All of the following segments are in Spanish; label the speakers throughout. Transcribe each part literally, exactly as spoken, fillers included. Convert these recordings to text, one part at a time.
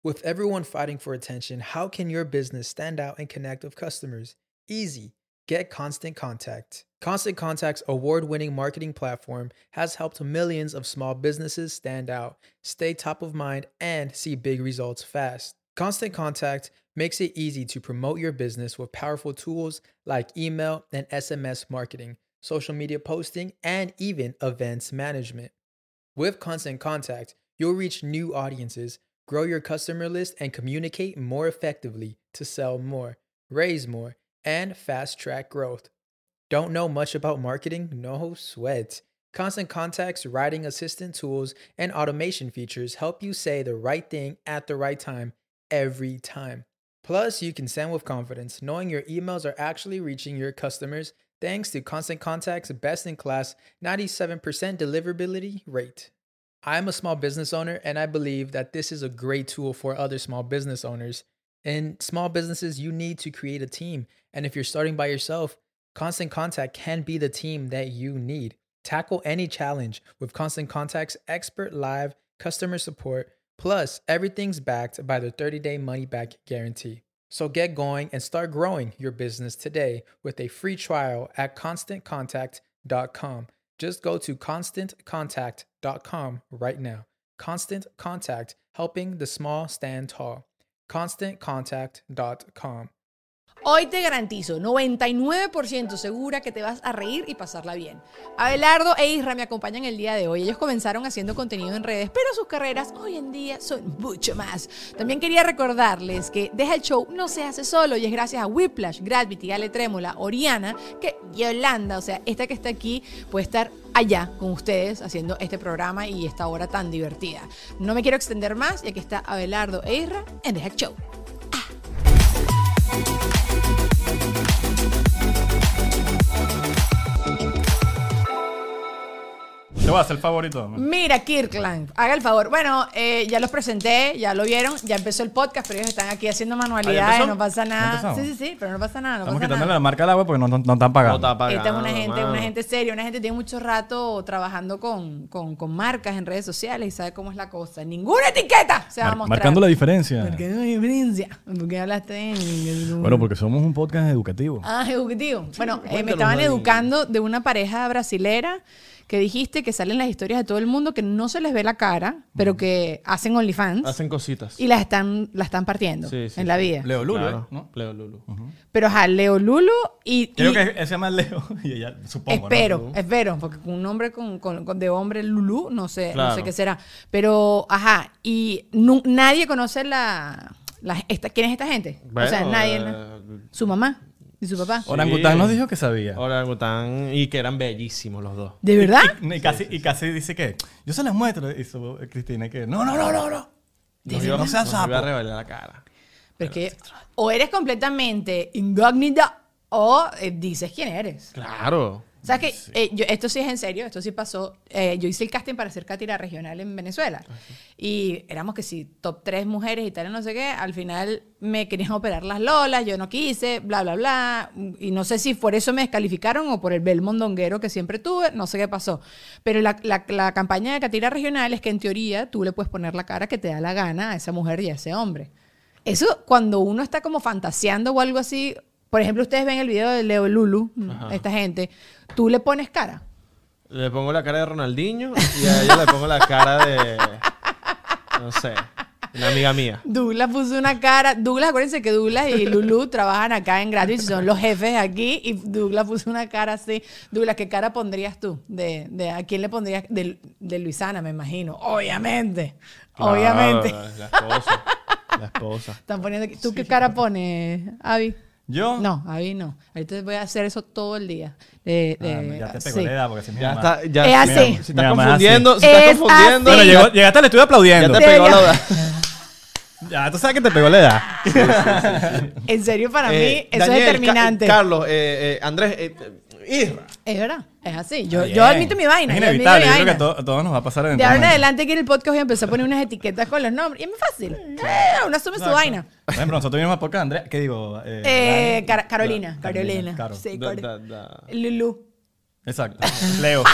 Speaker 1: With everyone fighting for attention, how can your business stand out and connect with customers? Easy. Get Constant Contact. Constant Contact's award-winning marketing platform has helped millions of small businesses stand out, stay top of mind, and see big results fast. Constant Contact makes it easy to promote your business with powerful tools like email and S M S marketing, social media posting, and even events management. With Constant Contact, you'll reach new audiences, grow your customer list, and communicate more effectively to sell more, raise more, and fast-track growth. Don't know much about marketing? No sweat. Constant Contact's writing assistant tools and automation features help you say the right thing at the right time every time. Plus, you can send with confidence, knowing your emails are actually reaching your customers thanks to Constant Contact's best-in-class ninety-seven percent deliverability rate. I'm a small business owner, and I believe that this is a great tool for other small business owners. In small businesses, you need to create a team, and if you're starting by yourself, Constant Contact can be the team that you need. Tackle any challenge with Constant Contact's expert live customer support, plus everything's backed by the thirty-day money-back guarantee. So get going and start growing your business today with a free trial at constant contact dot com. Just go to constant contact dot com right now. Constant Contact, helping the small stand tall. constant contact dot com.
Speaker 2: Hoy te garantizo, noventa y nueve por ciento segura que te vas a reír y pasarla bien. Abelardo e Isra me acompañan el día de hoy. Ellos comenzaron haciendo contenido en redes, pero sus carreras hoy en día son mucho más. También quería recordarles que Deja el Show no se hace solo y es gracias a Whiplash, Gravity, Ale Trémola, Oriana, que Yolanda, o sea, esta que está aquí, puede estar allá con ustedes haciendo este programa y esta hora tan divertida. No me quiero extender más y aquí está Abelardo e Isra en Deja el Show.
Speaker 3: Te voy a hacer el favorito. ¿No?
Speaker 2: Mira, Kirkland, haga el favor. Bueno, eh, ya los presenté, ya lo vieron, ya empezó el podcast, pero ellos están aquí haciendo manualidades, no pasa nada. Sí, sí, sí, pero no pasa nada, no
Speaker 3: Estamos
Speaker 2: pasa
Speaker 3: quitándole
Speaker 2: nada.
Speaker 3: la marca al agua porque no, no, no están pagando.
Speaker 4: No está pagando.
Speaker 2: Esta es una gente,
Speaker 4: mano.
Speaker 2: una gente seria, una gente que tiene mucho rato trabajando con, con, con marcas en redes sociales y sabe cómo es la cosa. Ninguna etiqueta se va
Speaker 3: Mar-
Speaker 2: a mostrar.
Speaker 3: marcando la diferencia.
Speaker 2: Marcando la diferencia. ¿Por qué hablaste en...
Speaker 3: Bueno, porque somos un podcast educativo.
Speaker 2: Ah, ejecutivo. Bueno, eh, me
Speaker 4: cuéntanos
Speaker 2: estaban
Speaker 4: ahí.
Speaker 2: educando de una pareja brasilera que dijiste que salen las historias de todo el mundo que no se les ve la cara, pero que hacen OnlyFans
Speaker 4: Hacen cositas.
Speaker 2: y las están, las están partiendo
Speaker 4: Sí, sí,
Speaker 2: en la
Speaker 4: sí.
Speaker 2: vida.
Speaker 3: Leo Lulu,
Speaker 4: Claro,
Speaker 3: ¿eh? ¿no?
Speaker 4: Leo Lulu.
Speaker 2: Pero ajá, Leo Lulu y...
Speaker 3: Creo
Speaker 2: y-
Speaker 3: que ese se llama Leo y ella, supongo,
Speaker 2: espero,
Speaker 3: ¿no?
Speaker 2: espero, porque con un nombre con, con- con- de hombre Lulu, no sé, no
Speaker 4: Claro.
Speaker 2: sé qué será. Pero, ajá, y nu- nadie conoce la, la- esta, ¿quién es esta gente? o sea,
Speaker 4: Bueno,
Speaker 2: nadie,
Speaker 4: eh,
Speaker 2: ¿no? Su mamá y su papá.
Speaker 3: Orangután nos dijo que sabía.
Speaker 4: Orangután y que eran bellísimos los dos.
Speaker 2: ¿De verdad?
Speaker 3: Y, y casi, y casi dice que yo se las muestro. Y su Cristina que no, no, no, no, no.
Speaker 4: Nos
Speaker 3: No,
Speaker 4: iba-
Speaker 3: no seas
Speaker 4: nos iba
Speaker 3: sapo.
Speaker 4: a revelar la cara.
Speaker 2: Pero es que o eres completamente incógnita o eh, dices quién eres.
Speaker 4: Claro.
Speaker 2: O sea que eh, yo, esto sí es en serio, esto sí pasó. Eh, yo hice el casting para ser cátedra regional en Venezuela. Y éramos que sí, top tres mujeres y tal, no sé qué. Al final me querían operar las lolas, yo no quise, bla, bla, bla. Y no sé si por eso me descalificaron o por el bel mondonguero que siempre tuve, no sé qué pasó. Pero la, la, la campaña de cátedra regional es que en teoría tú le puedes poner la cara que te da la gana a esa mujer y a ese hombre. Eso cuando uno está como fantaseando o algo así. Por ejemplo, ustedes ven el video de Leo Lulu,
Speaker 4: Ajá.
Speaker 2: esta gente. ¿Tú le pones cara?
Speaker 4: Le pongo la cara de Ronaldinho y a ella le pongo la cara de... No sé. Una amiga mía.
Speaker 2: Douglas puso una cara. Douglas, acuérdense que Douglas y Lulu trabajan acá en Gratis y son los jefes aquí. Y Douglas puso una cara así. Douglas, ¿qué cara pondrías tú? De, de, ¿A quién le pondrías? De, de Luisana, me imagino. Obviamente.
Speaker 4: Claro,
Speaker 2: Obviamente.
Speaker 4: La esposa. La esposa.
Speaker 2: Están poniendo aquí. ¿Tú qué cara pones, Avi?
Speaker 3: Yo.
Speaker 2: No, Avi no. Ahorita voy a hacer eso todo el día. De,
Speaker 3: Ah,
Speaker 2: de-
Speaker 3: ya te pegó
Speaker 2: sí.
Speaker 3: la edad porque así es mi
Speaker 4: Ya
Speaker 3: mamá.
Speaker 4: está. Ya,
Speaker 2: Es así.
Speaker 4: mira, si
Speaker 3: Mi
Speaker 4: estás
Speaker 3: mamá es
Speaker 4: confundiendo, si
Speaker 2: así.
Speaker 4: estás
Speaker 2: Es
Speaker 4: confundiendo.
Speaker 2: así.
Speaker 3: Bueno, llegó, llegaste al estudio aplaudiendo.
Speaker 4: Ya te
Speaker 2: De
Speaker 4: pegó la
Speaker 2: verdad.
Speaker 4: edad.
Speaker 3: Ya, tú sabes que te pegó la edad.
Speaker 2: En serio, para
Speaker 4: Eh,
Speaker 2: mí, eso
Speaker 4: Daniel,
Speaker 2: es determinante.
Speaker 4: Ca- Carlos, eh, eh, Andrés, eh, Isra.
Speaker 2: Es verdad, es así. Yo,
Speaker 3: Bien.
Speaker 2: yo admito mi vaina.
Speaker 3: Es
Speaker 2: yo admito
Speaker 3: inevitable.
Speaker 2: mi
Speaker 3: Yo creo
Speaker 2: vaina.
Speaker 3: que to- a todos nos va a pasar
Speaker 2: De ahora en
Speaker 3: eventualmente.
Speaker 2: adelante que en el podcast voy a empezar a poner unas etiquetas con los nombres. Y es muy fácil. Eh, uno asume su
Speaker 3: Exacto.
Speaker 2: vaina.
Speaker 3: Por ejemplo, nosotros vimos a podcast Andrea. ¿Qué digo? Eh,
Speaker 2: Eh,
Speaker 3: Dani.
Speaker 2: Car- Carolina,
Speaker 3: Claro,
Speaker 2: Carolina.
Speaker 3: Caro.
Speaker 2: Sí,
Speaker 4: Da-
Speaker 2: Cor-
Speaker 4: da- da.
Speaker 2: Lulu.
Speaker 3: Exacto. Leo.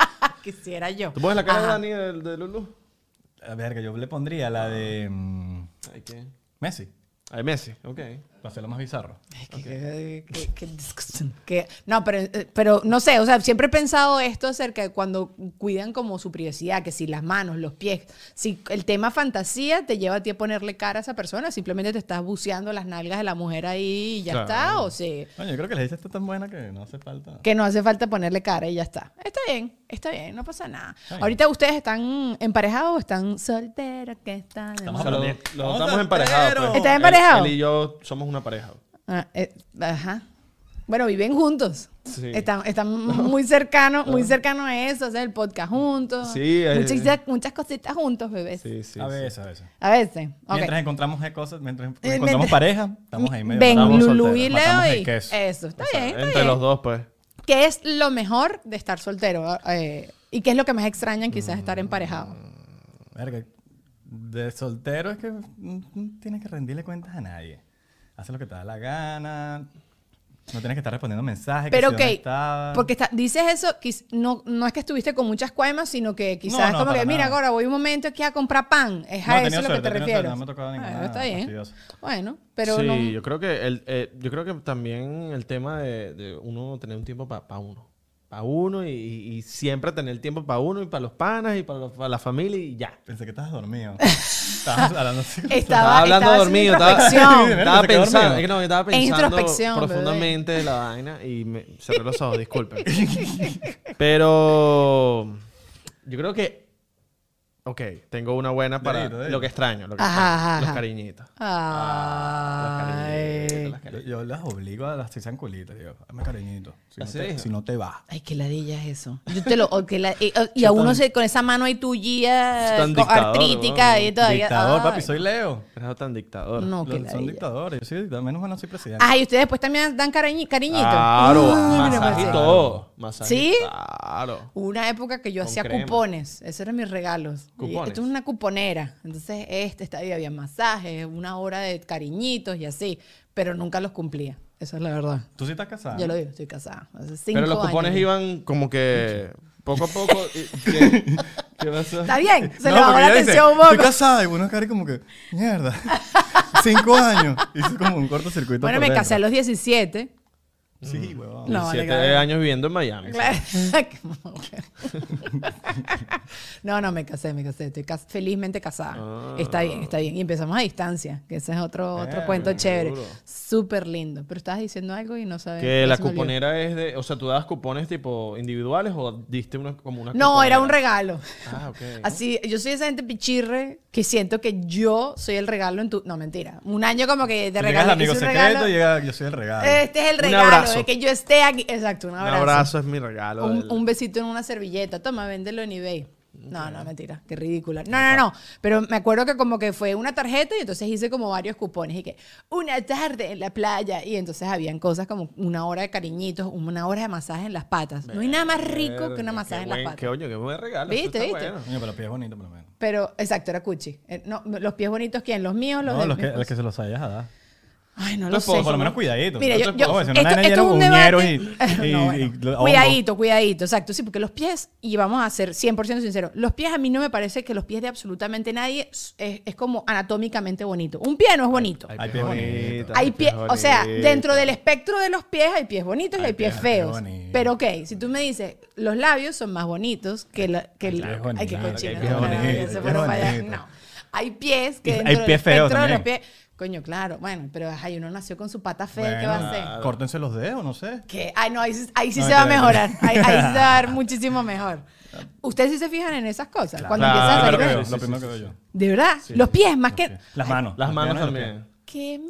Speaker 2: Quisiera yo.
Speaker 4: ¿Tú pones la cara de
Speaker 2: Ajá.
Speaker 4: Dani de, de Lulu?
Speaker 3: A ver, que yo le pondría la de... mm,
Speaker 4: Ay, ¿qué?
Speaker 3: Messi.
Speaker 4: Ay, Messi, ok.
Speaker 3: Para hacerlo más bizarro.
Speaker 2: Ay, qué- qué- qué- qué disgusting. Que- no, pero, eh, pero no sé, o sea, siempre he pensado esto acerca de cuando cuidan como su privacidad, que si las manos, los pies, si el tema fantasía te lleva a ti a ponerle cara a esa persona, simplemente te estás buceando las nalgas de la mujer ahí y ya
Speaker 4: Claro.
Speaker 2: está, o sea,
Speaker 3: Coño, yo creo que la lista está tan buena que no hace falta.
Speaker 2: que no hace falta ponerle cara y ya está. Está bien, está bien, no pasa nada.
Speaker 3: bien.
Speaker 2: Ahorita ustedes están emparejados o están solteros, que están de
Speaker 3: Estamos
Speaker 4: O sea,
Speaker 2: moda?
Speaker 4: los,
Speaker 3: Estamos
Speaker 4: los estamos
Speaker 3: solteros.
Speaker 4: emparejados. Pues.
Speaker 2: ¿Estás
Speaker 4: Él-
Speaker 2: emparejado?
Speaker 4: Él y yo somos una pareja.
Speaker 2: Ah, eh, ajá. Bueno, viven juntos.
Speaker 4: Sí.
Speaker 2: Están, están muy cercanos, muy cercanos a eso, hacer el podcast juntos.
Speaker 4: Sí, eh.
Speaker 2: muchas, muchas cositas juntos, bebés.
Speaker 4: Sí, sí.
Speaker 3: a
Speaker 4: sí.
Speaker 3: veces, a veces.
Speaker 2: A veces. ok.
Speaker 3: Mientras encontramos eh, cosas, mientras
Speaker 2: Eh,
Speaker 3: encontramos
Speaker 2: mientras-
Speaker 3: pareja, estamos ahí medio.
Speaker 2: Ven,
Speaker 4: Estamos
Speaker 2: Lulu
Speaker 4: solteros,
Speaker 2: y
Speaker 3: matamos
Speaker 2: Leo
Speaker 3: el
Speaker 2: y
Speaker 3: queso.
Speaker 2: eso, está
Speaker 4: O sea,
Speaker 2: bien, está
Speaker 4: entre
Speaker 2: bien.
Speaker 4: los dos, pues.
Speaker 2: ¿Qué es lo mejor de estar soltero? Eh, ¿Y qué es lo que más extrañan quizás estar emparejado?
Speaker 3: Verga, de soltero es que no, no tienes que rendirle cuentas a nadie. Haces lo que te da la gana. No tienes que estar respondiendo mensajes.
Speaker 2: Pero
Speaker 3: que
Speaker 2: ok,
Speaker 3: si dónde estaba.
Speaker 2: porque está- dices eso, quiz- no, no es que estuviste con muchas cuaimas, sino que quizás
Speaker 3: no,
Speaker 2: como que,
Speaker 3: para
Speaker 2: mira,
Speaker 3: nada.
Speaker 2: ahora voy un momento aquí a comprar pan. Es
Speaker 3: No,
Speaker 2: a
Speaker 3: he
Speaker 2: eso
Speaker 3: tenido
Speaker 2: lo que
Speaker 3: suerte,
Speaker 2: te
Speaker 3: he tenido
Speaker 2: refieres.
Speaker 3: suerte, no me ha tocado ninguna
Speaker 2: Bueno, está bien.
Speaker 3: fastidiosa.
Speaker 2: Bueno, pero
Speaker 4: sí,
Speaker 2: no...
Speaker 4: yo creo que el, eh, yo creo que también el tema de, de uno tener un tiempo para uno. Para uno y, y siempre tener el tiempo para uno y para los panas y para, los- para la familia y ya.
Speaker 3: Pensé que estabas dormido. Estabas hablando así.
Speaker 2: Estaba,
Speaker 4: Estaba hablando
Speaker 2: estaba
Speaker 4: dormido,
Speaker 2: haciendo
Speaker 4: estaba-
Speaker 2: introspección.
Speaker 4: Estaba
Speaker 3: se quedó
Speaker 4: pensando,
Speaker 3: dormido.
Speaker 4: es que no, yo estaba
Speaker 2: En
Speaker 4: pensando
Speaker 2: introspección, bebé.
Speaker 4: profundamente de la vaina y me cerré los ojos, disculpen. Pero yo creo que, ok, tengo una buena para
Speaker 3: Dedito, dedito.
Speaker 4: lo que extraño, lo que
Speaker 2: Ajá,
Speaker 4: extraño,
Speaker 2: ajá,
Speaker 4: los
Speaker 2: ajá.
Speaker 4: cariñitos.
Speaker 2: Ay.
Speaker 4: Las
Speaker 3: Yo,
Speaker 4: cariñitas.
Speaker 3: yo las obligo a las sean culitas. Digo, dame cariñito. Si,
Speaker 4: ¿Ah,
Speaker 3: no
Speaker 4: sí?
Speaker 3: te, si no te va.
Speaker 2: Ay, qué ladilla es eso. Yo te lo, o que la- y, y a uno se, con esa mano ahí tuya,
Speaker 4: Tan
Speaker 2: con
Speaker 4: dictador,
Speaker 2: artrítica
Speaker 4: weón.
Speaker 2: y todavía.
Speaker 3: Dictador,
Speaker 2: ay,
Speaker 3: papi, soy Leo.
Speaker 4: Eres tan dictador.
Speaker 2: No, qué
Speaker 3: Los- son
Speaker 2: ladilla.
Speaker 3: dictadores. Yo soy dictador. Menos mal no soy presidente.
Speaker 2: Ah, y ustedes después también dan cariñi- cariñito.
Speaker 4: Claro,
Speaker 2: Uy, mira,
Speaker 4: masaje
Speaker 2: pues,
Speaker 4: y
Speaker 2: sí.
Speaker 4: todo. Masaje,
Speaker 2: ¿Sí?
Speaker 4: Claro.
Speaker 2: Hubo una época que yo
Speaker 4: Con
Speaker 2: hacía
Speaker 4: crema.
Speaker 2: cupones. Esos eran mis regalos. Y
Speaker 4: ¿Cupones?
Speaker 2: esto es una cuponera. Entonces, este, esta día había masajes, una hora de cariñitos y así. Pero nunca los cumplía. Esa es la verdad.
Speaker 3: ¿Tú sí estás casada?
Speaker 2: Yo lo digo, estoy casada. Hace cinco
Speaker 4: Pero los cupones
Speaker 2: años.
Speaker 4: iban como que poco a poco. y- ¿Qué, ¿Qué pasó?
Speaker 2: Está bien, se
Speaker 3: No,
Speaker 2: le bajó
Speaker 3: porque
Speaker 2: la
Speaker 3: ella dice,
Speaker 2: atención un
Speaker 3: Estoy
Speaker 2: poco.
Speaker 3: casada y uno cara como que, mierda. Cinco años. Hice como un cortocircuito.
Speaker 2: Bueno,
Speaker 3: por
Speaker 2: me casé a
Speaker 3: dentro.
Speaker 2: los diecisiete.
Speaker 3: Sí, huevón.
Speaker 2: No, vale,
Speaker 4: Siete
Speaker 2: claro.
Speaker 4: años viviendo en Miami.
Speaker 2: Claro. No, no, me casé, me casé. Estoy cas- felizmente casada.
Speaker 4: Ah.
Speaker 2: Está bien, está bien. Y empezamos a distancia, que ese es otro, otro
Speaker 3: Eh,
Speaker 2: cuento chévere.
Speaker 4: seguro.
Speaker 2: Súper lindo. Pero estabas diciendo algo y no sabes.
Speaker 4: Que
Speaker 2: ya
Speaker 4: la
Speaker 2: se me olvidó.
Speaker 4: cuponera es de. O sea, ¿tú dabas cupones tipo individuales o diste una, como una
Speaker 2: No, era un
Speaker 4: cuponera?
Speaker 2: regalo.
Speaker 4: Ah, ok.
Speaker 2: Así, yo soy esa gente pichirre que siento que yo soy el regalo en tu. No, mentira. Un año como que te
Speaker 3: Llegas
Speaker 2: regalé.
Speaker 3: al amigo
Speaker 2: hice un
Speaker 3: secreto
Speaker 2: regalo.
Speaker 3: y llega, yo soy el regalo.
Speaker 2: Este es el
Speaker 4: Un
Speaker 2: regalo,
Speaker 4: abrazo.
Speaker 2: de que yo esté aquí. Exacto, un
Speaker 4: Un
Speaker 2: abrazo.
Speaker 4: abrazo es mi regalo.
Speaker 2: Un,
Speaker 4: del-
Speaker 2: un besito en una servilleta. Toma, véndelo en eBay. No, no, mentira. Qué ridícula. No, no, no. Pero me acuerdo que como que fue una tarjeta y entonces hice como varios cupones y que una tarde en la playa y entonces habían cosas como una hora de cariñitos, una hora de masaje en las patas. No hay nada más rico que una
Speaker 4: Qué
Speaker 2: masaje en
Speaker 4: buen-
Speaker 2: las patas.
Speaker 4: Qué oño, qué buen regalo. eso
Speaker 2: ¿Viste,
Speaker 4: está
Speaker 2: viste?
Speaker 4: bueno.
Speaker 3: Coño, pero pies bonito por lo menos.
Speaker 2: Pero, exacto, era cuchi. Eh, no, los pies bonitos, ¿quién? ¿Los míos o los
Speaker 3: No,
Speaker 2: de
Speaker 3: los
Speaker 2: mi
Speaker 3: que,
Speaker 2: esposo?
Speaker 3: los que se los hayas a dar.
Speaker 2: Ay, no
Speaker 4: Tu
Speaker 2: lo
Speaker 4: esposo,
Speaker 2: sé.
Speaker 3: Por lo menos cuidadito.
Speaker 2: Mira, yo,
Speaker 3: No te-
Speaker 2: yo,
Speaker 3: oye, si no,
Speaker 2: esto,
Speaker 3: nadie
Speaker 2: esto es
Speaker 3: llena
Speaker 2: un
Speaker 3: uñeros
Speaker 2: debate.
Speaker 3: y- y-
Speaker 2: No,
Speaker 3: y-
Speaker 2: bueno.
Speaker 3: y- hongos.
Speaker 2: Cuidadito, cuidadito, exacto. Sí, porque los pies, y vamos a ser cien por ciento sinceros, los pies a mí no me parece que los pies de absolutamente nadie es, es como anatómicamente bonito. Un pie no es bonito.
Speaker 3: Hay pies bonitos.
Speaker 2: Hay pies, o sea,
Speaker 4: bonitos.
Speaker 2: dentro del espectro de los pies hay pies bonitos y
Speaker 3: Hay
Speaker 2: hay pies
Speaker 3: pies- pies
Speaker 2: feos.
Speaker 3: bonitos.
Speaker 2: Pero ok, si tú me dices, los labios son más bonitos que la... Que
Speaker 3: Hay
Speaker 2: la-
Speaker 3: pies
Speaker 2: ay, qué
Speaker 3: bonitos,
Speaker 2: cochino.
Speaker 3: hay
Speaker 2: no,
Speaker 3: pies
Speaker 2: no, no,
Speaker 3: bonitos,
Speaker 2: se
Speaker 3: hay
Speaker 2: fueron
Speaker 3: pies
Speaker 2: para allá.
Speaker 3: bonitos.
Speaker 2: No. Hay pies que
Speaker 3: Y
Speaker 2: dentro
Speaker 3: hay
Speaker 2: del
Speaker 3: pies feos
Speaker 2: espectro de los
Speaker 3: también.
Speaker 2: pies... Coño, claro, bueno, pero ay, uno nació con su pata fea, ¿qué va a
Speaker 3: Bueno,
Speaker 2: hacer?
Speaker 3: córtense los dedos, no sé.
Speaker 2: Que, ay, no, ahí, sí- ahí sí
Speaker 3: No,
Speaker 2: se va a
Speaker 3: mentira,
Speaker 2: mejorar.
Speaker 3: mentira.
Speaker 2: Ahí, ahí sí se va a ver muchísimo mejor. ¿Ustedes sí se fijan en esas cosas? Cuando
Speaker 4: Claro,
Speaker 2: empiezan a
Speaker 3: Lo
Speaker 2: salir...
Speaker 3: primero que
Speaker 2: de-
Speaker 3: veo,
Speaker 4: sí,
Speaker 3: lo
Speaker 4: sí,
Speaker 3: primero
Speaker 4: sí,
Speaker 3: que
Speaker 4: sí.
Speaker 3: veo yo.
Speaker 2: ¿De verdad? Los pies, más que...
Speaker 3: Las manos.
Speaker 4: Las manos
Speaker 3: piernas y los
Speaker 4: también.
Speaker 2: Qué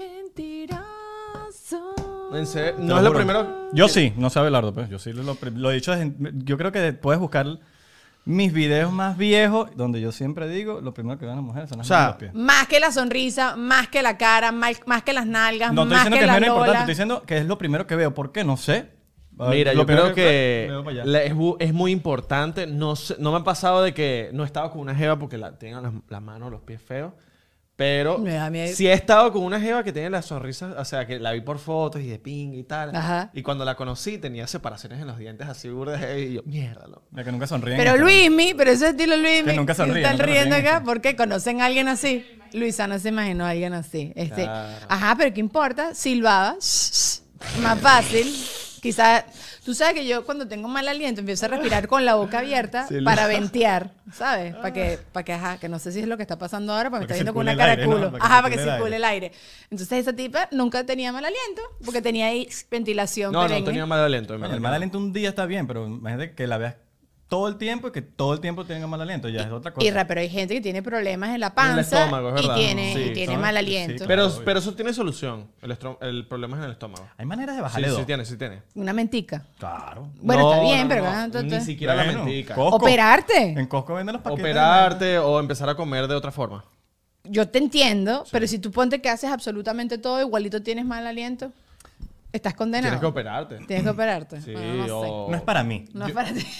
Speaker 2: mentiroso.
Speaker 4: En serio,
Speaker 3: Te
Speaker 4: no
Speaker 3: lo
Speaker 4: es lo
Speaker 3: juro.
Speaker 4: primero.
Speaker 3: Yo sí, no sé Abelardo, pues. Yo sí lo, prim- lo he dicho. desde- Yo creo que puedes buscar mis videos más viejos, donde yo siempre digo, lo primero que ven las mujeres son las
Speaker 4: O sea,
Speaker 3: manos y los pies.
Speaker 2: Más que la sonrisa, más que la cara, más, más que las nalgas,
Speaker 3: No estoy
Speaker 2: más
Speaker 3: diciendo
Speaker 2: que,
Speaker 3: que es
Speaker 2: la
Speaker 3: menos importante,
Speaker 2: lola.
Speaker 3: estoy diciendo que es lo primero que veo. ¿Por qué? No sé.
Speaker 4: Mira,
Speaker 3: Lo
Speaker 4: yo
Speaker 3: primero
Speaker 4: creo que
Speaker 3: veo para allá.
Speaker 4: la- es, bu- es muy importante. No, sé- no me ha pasado de que no he estado con una jeva porque la, tengan las, las manos, los pies feos. Pero
Speaker 2: Me da miedo.
Speaker 4: sí he estado con una jeva que tiene la sonrisa, o sea, que la vi por fotos y de ping y tal.
Speaker 2: Ajá.
Speaker 4: Y cuando la conocí tenía separaciones en los dientes así burdas y yo, mierda, loco.
Speaker 3: La que nunca sonríen.
Speaker 2: Pero Luismi, pero ese estilo Luismi.
Speaker 3: Que nunca sonríe,
Speaker 2: Están
Speaker 3: nunca
Speaker 2: riendo
Speaker 3: sonríen.
Speaker 2: acá porque conocen a alguien así. Luisa no se imaginó a alguien así. Este,
Speaker 4: Claro.
Speaker 2: Ajá, pero ¿qué importa? Silbaba. Más fácil. Quizás, tú sabes que yo cuando tengo mal aliento empiezo a respirar con la boca abierta
Speaker 4: Silbaba.
Speaker 2: para ventear, ¿sabes? Para que, para que, ajá, que no sé si es lo que está pasando ahora, porque me
Speaker 3: Para
Speaker 2: está
Speaker 3: que
Speaker 2: viendo con
Speaker 3: circule
Speaker 2: una
Speaker 3: el
Speaker 2: cara de
Speaker 3: aire, ¿no?
Speaker 2: culo.
Speaker 3: Para que
Speaker 2: Ajá, para que
Speaker 3: circule el
Speaker 2: circule el aire. Entonces esa tipa nunca tenía mal aliento, porque tenía ahí ventilación
Speaker 4: No, no,
Speaker 2: perenne.
Speaker 4: tenía mal aliento.
Speaker 3: Bueno,
Speaker 4: imagínate.
Speaker 3: el mal aliento un día está bien, pero imagínate que la veas todo el tiempo y que todo el tiempo tenga mal aliento. Ya es otra cosa.
Speaker 2: Y ra- pero hay gente que tiene problemas en la
Speaker 4: el
Speaker 2: panza
Speaker 4: estómago, es
Speaker 2: y
Speaker 4: verdad.
Speaker 2: tiene,
Speaker 4: Sí,
Speaker 2: y tiene
Speaker 3: son-
Speaker 2: mal
Speaker 3: sí,
Speaker 2: aliento.
Speaker 3: claro.
Speaker 4: Pero,
Speaker 3: obvio.
Speaker 4: pero eso tiene solución. El, estro- el problema es en el estómago.
Speaker 3: Hay maneras de
Speaker 4: Sí,
Speaker 3: bajarle dos.
Speaker 4: sí tiene, sí tiene.
Speaker 2: Una mentica.
Speaker 3: Claro.
Speaker 2: Bueno,
Speaker 4: No,
Speaker 2: está bien,
Speaker 4: no,
Speaker 2: pero...
Speaker 4: no,
Speaker 2: ah, tú-
Speaker 4: ni
Speaker 2: tú-
Speaker 4: siquiera la
Speaker 3: Bueno,
Speaker 4: mentica.
Speaker 3: Costco.
Speaker 2: Operarte.
Speaker 3: En Costco venden los paquetes.
Speaker 4: Operarte o empezar a comer de otra forma.
Speaker 2: Yo te entiendo, pero si tú ponte que haces absolutamente todo, igualito tienes mal aliento, estás condenado.
Speaker 4: Tienes que operarte.
Speaker 2: Tienes que operarte.
Speaker 4: Sí,
Speaker 2: Bueno, no sé.
Speaker 4: o...
Speaker 3: No es para mí.
Speaker 2: No es para ti.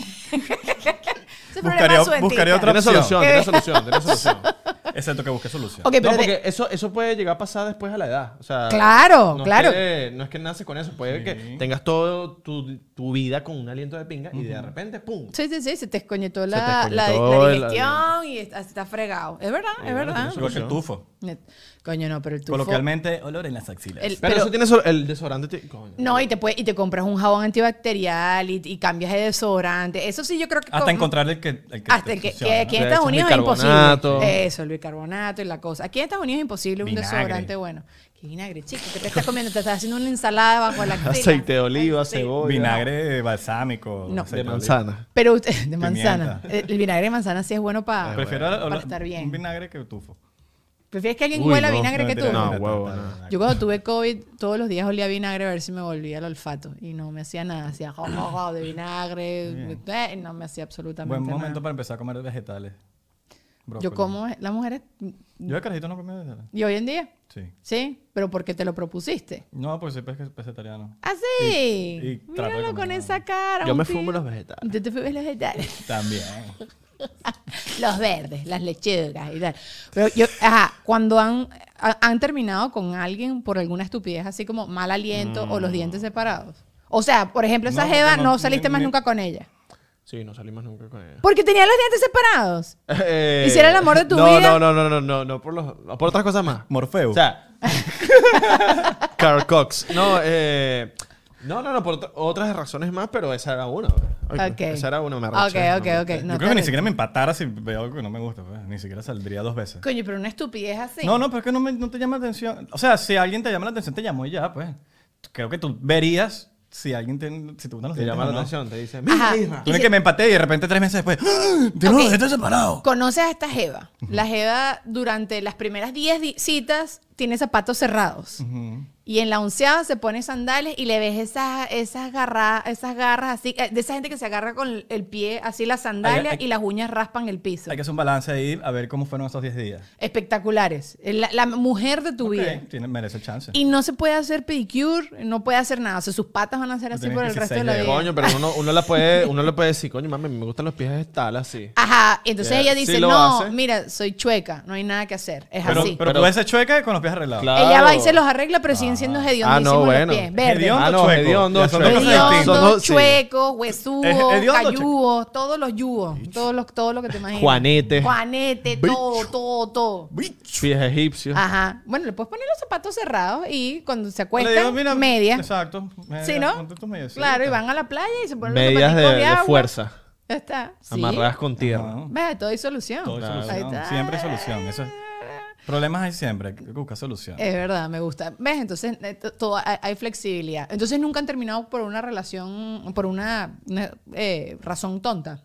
Speaker 2: Ese
Speaker 3: Buscaría-
Speaker 2: problema es su
Speaker 3: buscaría
Speaker 2: entica.
Speaker 3: otra
Speaker 4: Tiene
Speaker 3: opción.
Speaker 4: solución, tiene solución, tiene solución.
Speaker 3: Excepto que busque solución.
Speaker 2: Ok, pero
Speaker 4: No,
Speaker 2: de-
Speaker 4: porque eso, eso puede llegar a pasar después a la edad. O sea,
Speaker 2: Claro,
Speaker 4: no
Speaker 2: claro.
Speaker 4: Es que, no es que naces con eso. Puede
Speaker 3: Sí.
Speaker 4: que tengas toda tu, tu vida con un aliento de pinga y de repente, ¡pum!
Speaker 2: Sí, sí, sí, se te escoñetó
Speaker 4: te
Speaker 2: la,
Speaker 4: escoñetó
Speaker 2: la, la
Speaker 4: el-
Speaker 2: digestión y está, está fregado. Es verdad, es
Speaker 4: bueno,
Speaker 2: verdad.
Speaker 4: tiene
Speaker 3: Igual que el tufo.
Speaker 2: Net- Coño, no, pero el tufo...
Speaker 3: Coloquialmente, olor en las axilas.
Speaker 2: El-
Speaker 4: Pero,
Speaker 2: Pero-
Speaker 4: eso tiene sol- el desodorante. ti- coño.
Speaker 2: No, y te, puede, y te compras un jabón antibacterial y, y cambias de desodorante. Eso sí yo creo que...
Speaker 3: Hasta
Speaker 2: con-
Speaker 3: encontrar el que, el que
Speaker 2: Hasta
Speaker 3: te
Speaker 2: el que,
Speaker 3: funciona,
Speaker 2: que
Speaker 3: ¿no?
Speaker 2: aquí en
Speaker 4: Le
Speaker 2: Estados
Speaker 4: echas
Speaker 2: Unidos es imposible.
Speaker 4: bicarbonato.
Speaker 2: Eso, el bicarbonato y la cosa. Aquí en Estados Unidos es imposible un
Speaker 3: Vinagre.
Speaker 2: desodorante bueno. ¿Qué vinagre, chico? ¿Qué te estás comiendo? Te estás haciendo una ensalada bajo la axila.
Speaker 4: Aceite de oliva,
Speaker 2: Sí.
Speaker 4: cebolla.
Speaker 3: Vinagre balsámico.
Speaker 2: No.
Speaker 3: aceite
Speaker 4: De
Speaker 3: oliva.
Speaker 4: manzana.
Speaker 2: Pero usted, de manzana.
Speaker 3: Pimienta.
Speaker 2: El, el vinagre de manzana sí es bueno para...
Speaker 3: Prefiero
Speaker 2: Para
Speaker 3: olor-
Speaker 2: estar bien.
Speaker 3: un vinagre que tufo.
Speaker 2: ¿Prefieres que alguien
Speaker 4: Uy,
Speaker 2: huela
Speaker 4: no,
Speaker 2: vinagre
Speaker 3: No,
Speaker 2: que tú?
Speaker 3: mentira,
Speaker 4: No,
Speaker 3: mentira,
Speaker 4: huevo,
Speaker 3: mentira,
Speaker 4: no.
Speaker 3: mentira.
Speaker 2: Yo cuando tuve COVID, todos los días olía vinagre a ver si me volvía el olfato. Y no me hacía nada. Hacía jo, jo, jo de vinagre.
Speaker 3: Bien.
Speaker 2: eh, no me hacía absolutamente
Speaker 3: Buen momento
Speaker 2: nada.
Speaker 3: para empezar a comer vegetales.
Speaker 2: Yo
Speaker 3: Brócoli.
Speaker 2: como las mujeres...
Speaker 3: Yo de carajito no comía vegetales.
Speaker 2: ¿Y hoy en día?
Speaker 3: Sí.
Speaker 2: Sí, pero porque te lo propusiste.
Speaker 3: No, pues soy pes- vegetariano.
Speaker 2: ¿Ah, sí?
Speaker 3: Y- y trato de
Speaker 2: Míralo con
Speaker 3: comer.
Speaker 2: esa cara.
Speaker 4: Yo
Speaker 2: un
Speaker 4: me
Speaker 2: tío.
Speaker 4: fumo los vegetales.
Speaker 2: Tú te fumes los vegetales.
Speaker 3: También.
Speaker 2: Los verdes, las lechugas y tal. Pero yo, ajá, cuando han, ha- han terminado con alguien por alguna estupidez, así como mal aliento o los dientes separados. O sea, por ejemplo, esa
Speaker 3: No,
Speaker 2: jeva
Speaker 3: porque
Speaker 2: no,
Speaker 3: no-
Speaker 2: saliste
Speaker 3: ni-
Speaker 2: más
Speaker 3: ni-
Speaker 2: nunca con ella.
Speaker 4: Sí, no salimos nunca con ella.
Speaker 2: Porque tenía los dientes separados.
Speaker 4: Eh,
Speaker 2: ¿Hiciera el amor de tu
Speaker 4: no,
Speaker 2: vida?
Speaker 4: No, no, no, no, no, no, por, los, por otras cosas más.
Speaker 3: Morfeo.
Speaker 4: O sea, Carl Cox. No, eh, no, no, no, por ot- otras razones más, pero esa era una. Ay,
Speaker 2: Ok.
Speaker 4: Esa era una, me
Speaker 2: Ok,
Speaker 4: arreché,
Speaker 2: ok,
Speaker 4: no,
Speaker 2: ok.
Speaker 4: me-
Speaker 2: No,
Speaker 3: Yo creo que ni
Speaker 2: te-
Speaker 3: siquiera me empatara si veo algo que no me gusta. Pues. Ni siquiera saldría dos veces.
Speaker 2: Coño, pero una estupidez así.
Speaker 3: No, no, pero es que no, me- no te llama la atención. O sea, si alguien te llama la atención, te llamó y ya, pues. Creo que tú verías si alguien te, si te gustan los
Speaker 4: Te
Speaker 3: dientes
Speaker 4: llama
Speaker 3: o
Speaker 4: la
Speaker 3: no.
Speaker 4: atención, te dice,
Speaker 2: Ajá.
Speaker 4: mira, Isra.
Speaker 3: Tú no es que me empaté y de repente tres meses después, ¡ah! ¡Tengo
Speaker 2: Ok.
Speaker 3: los dientes separados!
Speaker 2: Conoces a esta jeva. La jeva durante las primeras diez di- citas tiene zapatos cerrados.
Speaker 3: Ujú.
Speaker 2: Y en la onceava se pone sandales y le ves esas, esas, garra, esas garras así, eh, de esa gente que se agarra con el pie así la sandalia
Speaker 3: Hay- hay-
Speaker 2: y las uñas raspan el piso.
Speaker 3: Hay que hacer un balance ahí a ver cómo fueron esos diez días.
Speaker 2: Espectaculares. La, la mujer de tu
Speaker 3: Ok,
Speaker 2: vida.
Speaker 3: tiene, merece chance.
Speaker 2: Y no se puede hacer pedicure, no puede hacer nada. O sea, sus patas van a ser así
Speaker 3: Tienes
Speaker 2: por
Speaker 3: que
Speaker 2: el
Speaker 3: ser
Speaker 2: resto de
Speaker 3: seis
Speaker 2: la
Speaker 3: dedos.
Speaker 2: vida.
Speaker 4: Coño, pero uno, uno, la puede, uno le puede decir, coño, mami, me gustan los pies vegetales así.
Speaker 2: Ajá, y entonces
Speaker 4: Yeah.
Speaker 2: ella
Speaker 4: Sí
Speaker 2: dice,
Speaker 4: lo
Speaker 2: no,
Speaker 4: hace.
Speaker 2: mira, soy chueca, no hay nada que hacer. Es
Speaker 3: Pero,
Speaker 2: así.
Speaker 3: pero,
Speaker 4: Pero-
Speaker 3: tú ves ese chueca con los pies arreglados.
Speaker 4: Claro.
Speaker 2: Ella va y se los arregla, pero siguen siendo
Speaker 3: Ah.
Speaker 2: hediondísimos
Speaker 4: Ah, no, bueno.
Speaker 2: los pies. Verdes.
Speaker 3: Hediondo,
Speaker 4: Ah, no,
Speaker 3: chueco.
Speaker 4: hediondo,
Speaker 3: Ya son dos
Speaker 4: chueco.
Speaker 3: cosas distintas.
Speaker 4: Son
Speaker 2: Hediondos,
Speaker 4: dos- sí.
Speaker 2: chuecos, huesudos,
Speaker 3: Es- hediondo,
Speaker 2: cayúos, todos los yugos, todos los, todo lo que te imaginas.
Speaker 4: Juanete.
Speaker 2: Juanete, todo, todo, todo.
Speaker 4: Pies egipcios.
Speaker 2: Ajá. Bueno, le puedes poner los zapatos cerrados y cuando se
Speaker 3: Le
Speaker 2: acuestan,
Speaker 3: digo, mira,
Speaker 2: media.
Speaker 3: Exacto. media,
Speaker 2: ¿Sí, no?
Speaker 3: ponte tus medias, sí,
Speaker 2: Claro, y
Speaker 3: está.
Speaker 2: van a la playa y se ponen los
Speaker 4: Medias de,
Speaker 2: zapaticos de
Speaker 4: de
Speaker 2: agua.
Speaker 4: fuerza.
Speaker 2: Ya está. Sí.
Speaker 4: Amarradas con tierra.
Speaker 3: Ajá.
Speaker 2: Ves, todo hay solución.
Speaker 3: Todo hay
Speaker 4: Claro.
Speaker 3: solución.
Speaker 2: Ahí está.
Speaker 3: Siempre hay solución. Eso es- Problemas hay siempre. Hay que buscar solución.
Speaker 2: Es verdad, me gusta. ¿Ves? Entonces, eh, t- todo, hay, hay flexibilidad. Entonces, nunca han terminado por una relación, por una, una, eh, razón tonta.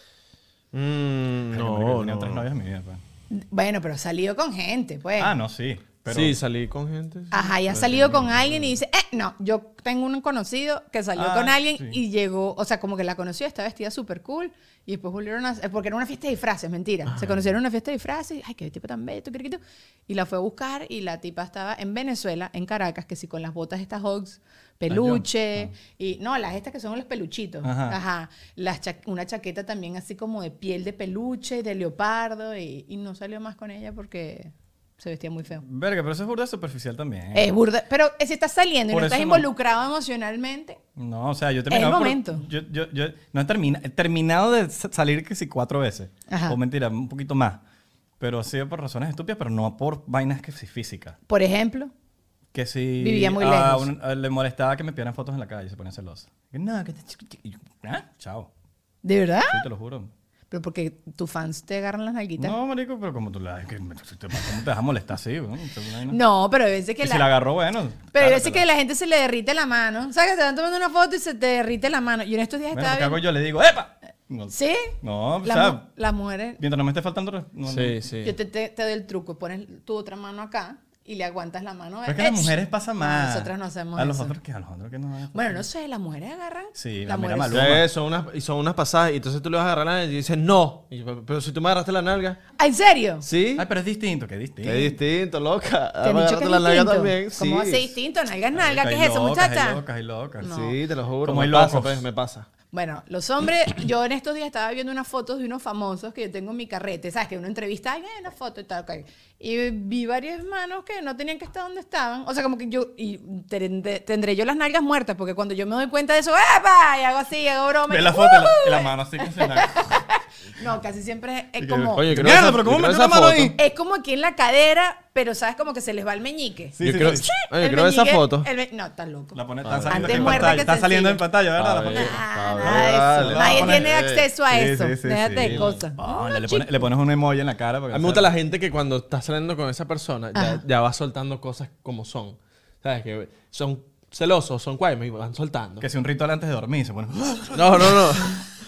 Speaker 4: Mm,
Speaker 3: Ay,
Speaker 4: no,
Speaker 3: hombre, que he tenido
Speaker 4: no.
Speaker 3: tres novias en mi vida, pues.
Speaker 2: Bueno, pero ha salido con gente, pues.
Speaker 3: Ah, no, sí. Pero
Speaker 4: Sí, salí con gente. sí.
Speaker 2: Ajá, y ha salido con alguien y dice, eh, no, yo tengo un conocido que salió
Speaker 3: Ah,
Speaker 2: con alguien
Speaker 3: sí.
Speaker 2: y llegó, o sea, como que la conoció, estaba vestida súper cool y después volvieron a, eh, porque era una fiesta de disfraces, mentira. Se conocieron en una fiesta de disfraces, y, ay, qué tipo tan bello, qué y la fue a buscar y la tipa estaba en Venezuela, en Caracas, que sí, con las botas estas Hogs, peluche, y no, las estas que son los peluchitos,
Speaker 3: Ajá.
Speaker 2: ajá, las cha- una chaqueta también así como de piel de peluche, de leopardo, y, y no salió más con ella porque... Se vestía muy feo.
Speaker 3: Verga, pero eso es burda superficial también.
Speaker 2: Es burda. Pero si estás saliendo y
Speaker 3: Por
Speaker 2: no estás
Speaker 3: eso no.
Speaker 2: involucrado emocionalmente,
Speaker 3: No, o sea, yo he
Speaker 2: Es el
Speaker 3: terminado por-
Speaker 2: momento.
Speaker 3: yo, yo, yo no he, termina- he terminado de sa- salir que sí cuatro veces.
Speaker 2: Ajá.
Speaker 3: O mentira, un poquito más. Pero ha sido por razones estúpidas, pero no por vainas que sí físicas.
Speaker 2: por ejemplo,
Speaker 3: Que si
Speaker 2: Vivía muy
Speaker 3: a
Speaker 2: lejos.
Speaker 3: un- a- le molestaba que me pidieran fotos en la calle, se ponía celosa. Que no, que te... y yo, ¿ah? Chao.
Speaker 2: ¿de verdad?
Speaker 3: Sí, te lo juro.
Speaker 2: Pero porque tus fans te agarran las nalguitas. No,
Speaker 3: No, marico, pero como tú la... que- ¿Cómo te vas a molestar así? ¿no? No.
Speaker 2: pero hay veces que
Speaker 3: Y
Speaker 2: la...
Speaker 3: si la agarró, bueno.
Speaker 2: Pero hay veces
Speaker 3: cáratela.
Speaker 2: que a la gente se le derrite la mano. ¿Sabes? Que te van tomando una foto y se te derrite la mano. Yo en estos días
Speaker 3: Bueno,
Speaker 2: estaba
Speaker 3: ¿qué hago
Speaker 2: viendo...
Speaker 3: yo? Le digo, ¡epa! No,
Speaker 2: ¿Sí?
Speaker 3: no, o
Speaker 2: Las
Speaker 3: sea,
Speaker 2: mu- las mujeres...
Speaker 3: mientras no me esté faltando... res- no, no.
Speaker 4: Sí, sí.
Speaker 2: Yo te, te, te doy el truco. Pones tu otra mano acá y le aguantas la mano.
Speaker 3: Pero es que
Speaker 2: ¡Ech!
Speaker 3: las mujeres pasa
Speaker 2: No,
Speaker 3: más.
Speaker 2: nosotras no hacemos
Speaker 3: A los
Speaker 2: eso.
Speaker 3: otros que a los otros que no.
Speaker 2: Bueno, no sé, las mujeres agarran.
Speaker 3: Sí,
Speaker 2: las
Speaker 3: la mira
Speaker 2: mujeres...
Speaker 3: Maluma.
Speaker 4: Sí, son unas, y son unas pasadas. Y entonces tú le vas a agarrar la nalga y dices, no. Y yo, pero si tú me agarraste la nalga.
Speaker 2: ¿Ah, ¿en serio?
Speaker 4: ¿Sí?
Speaker 3: Ay, pero es distinto, que distinto.
Speaker 4: Qué distinto, loca.
Speaker 2: ¿Te han
Speaker 4: Me
Speaker 2: dicho que
Speaker 4: agarraste
Speaker 2: es
Speaker 4: la nalga
Speaker 2: distinto?
Speaker 4: también.
Speaker 2: ¿Cómo va a
Speaker 4: Sí.
Speaker 2: ser distinto? Nalga es nalga. ¿Qué
Speaker 3: Hay
Speaker 2: es eso,
Speaker 3: locas,
Speaker 2: muchacha?
Speaker 3: Hay locas, hay locas.
Speaker 2: No.
Speaker 4: Sí, te lo juro.
Speaker 3: Como
Speaker 4: me
Speaker 3: hay
Speaker 4: pasa,
Speaker 3: locos.
Speaker 4: pues, me pasa.
Speaker 2: Bueno, los hombres, yo en estos días estaba viendo unas fotos de unos famosos que yo tengo en mi carrete, ¿sabes? Que uno entrevista, ay, ve la foto y tal, ok. Y vi varias manos que no tenían que estar donde estaban. O sea, como que yo, y tendré, tendré yo las nalgas muertas, porque cuando yo me doy cuenta de eso, ¡epa! Y hago así, hago broma.
Speaker 3: Ve
Speaker 2: y-
Speaker 3: la foto y la, y
Speaker 2: ¡Uh!
Speaker 3: la mano así que se la...
Speaker 2: No, casi siempre es
Speaker 3: Y que,
Speaker 2: como,
Speaker 4: Oye, creo
Speaker 3: Mierda,
Speaker 4: esa-
Speaker 3: pero ¿cómo
Speaker 4: yo creo
Speaker 3: metió la
Speaker 4: esa
Speaker 3: mano
Speaker 4: foto.
Speaker 3: ahí?
Speaker 2: es como aquí en la cadera, pero ¿sabes? Como que se les va el meñique.
Speaker 3: Sí,
Speaker 4: Yo
Speaker 3: sí,
Speaker 4: creo-
Speaker 3: sí.
Speaker 4: Oye,
Speaker 2: El
Speaker 4: creo esa
Speaker 2: meñique-
Speaker 4: foto.
Speaker 2: el me- no, estás loco.
Speaker 3: La pone,
Speaker 4: A
Speaker 3: está
Speaker 4: ver.
Speaker 3: saliendo
Speaker 2: Antes
Speaker 3: en
Speaker 2: muerta
Speaker 3: pantalla.
Speaker 2: que
Speaker 3: Está saliendo en
Speaker 2: sencilla.
Speaker 3: pantalla, ¿verdad?
Speaker 4: A
Speaker 3: La
Speaker 4: ver.
Speaker 3: foto.
Speaker 2: Ah,
Speaker 4: A ver,
Speaker 2: nada de eso.
Speaker 4: dale.
Speaker 2: Nadie
Speaker 3: Vamos a
Speaker 2: tiene
Speaker 3: poner-
Speaker 2: acceso a
Speaker 3: Sí,
Speaker 2: eso.
Speaker 3: sí, sí,
Speaker 2: Déjate
Speaker 3: sí.
Speaker 2: de cosas.
Speaker 3: Ah, le, le pones, le pones un emoji en la cara. Para que
Speaker 4: A mí me gusta la gente que cuando estás saliendo con esa persona ya,
Speaker 2: Ajá.
Speaker 4: ya va soltando cosas como son. ¿Sabes? Que son celosos, son cuaimos y van soltando.
Speaker 3: Que si un ritual antes de dormir se pone...
Speaker 4: No, no, no.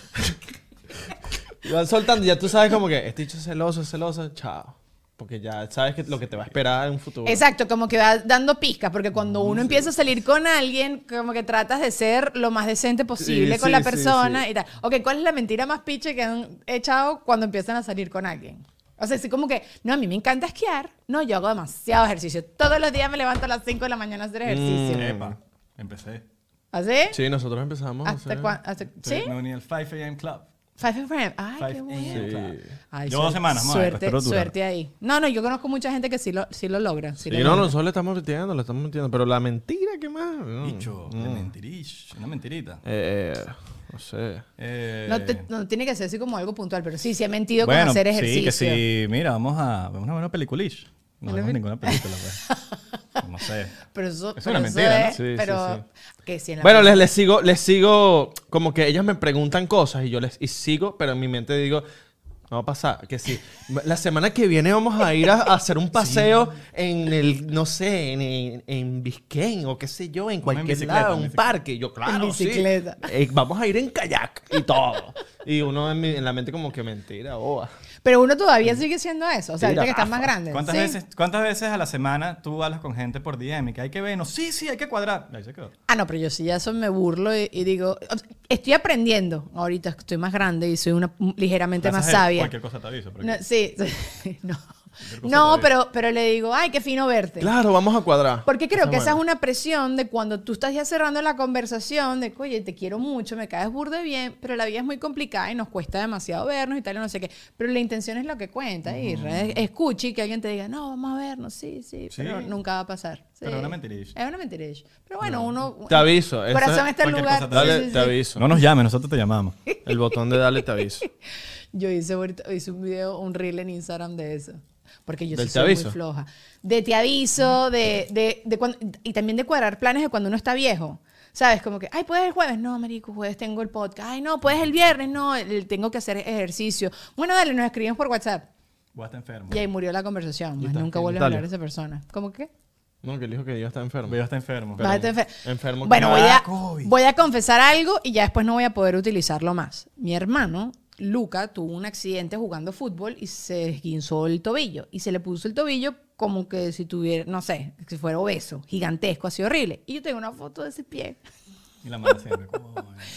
Speaker 4: Y van soltando y ya tú sabes como que este dicho es celoso, es celoso, chao. Porque ya sabes que lo que te va a esperar en un futuro.
Speaker 2: Exacto, como que va dando pizcas, porque cuando uno empieza a salir con alguien, como que tratas de ser lo más decente posible
Speaker 4: Sí,
Speaker 2: con
Speaker 4: sí,
Speaker 2: la
Speaker 4: sí,
Speaker 2: persona
Speaker 4: sí.
Speaker 2: y tal. Ok, ¿cuál es la mentira más piche que han echado cuando empiezan a salir con alguien? O sea, así como que, no, a mí me encanta esquiar. No, yo hago demasiado ejercicio. Todos los días me levanto a las cinco de la mañana a hacer ejercicio.
Speaker 4: Mm.
Speaker 3: Epa, empecé.
Speaker 2: ¿Así?
Speaker 4: Sí, nosotros empezamos. a
Speaker 2: ¿Hasta
Speaker 4: hacer-
Speaker 2: cuándo? ¿Sí?
Speaker 3: Me uní al cinco a m Club.
Speaker 2: Five F M. Ay, qué
Speaker 3: five
Speaker 2: bueno.
Speaker 3: a m
Speaker 4: Sí.
Speaker 3: Club.
Speaker 2: Ay,
Speaker 3: Llevo dos
Speaker 2: suerte-
Speaker 3: semanas, madre,
Speaker 2: Suerte,
Speaker 3: espero durar.
Speaker 2: suerte ahí. No, no, yo conozco mucha gente que sí lo, sí lo logra. Sí
Speaker 4: Sí,
Speaker 2: lo
Speaker 4: no,
Speaker 2: logra.
Speaker 4: nosotros le estamos metiendo, le estamos metiendo. Pero la mentira, ¿qué más? No.
Speaker 3: Bicho,
Speaker 4: Mm.
Speaker 3: de mentirish, una mentirita.
Speaker 4: Eh, eh, no sé.
Speaker 3: Eh,
Speaker 2: No, te- no tiene que ser así como algo puntual, pero sí, sí he mentido
Speaker 3: bueno,
Speaker 2: con hacer ejercicio.
Speaker 3: sí, que sí. Mira, vamos a ver una buena peliculish. No
Speaker 2: Una
Speaker 3: vemos
Speaker 2: pe-
Speaker 3: ninguna película, pues. No sé.
Speaker 2: Pero eso,
Speaker 3: Es
Speaker 2: pero
Speaker 3: una
Speaker 2: eso
Speaker 3: mentira, ¿no?
Speaker 2: es-
Speaker 4: Sí, sí,
Speaker 2: pero
Speaker 4: sí.
Speaker 2: que sí en la
Speaker 4: Bueno, les,
Speaker 2: película-
Speaker 4: les sigo, les sigo, como que ellas me preguntan cosas y yo les y sigo, pero en mi mente digo, no va a pasar, que sí. La semana que viene vamos a ir a, a hacer un paseo en el, no sé, en, en, en Biscayne o qué sé yo, en cualquier
Speaker 3: bicicleta,
Speaker 4: lado,
Speaker 3: en
Speaker 4: un
Speaker 3: bicicleta.
Speaker 4: parque. Y yo, claro,
Speaker 2: En bicicleta.
Speaker 4: sí. Eh, vamos a ir en kayak y todo. Y uno en, mi- en la mente como que mentira, boba.
Speaker 2: Pero uno todavía sigue siendo eso. O sea,
Speaker 4: Mira,
Speaker 2: ahorita que estás más
Speaker 4: Rafa,
Speaker 2: grande.
Speaker 3: ¿Cuántas,
Speaker 2: ¿sí?
Speaker 3: veces, ¿Cuántas veces a la semana tú hablas con gente por D M y que hay que vernos? Sí, sí, hay que cuadrar. Ahí se quedó.
Speaker 2: Ah, no, pero yo sí ya eso me burlo y, y digo, o sea, estoy aprendiendo. Ahorita estoy más grande y soy una ligeramente más
Speaker 3: Gracias a él,
Speaker 2: sabia.
Speaker 3: Cualquier cosa te aviso. porque-
Speaker 2: No, sí, no.
Speaker 3: cosa
Speaker 2: No,
Speaker 3: te
Speaker 2: pero, pero le digo, ay, qué fino verte.
Speaker 4: Claro, vamos a cuadrar.
Speaker 2: Porque creo
Speaker 4: Eso
Speaker 2: que
Speaker 4: es
Speaker 2: esa es
Speaker 4: bueno.
Speaker 2: una presión de cuando tú estás ya cerrando la conversación de, oye, te quiero mucho, me caes burde bien, pero la vida es muy complicada y nos cuesta demasiado vernos y tal, y no sé qué. Pero la intención es lo que cuenta. Y re- escuche que alguien te diga, no, vamos a vernos, sí, sí,
Speaker 3: Sí.
Speaker 2: pero nunca va a pasar. Sí.
Speaker 3: Pero es una mentirish.
Speaker 2: Es una mentirish. Pero bueno, uno...
Speaker 4: Te aviso. esa-
Speaker 2: Corazón está en
Speaker 3: cualquier
Speaker 2: lugar.
Speaker 3: cosa te
Speaker 2: Sí,
Speaker 4: Dale,
Speaker 2: sí,
Speaker 4: te
Speaker 2: sí.
Speaker 4: aviso.
Speaker 3: No nos llames, nosotros te llamamos.
Speaker 4: El botón de dale te aviso.
Speaker 2: Yo hice, ahorita- hice un video, un reel en Instagram de eso. Porque yo sí
Speaker 4: ¿Del te
Speaker 2: soy muy
Speaker 4: aviso?
Speaker 2: floja. De te aviso, de, de, de cuando, y también de cuadrar planes de cuando uno está viejo. ¿Sabes? Como que, ay, ¿puedes el jueves? No, marico, jueves tengo el podcast. Ay, no, ¿puedes el viernes? No, el- tengo que hacer ejercicio. Bueno, dale, nos escribimos por WhatsApp.
Speaker 3: Voy a estar enfermo.
Speaker 2: Y ahí murió la conversación. Más
Speaker 4: está,
Speaker 2: nunca
Speaker 4: y
Speaker 2: vuelve a
Speaker 4: dale.
Speaker 2: hablar de esa persona. ¿Cómo que?
Speaker 4: No, que él dijo que iba a estar enfermo.
Speaker 3: Voy a estar enfermo.
Speaker 2: Vas a estar enfer-
Speaker 4: enfermo
Speaker 2: Bueno,
Speaker 4: que-
Speaker 2: voy a,
Speaker 3: Ah, COVID.
Speaker 2: voy a confesar algo y ya después no voy a poder utilizarlo más. Mi hermano, Luca, tuvo un accidente jugando fútbol y se esguinzó el tobillo. Y se le puso el tobillo como que si tuviera, no sé, si fuera obeso, gigantesco, así horrible. Y yo tengo una foto de ese pie.
Speaker 3: Y la mano siempre. como-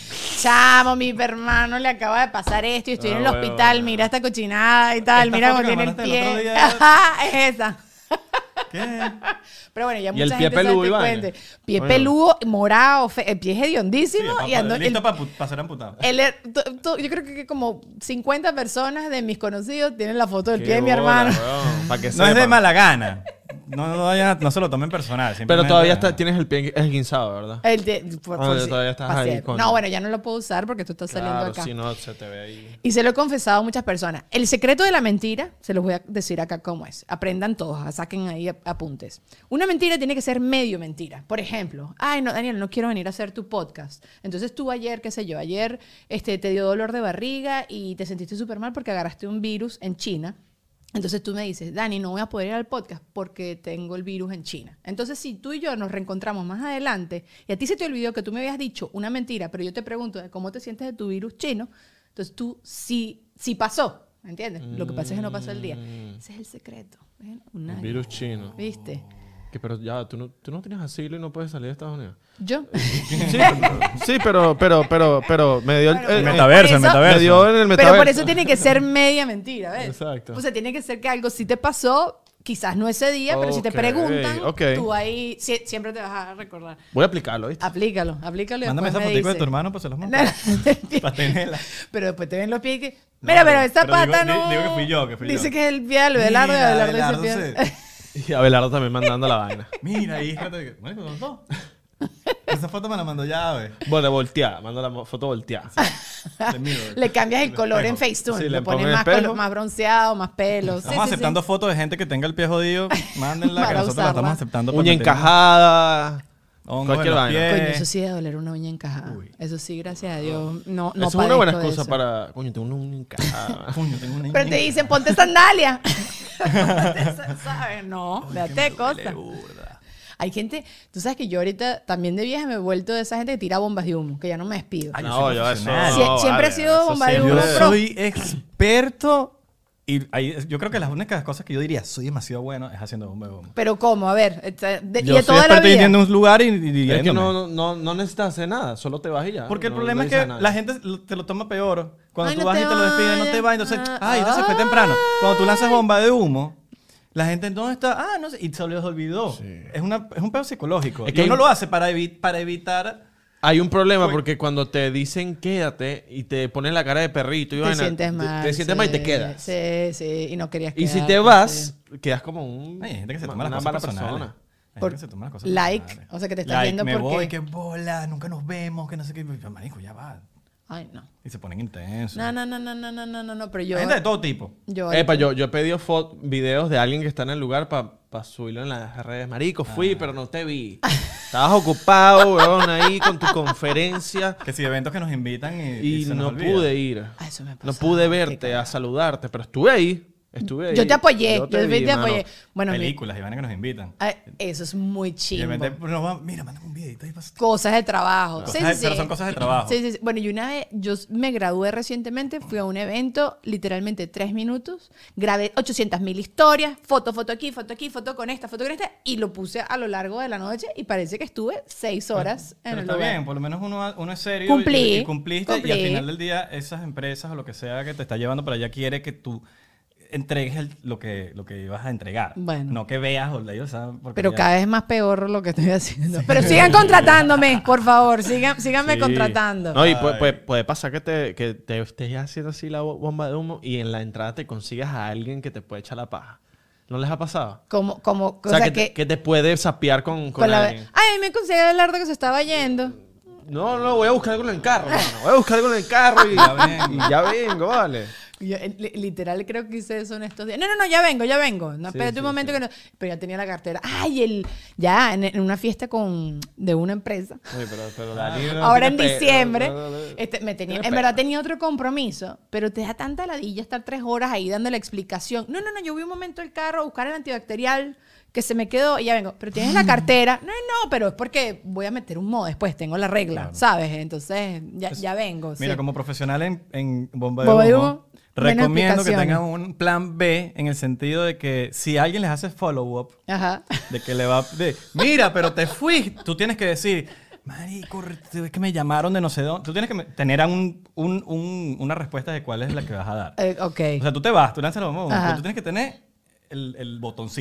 Speaker 2: Chamo, mi hermano le acaba de pasar esto y estoy
Speaker 4: Ah,
Speaker 2: en el
Speaker 4: bueno,
Speaker 2: hospital.
Speaker 4: bueno.
Speaker 2: Mira esta cochinada y tal.
Speaker 3: Esta
Speaker 2: Mira
Speaker 3: foto
Speaker 2: cómo
Speaker 3: que
Speaker 2: tiene el
Speaker 3: me mandaste el
Speaker 2: pie.
Speaker 3: otro día-
Speaker 2: Ajá, es esa.
Speaker 3: ¿Qué?
Speaker 2: Pero bueno, ya
Speaker 4: Y el
Speaker 2: mucha
Speaker 4: pie
Speaker 2: gente
Speaker 4: peludo,
Speaker 2: sabe
Speaker 4: Iván.
Speaker 2: este cuento. Pie
Speaker 4: Bueno.
Speaker 2: peludo, morado, fe- el pie es
Speaker 3: Sí,
Speaker 2: hediondísimo.
Speaker 3: pa-
Speaker 2: y
Speaker 3: pa-
Speaker 2: ando,
Speaker 3: listo
Speaker 2: el-
Speaker 3: para ser amputado.
Speaker 2: el- to- to- yo creo que como cincuenta personas de mis conocidos tienen la foto del
Speaker 4: Qué
Speaker 2: pie de mi
Speaker 4: bola,
Speaker 2: hermano.
Speaker 4: weón, pa' que
Speaker 3: No es de
Speaker 4: sepan.
Speaker 3: mala gana. No, no, vaya- no se lo tomen personal.
Speaker 4: Pero
Speaker 3: simplemente-
Speaker 4: todavía está, tienes el pie esguinzado, ¿verdad?
Speaker 2: El de- por-
Speaker 4: Ah,
Speaker 2: por
Speaker 4: ya
Speaker 2: si-
Speaker 4: todavía estás
Speaker 2: pa'
Speaker 4: ahí
Speaker 2: siempre.
Speaker 4: con-
Speaker 2: No, bueno, ya no lo puedo usar porque tú estás saliendo
Speaker 4: Claro,
Speaker 2: acá.
Speaker 4: si no se te ve ahí.
Speaker 2: Y se lo he confesado a muchas personas. El secreto de la mentira, se los voy a decir acá cómo es. Aprendan todos, saquen ahí ap- apuntes. Una mentira tiene que ser medio mentira. Por ejemplo, ay, no, Daniel, no quiero venir a hacer tu podcast. Entonces tú ayer, qué sé yo, ayer este, te dio dolor de barriga y te sentiste súper mal porque agarraste un virus en China. Entonces tú me dices, Dani, no voy a poder ir al podcast porque tengo el virus en China. Entonces, si tú y yo nos reencontramos más adelante y a ti se te olvidó que tú me habías dicho una mentira, pero yo te pregunto de cómo te sientes de tu virus chino, entonces tú sí, sí pasó, ¿me entiendes? Lo que pasa es que no pasó el día. Ese es el secreto. ¿ven? Un
Speaker 4: El
Speaker 2: año.
Speaker 4: virus chino.
Speaker 2: ¿Viste?
Speaker 4: Que, pero ya, ¿tú no, tú no tienes asilo y no puedes salir de Estados Unidos.
Speaker 2: Yo.
Speaker 4: Sí, pero, sí, pero, pero, pero, pero me dio el,
Speaker 2: Bueno,
Speaker 4: el-
Speaker 3: El
Speaker 2: Por
Speaker 3: metaverso, el
Speaker 2: eso-
Speaker 3: metaverso.
Speaker 4: me dio en el metaverso.
Speaker 2: Pero por eso tiene que ser media mentira, ¿ves?
Speaker 4: Exacto.
Speaker 2: O sea, tiene que ser que algo sí te pasó, quizás no ese día, pero si te
Speaker 4: Ok,
Speaker 2: preguntan,
Speaker 4: ok.
Speaker 2: tú ahí sie- siempre te vas a recordar.
Speaker 4: Voy a aplicarlo, ¿viste?
Speaker 2: Aplícalo, aplícalo y
Speaker 3: Mándame esa
Speaker 2: después me
Speaker 3: fotico de
Speaker 2: dices.
Speaker 3: tu hermano, pues se los mando.
Speaker 2: No,
Speaker 3: Para tenerla.
Speaker 2: pero después te ven los pies que... Mira, pero esta
Speaker 3: pero digo-
Speaker 2: pata
Speaker 3: di-
Speaker 2: no...
Speaker 3: digo que fui yo, que fui
Speaker 2: Dice
Speaker 3: yo.
Speaker 2: que es el pie de Abelardo y
Speaker 3: Mira,
Speaker 2: Abelardo dice
Speaker 3: Abelardo
Speaker 2: el pie...
Speaker 3: se-
Speaker 4: Y Abelardo también mandando la vaina.
Speaker 3: Mira, ahí, fíjate. Bueno, los dos. Esa foto me la mandó ya, güey.
Speaker 4: Bueno, volteada. Mando la mo- foto volteada.
Speaker 3: De mí, güey.
Speaker 2: Le cambias el color en Facetune,
Speaker 4: Sí, le
Speaker 2: le pones
Speaker 4: pongo el
Speaker 2: más,
Speaker 4: espejo.
Speaker 2: color- más bronceado, más pelo. Sí,
Speaker 3: Estamos
Speaker 2: sí, sí.
Speaker 3: aceptando fotos de gente que tenga el pie jodido. Mándenla, que
Speaker 2: Para
Speaker 3: nosotros la
Speaker 2: usarla.
Speaker 3: estamos aceptando.
Speaker 4: Uña
Speaker 3: porque tenemos
Speaker 4: encajada.
Speaker 3: hongos en
Speaker 4: cualquier
Speaker 3: los
Speaker 4: vaina.
Speaker 3: pies.
Speaker 2: Coño, eso sí de doler una uña encajada.
Speaker 3: Uy.
Speaker 2: Eso sí, gracias a Dios. No, no
Speaker 4: Eso es una buena
Speaker 2: padezco de
Speaker 4: excusa
Speaker 2: eso.
Speaker 4: para... Coño, tengo una uña encajada.
Speaker 3: Coño, tengo una
Speaker 2: Pero
Speaker 3: uña
Speaker 2: te dicen, ponte sandalia. ¿Sabes? No, date cosas.
Speaker 3: burda.
Speaker 2: Hay gente, tú sabes que yo ahorita también de vieja me he vuelto de esa gente que tira bombas de humo, que ya no me despido.
Speaker 3: Ay, yo
Speaker 4: No,
Speaker 3: soy
Speaker 4: yo eso...
Speaker 3: profesional.
Speaker 2: Sie- siempre he
Speaker 4: vale,
Speaker 2: sido
Speaker 4: eso
Speaker 2: bomba de
Speaker 4: siempre.
Speaker 2: humo,
Speaker 3: Yo
Speaker 2: pro.
Speaker 3: soy experto y ahí, yo creo que las únicas cosas que yo diría soy demasiado bueno es haciendo bomba de humo.
Speaker 2: Pero ¿cómo? A ver, este, de,
Speaker 3: Yo
Speaker 2: y de
Speaker 3: soy
Speaker 2: toda la
Speaker 3: experto
Speaker 2: vida.
Speaker 3: yendo a un lugar y, y
Speaker 4: Es que
Speaker 3: yéndome.
Speaker 4: no, no, no necesitas hacer nada. Solo te vas y ya.
Speaker 3: Porque el
Speaker 4: No
Speaker 3: problema
Speaker 4: le
Speaker 3: es que
Speaker 4: dices a nadie.
Speaker 3: la gente lo- te lo toma peor. Cuando
Speaker 2: Ay,
Speaker 3: tú
Speaker 2: no
Speaker 3: vas
Speaker 2: te
Speaker 3: y te lo despiden, no te
Speaker 2: vayas.
Speaker 3: va. Entonces,
Speaker 2: Ah,
Speaker 3: ay, ya se fue
Speaker 2: ah.
Speaker 3: temprano. Cuando tú lanzas bomba de humo, la gente, ¿dónde está? Ah, no sé. Y se les olvidó. Es, una, es un pedo psicológico.
Speaker 4: Es
Speaker 3: Es
Speaker 4: que
Speaker 3: que uno
Speaker 4: hay-
Speaker 3: lo hace para, evi- para evitar...
Speaker 4: Hay un problema
Speaker 3: Uy.
Speaker 4: porque cuando te dicen quédate y te ponen la cara de perrito y
Speaker 2: Te
Speaker 4: vaina,
Speaker 2: sientes
Speaker 4: te-
Speaker 2: mal.
Speaker 4: Te, sientes
Speaker 2: sí,
Speaker 4: mal y te quedas.
Speaker 2: Sí, sí, y no querías
Speaker 4: Y si
Speaker 2: quedarte,
Speaker 4: te vas,
Speaker 2: sí.
Speaker 4: quedas como un,
Speaker 3: Hay gente que se toma
Speaker 4: una
Speaker 3: las
Speaker 4: mala
Speaker 3: cosas personales.
Speaker 4: persona.
Speaker 3: Hay
Speaker 2: Por
Speaker 3: gente que se toma las cosas
Speaker 2: like,
Speaker 3: personales.
Speaker 2: o sea, que te estás
Speaker 3: Like,
Speaker 2: yendo
Speaker 3: me
Speaker 2: porque-
Speaker 3: voy, qué bola, nunca nos vemos, que no sé qué. Yo, marico, ya va.
Speaker 2: Ay, no.
Speaker 3: Y se ponen intensos.
Speaker 2: No, no, no, no, no, no, no, no, no, pero yo...
Speaker 3: Hay gente de todo tipo.
Speaker 2: yo
Speaker 4: Epa, yo, yo he pedido fo- videos de alguien que está en el lugar para subirlo en las redes. Marico, fui, pero no te vi. Estabas ocupado, weón, ahí con tu conferencia
Speaker 3: Que si eventos que nos invitan y,
Speaker 4: y
Speaker 3: se nos
Speaker 4: no
Speaker 3: olvida.
Speaker 4: pude ir.
Speaker 2: Ah, eso me
Speaker 4: No
Speaker 2: pasaba,
Speaker 4: pude
Speaker 2: qué
Speaker 4: verte,
Speaker 2: cagada.
Speaker 4: a saludarte, pero estuve ahí. Estuve ahí.
Speaker 2: Yo te apoyé, yo,
Speaker 4: te
Speaker 2: te,
Speaker 4: vi, mano.
Speaker 2: apoyé. Bueno, mi-
Speaker 3: Películas y van que nos invitan.
Speaker 2: ay, eso es muy
Speaker 3: Y de
Speaker 2: chimbo.
Speaker 3: repente pues, nos van, mira, mándame un videito ahí para...
Speaker 2: Cosas de trabajo.
Speaker 3: Cosas
Speaker 2: Sí,
Speaker 3: de-
Speaker 2: sí,
Speaker 3: pero
Speaker 2: sí.
Speaker 3: son cosas de trabajo.
Speaker 2: Sí, sí, sí. Bueno, y una vez, yo me gradué recientemente, fui a un evento, literalmente tres minutos, grabé ochocientas mil historias, foto, foto aquí, foto aquí, foto con esta, foto con esta, y lo puse a lo largo de la noche y parece que estuve seis horas en
Speaker 3: Pero
Speaker 2: el
Speaker 3: está
Speaker 2: lugar.
Speaker 3: bien, por lo menos uno, uno es serio
Speaker 2: Cumplí,
Speaker 3: y, y cumpliste. Y
Speaker 2: cumplí.
Speaker 3: al final del día, esas empresas o lo que sea que te está llevando para allá quiere que tú entregues el- lo, que, lo que ibas a entregar.
Speaker 2: Bueno.
Speaker 3: No que veas o leas, ¿sabes? Porque
Speaker 2: Pero
Speaker 3: ya-
Speaker 2: cada vez más peor lo que estoy haciendo. Pero sigan contratándome, por favor, sigan, síganme
Speaker 4: Sí.
Speaker 2: contratando.
Speaker 4: No, y puede,
Speaker 3: Ay.
Speaker 4: puede- puede pasar que te, que te estés haciendo así la bo- bomba de humo y en la entrada te consigas a alguien que te puede echar la paja. ¿No les ha pasado?
Speaker 2: Como, como,
Speaker 4: O
Speaker 2: cosa
Speaker 4: sea, que,
Speaker 2: que,
Speaker 4: te, que te puede sapear con, con,
Speaker 2: con la-
Speaker 4: alguien.
Speaker 2: Ay, me conseguí el lardo que se estaba yendo.
Speaker 4: No, no, voy a buscar algo en el carro, mano. Voy a buscar algo en el carro y
Speaker 3: Ya vengo.
Speaker 4: y ya vengo, vale.
Speaker 2: Yo, eh, li- literal creo que hice eso en estos días. No, no, no, ya vengo, ya vengo. No,
Speaker 4: Sí,
Speaker 2: espérate
Speaker 4: sí,
Speaker 2: un momento
Speaker 4: sí.
Speaker 2: que no. Pero ya tenía la cartera. Ay, el. Ya, en, en una fiesta con de una empresa.
Speaker 4: Oye, pero, pero Dani no
Speaker 2: Ahora en
Speaker 4: tiene pe-
Speaker 2: diciembre.
Speaker 4: no, no, no, no.
Speaker 2: Este, me tenía,
Speaker 4: Tiene
Speaker 2: en
Speaker 4: pelo.
Speaker 2: verdad tenía otro compromiso, pero te da tanta ladilla estar tres horas ahí dando la explicación. No, no, no, yo voy un momento al carro a buscar el antibacterial que se me quedó y ya vengo. Pero tienes la cartera. No, no, pero es porque voy a meter un modo después, tengo la regla,
Speaker 3: Claro.
Speaker 2: ¿sabes? Entonces ya, ya vengo.
Speaker 3: Mira,
Speaker 2: sí.
Speaker 3: como profesional en, en bomba de
Speaker 2: Bomba de
Speaker 3: humo,
Speaker 2: humo, menos
Speaker 3: recomiendo que
Speaker 2: explicaciones.
Speaker 3: tengan un plan B en el sentido de que si alguien les hace follow-up,
Speaker 2: Ajá.
Speaker 3: de que le va de, mira, pero te fui, tú tienes que decir, marico, es que me llamaron de no sé dónde. Tú tienes que me- tener un, un- un- una respuesta de cuál es la que vas a dar.
Speaker 2: Eh, ok.
Speaker 3: O sea, tú te vas, tú lanzas la bomba,
Speaker 2: Ajá.
Speaker 3: pero tú tienes que tener el, el botoncito.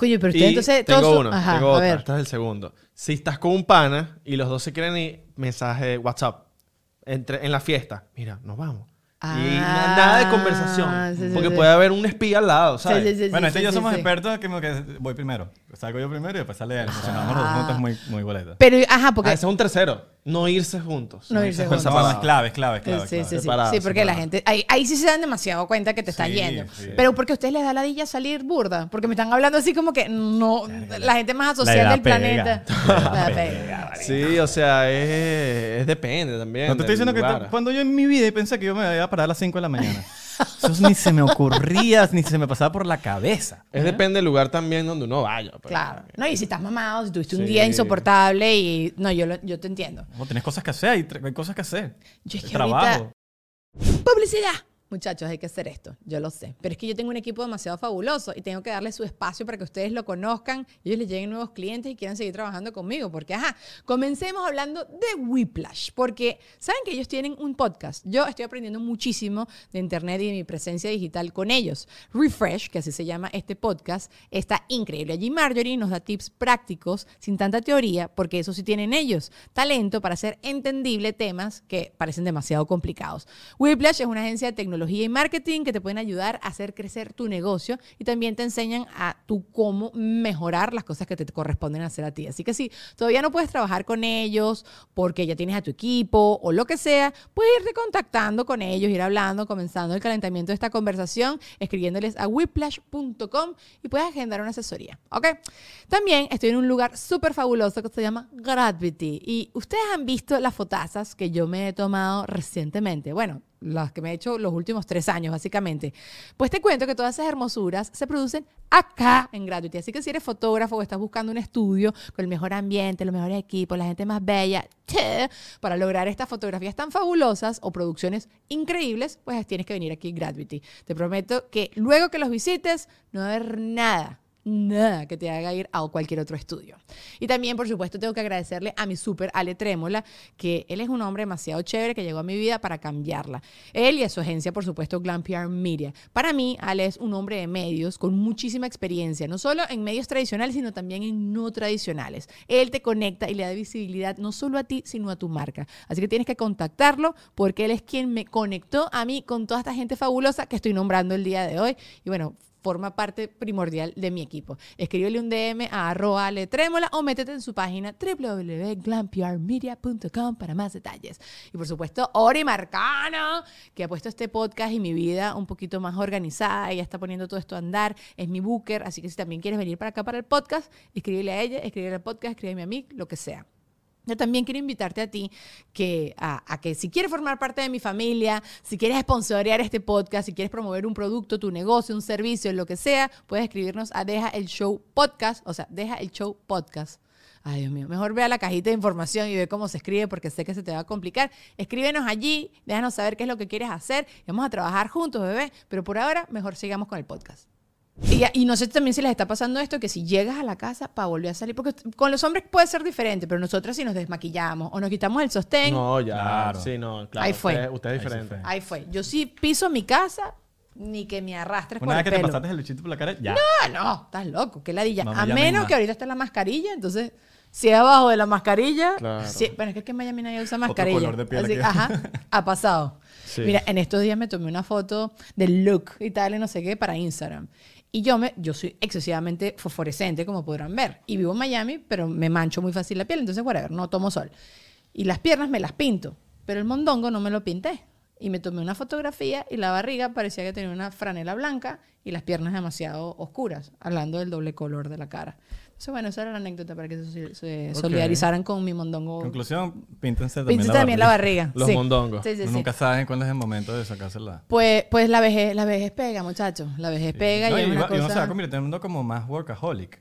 Speaker 2: Coño, pero usted
Speaker 4: Y
Speaker 2: entonces...
Speaker 4: tengo
Speaker 2: todos su-
Speaker 4: uno,
Speaker 2: Ajá,
Speaker 4: tengo
Speaker 2: a
Speaker 4: otra.
Speaker 2: ver.
Speaker 4: Este es el segundo. Si estás con un pana y los dos se quieren ir, mensaje de WhatsApp. Entre, en la fiesta. Mira, nos vamos. y
Speaker 2: Ah,
Speaker 4: na- nada de conversación.
Speaker 2: sí, sí,
Speaker 4: porque
Speaker 2: sí.
Speaker 4: puede haber un espía al lado, ¿sabes?
Speaker 2: Sí, sí, sí,
Speaker 3: Bueno,
Speaker 2: sí,
Speaker 3: este y
Speaker 2: sí,
Speaker 3: yo
Speaker 2: sí,
Speaker 3: somos
Speaker 2: sí.
Speaker 3: expertos que, como que voy primero. Salgo yo primero y después sale él. Funcionamos los dos juntos muy, muy boletos.
Speaker 2: Pero, ajá, porque...
Speaker 4: Ah, ese es un tercero. No irse juntos.
Speaker 2: No irse
Speaker 4: por
Speaker 2: juntos.
Speaker 3: No,
Speaker 4: separado.
Speaker 3: es clave, es clave, es clave.
Speaker 2: Sí, sí,
Speaker 3: clave.
Speaker 2: sí, sí.
Speaker 4: Separado,
Speaker 2: Sí, porque la
Speaker 4: separado.
Speaker 2: gente... Ahí, ahí sí se dan demasiado cuenta que te está
Speaker 3: Sí,
Speaker 2: yendo.
Speaker 3: sí.
Speaker 2: Pero porque a ustedes les da ladilla salir burda. Porque me están hablando así como que no... La gente más asocial
Speaker 3: edad
Speaker 2: del
Speaker 3: pega.
Speaker 2: planeta.
Speaker 3: La edad
Speaker 2: La edad
Speaker 3: pega,
Speaker 2: pega.
Speaker 4: Sí, o sea, es, es depende también.
Speaker 3: No te estoy
Speaker 4: del
Speaker 3: diciendo que
Speaker 4: lugar.
Speaker 3: te- cuando yo en mi vida pensé que yo me iba a parar a las cinco de la mañana. Eso ni se me ocurría, ni se me pasaba por la cabeza.
Speaker 4: Es depende del lugar también donde uno vaya. pues.
Speaker 2: Claro. No, y si estás mamado, si tuviste un
Speaker 4: Sí.
Speaker 2: día insoportable y... No, yo, lo- yo te entiendo.
Speaker 3: No, tienes cosas que hacer, hay, tra- hay cosas que hacer.
Speaker 2: Yo es
Speaker 3: Hay
Speaker 2: que ahorita...
Speaker 3: trabajo.
Speaker 2: ¡Publicidad! Muchachos, hay que hacer esto, yo lo sé. Pero es que yo tengo un equipo demasiado fabuloso y tengo que darle su espacio para que ustedes lo conozcan y ellos les lleguen nuevos clientes y quieran seguir trabajando conmigo. Porque, ajá, comencemos hablando de Whiplash. Porque, ¿saben que ellos tienen un podcast? Yo estoy aprendiendo muchísimo de internet y de mi presencia digital con ellos. Refresh, que así se llama este podcast, está increíble. Allí Marjorie nos da tips prácticos sin tanta teoría, porque eso sí tienen ellos. Talento para hacer entendible temas que parecen demasiado complicados. Whiplash es una agencia de tecnología y marketing que te pueden ayudar a hacer crecer tu negocio y también te enseñan a tú cómo mejorar las cosas que te corresponden hacer a ti. Así que si todavía no puedes trabajar con ellos porque ya tienes a tu equipo o lo que sea, puedes irte contactando con ellos, ir hablando, comenzando el calentamiento de esta conversación, escribiéndoles a whiplash punto com y puedes agendar una asesoría. ¿Ok? También estoy en un lugar súper fabuloso que se llama Gravity y ustedes han visto las fotazas que yo me he tomado recientemente. Bueno, las que me he hecho los últimos tres años, básicamente. Pues te cuento que todas esas hermosuras se producen acá en Gravity. Así que si eres fotógrafo o estás buscando un estudio con el mejor ambiente, los mejores equipos, la gente más bella, ¡che! Para lograr estas fotografías tan fabulosas o producciones increíbles, pues tienes que venir aquí a Gravity. Te prometo que luego que los visites, no va a haber nada. Nada que te haga ir a cualquier otro estudio. Y también, por supuesto, tengo que agradecerle a mi súper Ale Trémola, que él es un hombre demasiado chévere que llegó a mi vida para cambiarla. Él y a su agencia, por supuesto, Glam P R Media. Para mí, Ale es un hombre de medios con muchísima experiencia, no solo en medios tradicionales, sino también en no tradicionales. Él te conecta y le da visibilidad no solo a ti, sino a tu marca. Así que tienes que contactarlo porque él es quien me conectó a mí con toda esta gente fabulosa que estoy nombrando el día de hoy. Y bueno, forma parte primordial de mi equipo. Escríbele un D M a arroba Ale Trémola o métete en su página w w w punto glam p r media punto com para más detalles. Y por supuesto, Ori Marcano, que ha puesto este podcast y mi vida un poquito más organizada. Ella está poniendo todo esto a andar. Es mi booker, así que si también quieres venir para acá para el podcast, escríbele a ella, escríbele al podcast, escríbeme a mí, lo que sea. Yo también quiero invitarte a ti que, a, a que si quieres formar parte de mi familia, si quieres sponsorear este podcast, si quieres promover un producto, tu negocio, un servicio, lo que sea, puedes escribirnos a Deja el Show Podcast, o sea, Deja el Show Podcast. Ay, Dios mío, mejor ve a la cajita de información y ve cómo se escribe porque sé que se te va a complicar. Escríbenos allí, déjanos saber qué es lo que quieres hacer y vamos a trabajar juntos, bebé. Pero por ahora, mejor sigamos con el podcast. Y, y no sé también si les está pasando esto, que si llegas a la casa para volver a salir, porque con los hombres puede ser diferente, pero nosotras si nos desmaquillamos o nos quitamos el sostén,
Speaker 4: No, ya.
Speaker 3: Claro.
Speaker 4: Sí, no, claro.
Speaker 2: Ahí fue.
Speaker 4: Usted, usted es
Speaker 3: Ahí sí
Speaker 4: diferente.
Speaker 3: fue.
Speaker 2: ahí fue. Yo sí piso mi casa, ni que me arrastres
Speaker 3: Una
Speaker 2: por
Speaker 3: vez
Speaker 2: el
Speaker 3: que te
Speaker 2: pelo.
Speaker 3: pasaste el luchito por la cara, ya.
Speaker 2: Ah, no, estás loco, qué ladilla.
Speaker 3: No me
Speaker 2: a
Speaker 3: llamen
Speaker 2: menos
Speaker 3: más.
Speaker 2: que ahorita está la mascarilla, entonces, si es abajo de la mascarilla,
Speaker 4: Claro.
Speaker 2: sí, bueno, es que aquí en Miami nadie usa mascarilla.
Speaker 3: color de piel
Speaker 2: Así-
Speaker 3: aquí.
Speaker 2: ajá, ha pasado.
Speaker 4: Sí.
Speaker 2: Mira, en estos días me tomé una foto del look y tal, y no sé qué, para Instagram. Y yo, me, yo soy excesivamente fosforescente, como podrán ver. Y vivo en Miami, pero me mancho muy fácil la piel, entonces, whatever, no tomo sol. Y las piernas me las pinto, pero el mondongo no me lo pinté. Y me tomé una fotografía y la barriga parecía que tenía una franela blanca y las piernas demasiado oscuras, hablando del doble color de la cara. Entonces, bueno, esa era la anécdota para que se, se
Speaker 4: Ok.
Speaker 2: solidarizaran con mi mondongo.
Speaker 3: Conclusión, píntense también
Speaker 2: Píntate
Speaker 3: la
Speaker 2: también la
Speaker 3: barriga.
Speaker 2: barriga.
Speaker 4: Los
Speaker 2: sí.
Speaker 4: mondongos.
Speaker 2: Sí, sí,
Speaker 3: Uno
Speaker 2: sí.
Speaker 3: nunca saben cuándo es el momento de sacársela.
Speaker 2: Pues, pues la vejez, la vejez pega, muchachos. La vejez pega
Speaker 3: No,
Speaker 2: y
Speaker 3: y,
Speaker 2: es una
Speaker 3: va- y uno se
Speaker 2: cosa...
Speaker 3: va convirtiendo como más workaholic.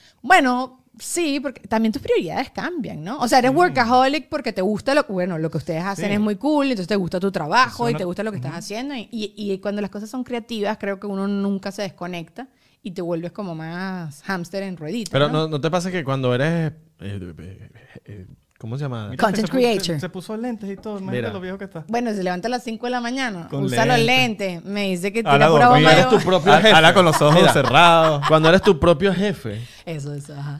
Speaker 2: Bueno, sí, porque también tus prioridades cambian, ¿no? O sea, eres workaholic porque te gusta lo, bueno, lo que ustedes hacen
Speaker 3: Sí.
Speaker 2: es muy cool, entonces te gusta tu trabajo
Speaker 3: Eso
Speaker 2: y
Speaker 3: no-
Speaker 2: te gusta lo que estás haciendo. Y, y- y cuando las cosas son creativas, creo que uno nunca se desconecta y te vuelves como más hámster en ruedita.
Speaker 4: Pero
Speaker 2: ¿no?
Speaker 4: ¿no, no te pasa que cuando eres eh, eh, eh, ¿Cómo se llama?
Speaker 3: Mira,
Speaker 2: Content
Speaker 3: se pu-
Speaker 2: creator.
Speaker 3: Se, se puso lentes y todo. Imagínate
Speaker 4: Mira.
Speaker 3: lo viejo que está.
Speaker 2: Bueno, se levanta a las cinco de la mañana,
Speaker 3: Con
Speaker 2: usa los
Speaker 3: lentes.
Speaker 2: lentes, me dice que
Speaker 3: Habla
Speaker 2: tira pura
Speaker 3: dormido.
Speaker 2: bomba de
Speaker 4: Eres tu
Speaker 2: humo.
Speaker 4: propio
Speaker 3: Habla-
Speaker 4: jefe.
Speaker 3: Habla con los ojos
Speaker 4: Mira,
Speaker 3: cerrados.
Speaker 4: Cuando eres tu propio jefe,
Speaker 2: Eso, eso, ajá.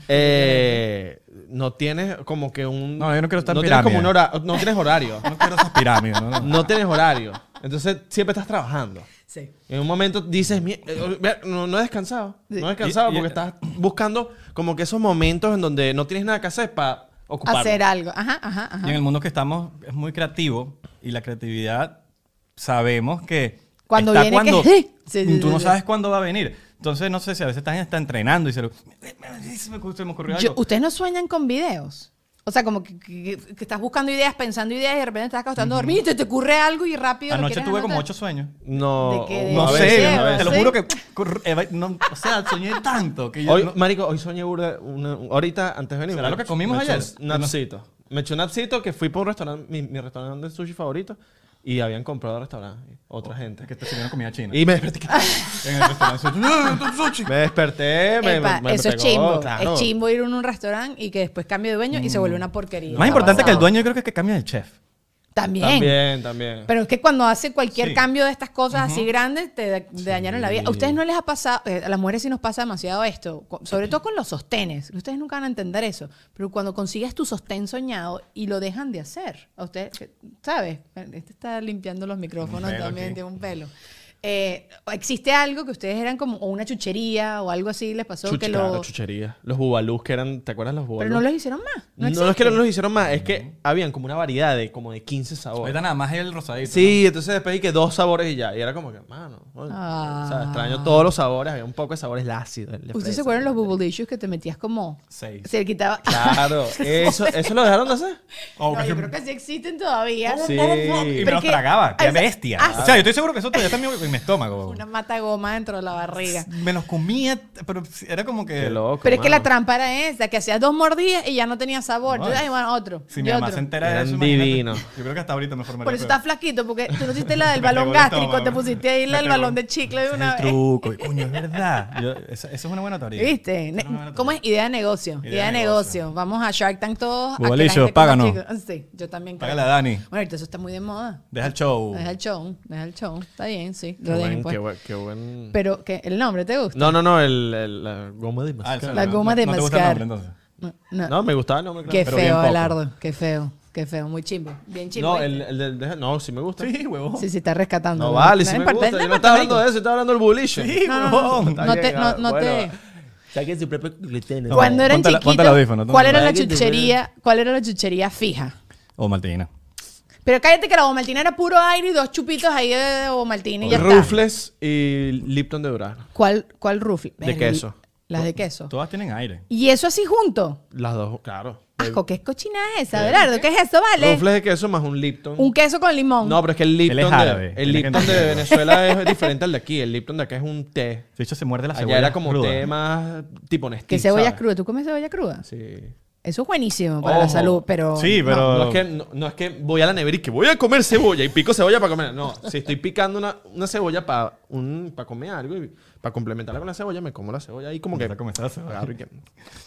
Speaker 4: eh, no tienes como que un...
Speaker 3: No, yo no quiero estar
Speaker 4: no
Speaker 3: en
Speaker 4: tienes como
Speaker 3: pirámide.
Speaker 4: un hora, no tienes horario.
Speaker 3: No quiero esas pirámides, ¿no?
Speaker 4: No tienes horario. Entonces siempre estás trabajando.
Speaker 2: Sí.
Speaker 4: En un momento dices, "Mi- eh, vea, no, no he descansado.
Speaker 2: Sí.
Speaker 4: No he descansado
Speaker 3: Y- y-
Speaker 4: porque estás buscando como que esos momentos en donde no tienes nada que hacer para ocuparlo.
Speaker 2: Hacer algo. Ajá, ajá, ajá.
Speaker 3: Y en el mundo que estamos es muy creativo y la creatividad sabemos que
Speaker 2: Cuando
Speaker 3: está
Speaker 2: viene que-
Speaker 3: cuando
Speaker 2: Sí, sí, sí,
Speaker 3: tú no
Speaker 2: sí.
Speaker 3: sabes cuándo va a venir. Entonces no sé si a veces estás está entrenando y se, lo, se, me, se me ocurrió
Speaker 2: Yo-
Speaker 3: algo.
Speaker 2: ¿Ustedes no sueñan con videos? O sea, como que, que- que estás buscando ideas, pensando ideas y de repente estás acostando a dormir y te, te ocurre algo y rápido lo
Speaker 3: Anoche
Speaker 2: quieres
Speaker 3: tuve como
Speaker 2: anotar.
Speaker 3: ocho sueños.
Speaker 4: No,
Speaker 2: ¿De qué? ¿De
Speaker 3: No
Speaker 4: a
Speaker 2: qué?
Speaker 3: sé,
Speaker 4: veces,
Speaker 2: ¿Sí?
Speaker 4: a veces.
Speaker 3: te lo
Speaker 2: ¿Sí?
Speaker 3: juro que cor- Eva, no, o sea, soñé tanto que yo
Speaker 4: Hoy,
Speaker 3: no-
Speaker 4: marico, hoy soñé burda una- ahorita antes de venir.
Speaker 3: ¿Será
Speaker 4: me-
Speaker 3: lo que comimos
Speaker 4: me eché
Speaker 3: ayer?
Speaker 4: Un napsito. Me eché un napsito que fui por un restaurante, mi, mi restaurante de sushi favorito, y habían comprado el restaurante. Otra gente.
Speaker 3: que te sirvieron comida china.
Speaker 4: Y me desperté.
Speaker 3: En el restaurante. ¡No, sushi!
Speaker 4: Me desperté, me,
Speaker 2: Epa,
Speaker 4: me- me
Speaker 2: eso es
Speaker 4: pegó,
Speaker 2: chimbo.
Speaker 4: claro.
Speaker 2: Es chimbo ir a un restaurante y que después cambie de dueño y se vuelve una porquería.
Speaker 3: Más
Speaker 2: ¿Ha
Speaker 3: importante que el
Speaker 2: pasado?
Speaker 3: dueño, yo creo que es que cambie el chef.
Speaker 2: También.
Speaker 4: También, también.
Speaker 2: Pero es que cuando hace cualquier
Speaker 3: Sí.
Speaker 2: cambio de estas cosas así grandes, te, da- te dañaron la vida. ¿A ustedes no les ha pasado? eh, a las mujeres sí nos pasa demasiado esto, co- sobre todo con los sostenes. Ustedes nunca van a entender eso. Pero cuando consigues tu sostén soñado y lo dejan de hacer, a ustedes, que- ¿sabes? Este está limpiando los micrófonos
Speaker 3: pelo
Speaker 2: también,
Speaker 3: aquí.
Speaker 2: tiene un pelo. Eh, ¿Existe algo que ustedes eran como o una chuchería o algo así les pasó
Speaker 4: Chuch-
Speaker 2: que
Speaker 4: claro,
Speaker 2: lo...
Speaker 4: chuchería. Los bubalús que eran, ¿te acuerdas los bubalús?
Speaker 2: Pero no los hicieron más?
Speaker 4: No,
Speaker 2: No,
Speaker 4: es que no
Speaker 2: existe.
Speaker 4: los hicieron más, es que habían como una variedad de como de quince sabores.
Speaker 3: Ahorita nada más es el rosadito.
Speaker 4: Sí, entonces después hay que dos sabores y ya. Y era como que, mano, oye,
Speaker 2: Ah.
Speaker 4: o sea, extraño todos los sabores. Había un poco de sabores, el ácido, el de
Speaker 2: ¿Ustedes se
Speaker 4: fresa,
Speaker 2: acuerdan
Speaker 4: el
Speaker 2: los
Speaker 4: de-
Speaker 2: bubblicious que te metías como...
Speaker 3: Seis.
Speaker 2: Se le quitaba...
Speaker 4: Claro, eso, eso lo dejaron de hacer.
Speaker 3: Oh,
Speaker 2: No,
Speaker 3: que-
Speaker 2: yo creo que sí existen todavía.
Speaker 4: Sí.
Speaker 3: Y me
Speaker 2: Pero
Speaker 3: los
Speaker 2: que-
Speaker 3: tragaba. ¡Qué
Speaker 2: Ah,
Speaker 3: bestia!
Speaker 2: ah,
Speaker 3: O sea, yo estoy seguro que eso todavía está en mi, en mi estómago.
Speaker 2: Una mata goma dentro de la barriga.
Speaker 3: Me los comía, pero era como que...
Speaker 4: Qué loco.
Speaker 2: Pero es que la
Speaker 4: mano.
Speaker 2: trampa era esa, que hacías dos mordidas y ya no tenía sabor.
Speaker 3: No,
Speaker 2: Entonces, ay, bueno, otro.
Speaker 3: Si
Speaker 2: y
Speaker 3: mi mamá
Speaker 2: otro.
Speaker 3: se entera de
Speaker 4: Eran
Speaker 3: eso, imagínate.
Speaker 4: divinos.
Speaker 3: Yo creo que hasta ahorita me formaría
Speaker 2: Por eso
Speaker 3: peor.
Speaker 2: estás flaquito, porque tú no hiciste la del
Speaker 3: Me
Speaker 2: balón
Speaker 3: pegó el
Speaker 2: gástrico,
Speaker 3: estómago.
Speaker 2: te pusiste ahí
Speaker 3: Me
Speaker 2: la- el
Speaker 3: pegó.
Speaker 2: balón de chicle de
Speaker 3: Ese
Speaker 2: una
Speaker 3: es el
Speaker 2: vez.
Speaker 3: truco. Y, coño, es verdad. Yo- esa, esa es una buena teoría.
Speaker 2: ¿Viste?
Speaker 3: Esa es una buena
Speaker 2: ¿Cómo es?
Speaker 3: teoría.
Speaker 2: Idea de negocio. Idea, de negocio. Vamos a Shark Tank todos. a que la
Speaker 3: Bubalicio,
Speaker 2: gente coma
Speaker 3: páganos.
Speaker 2: chicles. Sí, yo también creo.
Speaker 3: Págale a Dani.
Speaker 2: Bueno, ahorita eso está muy de moda.
Speaker 3: Deja el show.
Speaker 2: Deja el show, deja el show. Está bien, sí.
Speaker 4: Qué
Speaker 2: Lo
Speaker 4: buen,
Speaker 2: dejen, pues.
Speaker 4: qué buen, qué buen-
Speaker 2: Pero, ¿qué? ¿El nombre te gusta?
Speaker 4: No, no, no, el, el- la goma de
Speaker 3: Ah,
Speaker 4: mascar.
Speaker 3: eso
Speaker 2: La
Speaker 3: no-
Speaker 2: goma de
Speaker 3: no te gusta el
Speaker 2: mascar.
Speaker 3: nombre, entonces.
Speaker 2: No, no.
Speaker 4: No, me gustaba el nombre, claro.
Speaker 2: Qué
Speaker 3: pero bien
Speaker 2: feo,
Speaker 3: poco.
Speaker 2: Abelardo. Qué feo. Qué feo. Muy chimbo. Bien chimbo.
Speaker 4: No,
Speaker 2: ¿viste?
Speaker 4: el, el del... de- No, sí me gusta.
Speaker 3: Sí, huevón.
Speaker 2: Sí, sí, está rescatando.
Speaker 4: No vale, sí me
Speaker 2: importa,
Speaker 4: gusta.
Speaker 2: no
Speaker 4: Yo no
Speaker 2: importa,
Speaker 4: estaba hablando
Speaker 2: marico.
Speaker 4: de eso, estaba hablando del bullish.
Speaker 3: Sí,
Speaker 2: No, no, no.
Speaker 3: huevón.
Speaker 2: No te, no, no te...
Speaker 4: Saquen su propio gluten.
Speaker 2: Cuando eran
Speaker 3: ponte la- ponte el
Speaker 2: chiquitos,
Speaker 3: audífono, tú.
Speaker 2: ¿cuál era la
Speaker 4: Ay, que te-
Speaker 2: chuchería? ¿Cuál era la chuchería fija?
Speaker 3: O Martina.
Speaker 2: Pero cállate que la Ovaltine era puro aire y dos chupitos ahí de Ovaltine y ya está.
Speaker 4: Rufles y Lipton de durazno.
Speaker 2: ¿Cuál, cuál rufle?
Speaker 4: De
Speaker 2: El-
Speaker 4: queso.
Speaker 2: Las de queso.
Speaker 3: Todas tienen aire.
Speaker 2: ¿Y eso así junto?
Speaker 4: Las dos, claro.
Speaker 2: Asco, ¿qué cochina es esa, Abelardo? ¿Qué es eso, vale?
Speaker 4: Rufles de queso más un Lipton.
Speaker 2: Un queso con limón.
Speaker 4: No, pero es que el Lipton,
Speaker 3: Él es árabe,
Speaker 4: de, el
Speaker 3: tiene que
Speaker 4: Lipton de
Speaker 3: entender.
Speaker 4: Venezuela es diferente al de aquí. El Lipton de acá es un té.
Speaker 3: De hecho, se muerde la cebolla.
Speaker 4: Allá era como
Speaker 3: cruda.
Speaker 4: té más tipo Nestí,
Speaker 2: ¿Qué cebolla
Speaker 4: ¿sabes?
Speaker 2: cruda? ¿Tú comes cebolla cruda?
Speaker 4: Sí.
Speaker 2: Eso es buenísimo para la
Speaker 4: Ojo.
Speaker 2: salud, pero...
Speaker 3: Sí, pero...
Speaker 4: No, es que, no, no es que voy a la nevera y que voy a comer cebolla y pico cebolla para comer. No, si estoy picando una, una cebolla para un para comer algo y para complementarla con la cebolla, me como la cebolla y como que...
Speaker 3: Mira cómo está la cebolla.
Speaker 4: agarro y que-